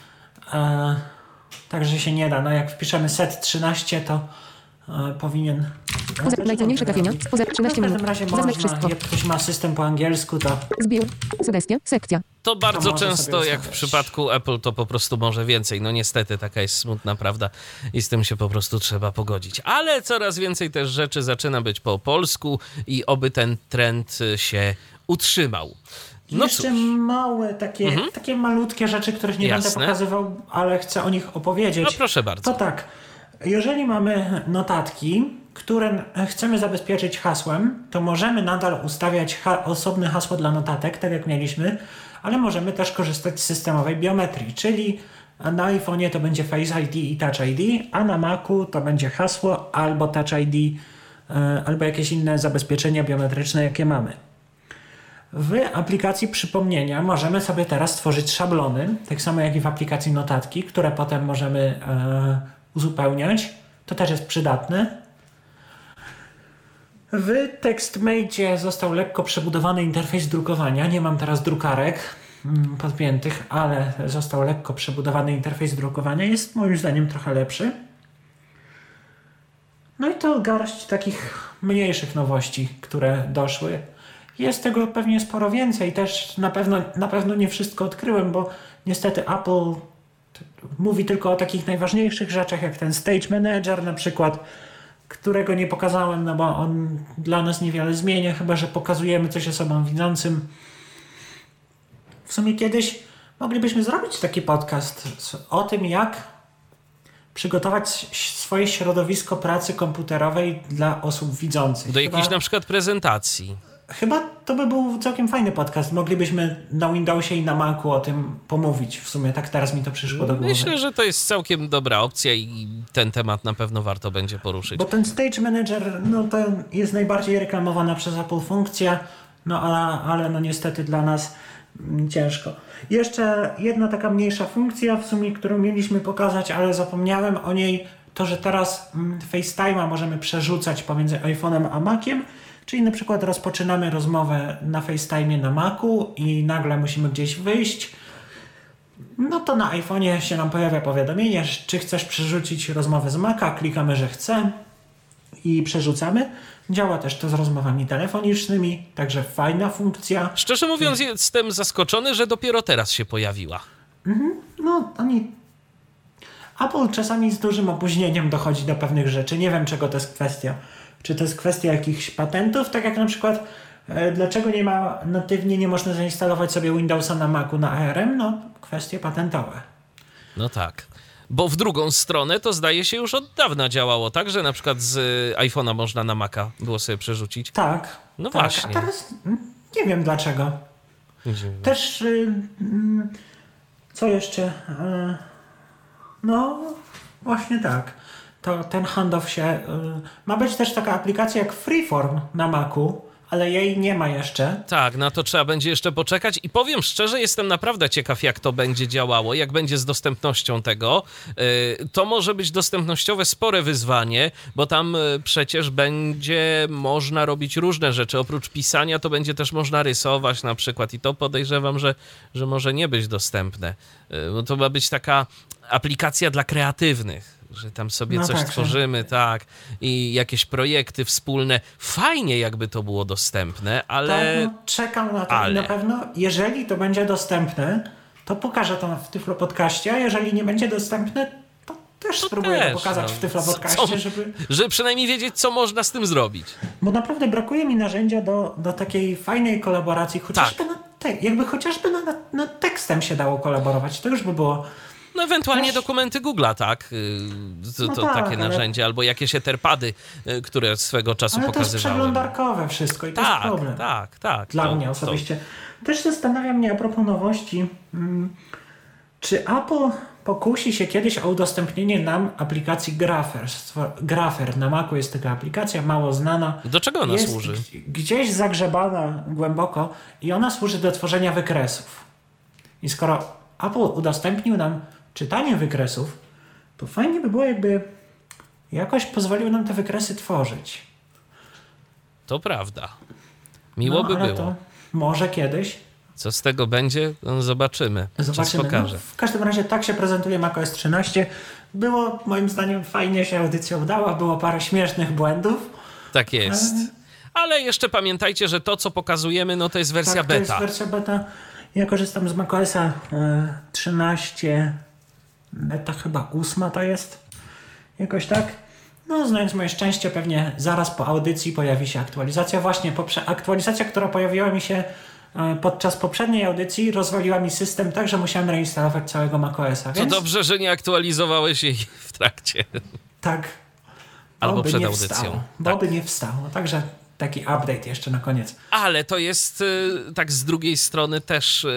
Także się nie da. No jak wpiszemy set 13, to powinien... Najcenniejsze trafienia. Poza 13 W minut. każdym razie Zaznacz można, wszystko. jak ktoś ma system po angielsku, to Zbiór. Sugestia. Sekcja. To bardzo To może często, sobie jak w ustawiać. przypadku Apple, to po prostu może więcej. No niestety, taka jest smutna prawda i z tym się po prostu trzeba pogodzić. Ale coraz więcej też rzeczy zaczyna być po polsku i oby ten trend się utrzymał. No jeszcze cóż, małe, takie malutkie rzeczy, których nie Jasne. będę pokazywał, ale chcę o nich opowiedzieć. no proszę bardzo. To tak, jeżeli mamy notatki, które chcemy zabezpieczyć hasłem, to możemy nadal ustawiać osobne hasło dla notatek, tak jak mieliśmy, ale możemy też korzystać z systemowej biometrii, czyli na iPhone'ie to będzie Face ID i Touch ID, a na Macu to będzie hasło albo Touch ID, albo jakieś inne zabezpieczenia biometryczne, jakie mamy. W aplikacji przypomnienia możemy sobie teraz stworzyć szablony, tak samo jak i w aplikacji notatki, które potem możemy uzupełniać. To też jest przydatne. W TextMate został lekko przebudowany interfejs drukowania. Nie mam teraz drukarek podpiętych, ale został lekko przebudowany interfejs drukowania. Jest moim zdaniem trochę lepszy. No i to garść takich mniejszych nowości, które doszły. Jest tego pewnie sporo więcej. Też na pewno nie wszystko odkryłem, bo niestety Apple mówi tylko o takich najważniejszych rzeczach, jak ten Stage Manager na przykład. którego nie pokazałem, no bo on dla nas niewiele zmienia, chyba że pokazujemy coś osobom widzącym. W sumie kiedyś moglibyśmy zrobić taki podcast o tym, jak przygotować swoje środowisko pracy komputerowej dla osób widzących. Do jakiejś na przykład prezentacji. Chyba to by był całkiem fajny podcast. Moglibyśmy na Windowsie i na Macu o tym pomówić. W sumie tak teraz mi to przyszło do głowy. Myślę, że to jest całkiem dobra opcja i ten temat na pewno warto będzie poruszyć. Bo ten Stage Manager, no to jest najbardziej reklamowana przez Apple funkcja, no ale no niestety dla nas ciężko. Jeszcze jedna taka mniejsza funkcja w sumie, którą mieliśmy pokazać, ale zapomniałem o niej, to że teraz FaceTime'a możemy przerzucać pomiędzy iPhone'em a Maciem, czyli na przykład rozpoczynamy rozmowę na FaceTime'ie na Macu i nagle musimy gdzieś wyjść. No to na iPhone'ie się nam pojawia powiadomienie, czy chcesz przerzucić rozmowę z Maca, klikamy, że chcę i przerzucamy. Działa też to z rozmowami telefonicznymi, także fajna funkcja. Szczerze mówiąc, jestem zaskoczony, że dopiero teraz się pojawiła. No, Apple czasami z dużym opóźnieniem dochodzi do pewnych rzeczy. Nie wiem, czego to jest kwestia. Czy to jest kwestia jakichś patentów, tak jak na przykład dlaczego natywnie nie można zainstalować sobie Windowsa na Macu na ARM? No, kwestie patentowe. No tak. Bo w drugą stronę to zdaje się już od dawna działało, tak? Że na przykład z iPhone'a można na Maca było sobie przerzucić. Tak. No tak. właśnie. A teraz nie wiem dlaczego. Też co jeszcze? No właśnie tak. To ten handoff się... ma być też taka aplikacja jak Freeform na Macu, ale jej nie ma jeszcze. Tak, na to trzeba będzie jeszcze poczekać i powiem szczerze, jestem naprawdę ciekaw, jak to będzie działało, jak będzie z dostępnością tego. To może być dostępnościowe spore wyzwanie, bo tam przecież będzie można robić różne rzeczy. Oprócz pisania to będzie też można rysować na przykład i to podejrzewam, że może nie być dostępne. Bo to ma być taka aplikacja dla kreatywnych, że tam sobie coś tworzymy, tak, i jakieś projekty wspólne. Fajnie, jakby to było dostępne, ale... Tak, no, czekam na to i na pewno, jeżeli to będzie dostępne, to pokażę to w Tyflo Podcaście, a jeżeli nie będzie dostępne, to też spróbuję to pokazać w Tyflo Podcaście, żeby przynajmniej wiedzieć, co można z tym zrobić. Bo naprawdę brakuje mi narzędzia do takiej fajnej kolaboracji, chociażby chociażby nad tekstem się dało kolaborować, to już by było... No ewentualnie dokumenty Google'a, tak? Takie narzędzie, albo jakieś Etherpady, które swego czasu pokazywałem. Ale to jest przeglądarkowe wszystko i to jest problem. Tak. Dla mnie osobiście. Też zastanawia mnie a propos nowości, czy Apple pokusi się kiedyś o udostępnienie nam aplikacji Grapher. Na Macu jest taka aplikacja, mało znana. Do czego ona służy? Gdzieś zagrzebana głęboko i ona służy do tworzenia wykresów. I skoro Apple udostępnił nam czytanie wykresów, to fajnie by było, jakby jakoś pozwolił nam te wykresy tworzyć. To prawda. Miło by było. To może kiedyś. Co z tego będzie? No, zobaczymy. Czas pokaże. No, w każdym razie tak się prezentuje macOS 13. Było, moim zdaniem, fajnie się audycja udała. Było parę śmiesznych błędów. Tak jest. Ale jeszcze pamiętajcie, że to, co pokazujemy, no to jest wersja beta. To jest wersja beta. Ja korzystam z macOSa 13, beta chyba 8 to jest, jakoś tak. No, znając moje szczęście, pewnie zaraz po audycji pojawi się aktualizacja. Właśnie aktualizacja, która pojawiła mi się podczas poprzedniej audycji, rozwaliła mi system, tak że musiałem reinstalować całego macOSa. Więc... To dobrze, że nie aktualizowałeś jej w trakcie. Tak. Albo przed audycją. Bo by nie wstało, także... Taki update jeszcze na koniec. Ale to jest tak z drugiej strony też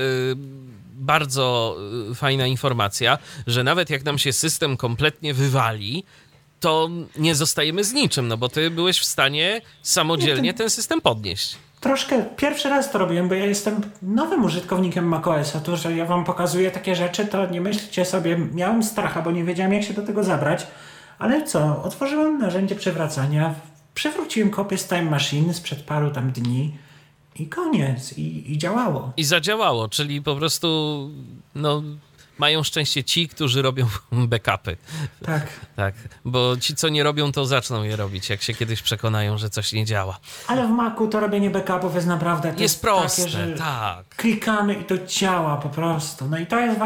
bardzo fajna informacja, że nawet jak nam się system kompletnie wywali, to nie zostajemy z niczym, no bo ty byłeś w stanie samodzielnie ten system podnieść. Troszkę pierwszy raz to robiłem, bo ja jestem nowym użytkownikiem macOSa. To, że ja wam pokazuję takie rzeczy, to nie myślcie sobie, miałem stracha, bo nie wiedziałem, jak się do tego zabrać. Ale co, otworzyłem narzędzie przywracania, przewróciłem kopię z Time Machine sprzed paru tam dni i koniec. I działało. I zadziałało, czyli po prostu mają szczęście ci, którzy robią backupy. Tak, bo ci, co nie robią, to zaczną je robić, jak się kiedyś przekonają, że coś nie działa. Ale w Macu to robienie backupów jest naprawdę... Jest proste, takie, że klikamy i to działa po prostu. No i to jest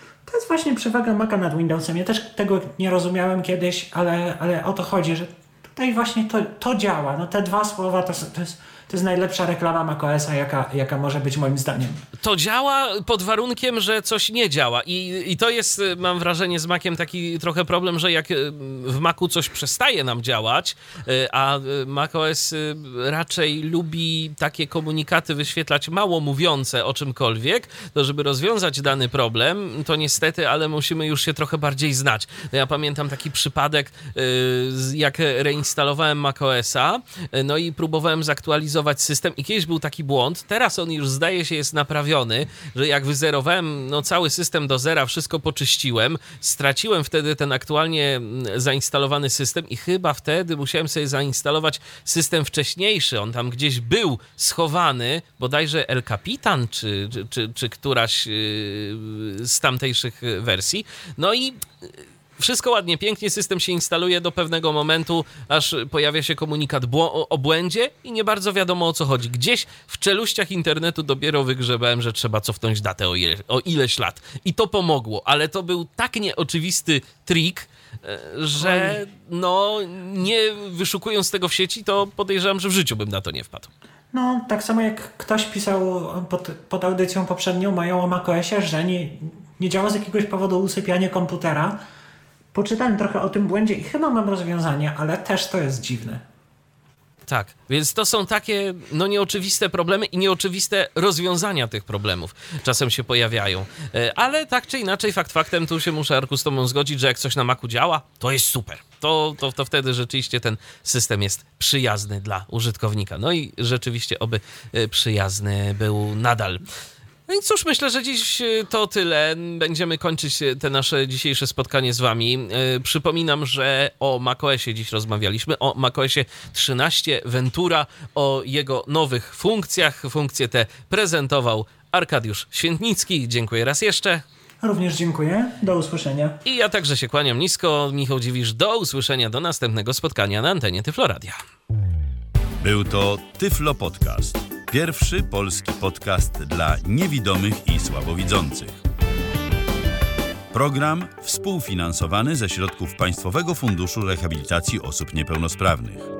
właśnie przewaga Maca nad Windowsem. Ja też tego nie rozumiałem kiedyś, ale o to chodzi, że No i właśnie to działa. No te 2 słowa to jest najlepsza reklama macOS-a, jaka może być moim zdaniem. To działa pod warunkiem, że coś nie działa. I to jest, mam wrażenie, z Maciem taki trochę problem, że jak w Macu coś przestaje nam działać, a macOS raczej lubi takie komunikaty wyświetlać mało mówiące o czymkolwiek, to żeby rozwiązać dany problem, to niestety, ale musimy już się trochę bardziej znać. Ja pamiętam taki przypadek, jak reinstalowałem macOS-a, no i próbowałem zaktualizować system i kiedyś był taki błąd, teraz on już zdaje się jest naprawiony, że jak wyzerowałem cały system do zera, wszystko poczyściłem, straciłem wtedy ten aktualnie zainstalowany system i chyba wtedy musiałem sobie zainstalować system wcześniejszy, on tam gdzieś był schowany, bodajże El Capitan czy któraś z tamtejszych wersji, no i wszystko ładnie, pięknie, system się instaluje do pewnego momentu, aż pojawia się komunikat o błędzie i nie bardzo wiadomo, o co chodzi. Gdzieś w czeluściach internetu dopiero wygrzebałem, że trzeba cofnąć datę o ileś lat. I to pomogło, ale to był tak nieoczywisty trik, że nie wyszukując tego w sieci, to podejrzewam, że w życiu bym na to nie wpadł. No, tak samo jak ktoś pisał pod audycją poprzednią moją o macOSie, że nie działa z jakiegoś powodu usypianie komputera. Poczytałem trochę o tym błędzie i chyba mam rozwiązanie, ale też to jest dziwne. Tak, więc to są takie nieoczywiste problemy i nieoczywiste rozwiązania tych problemów czasem się pojawiają. Ale tak czy inaczej, fakt faktem, tu się muszę, Arku, z tobą zgodzić, że jak coś na Macu działa, to jest super. To wtedy rzeczywiście ten system jest przyjazny dla użytkownika. No i rzeczywiście oby przyjazny był nadal. No i cóż, myślę, że dziś to tyle. Będziemy kończyć te nasze dzisiejsze spotkanie z wami. Przypominam, że o macOSie dziś rozmawialiśmy, o macOSie 13 Ventura, o jego nowych funkcjach. Funkcje te prezentował Arkadiusz Świętnicki. Dziękuję raz jeszcze. Również dziękuję. Do usłyszenia. I ja także się kłaniam nisko. Michał Dziwisz, do usłyszenia, do następnego spotkania na antenie Tyflo Radia. Był to Tyflo Podcast. Pierwszy polski podcast dla niewidomych i słabowidzących. Program współfinansowany ze środków Państwowego Funduszu Rehabilitacji Osób Niepełnosprawnych.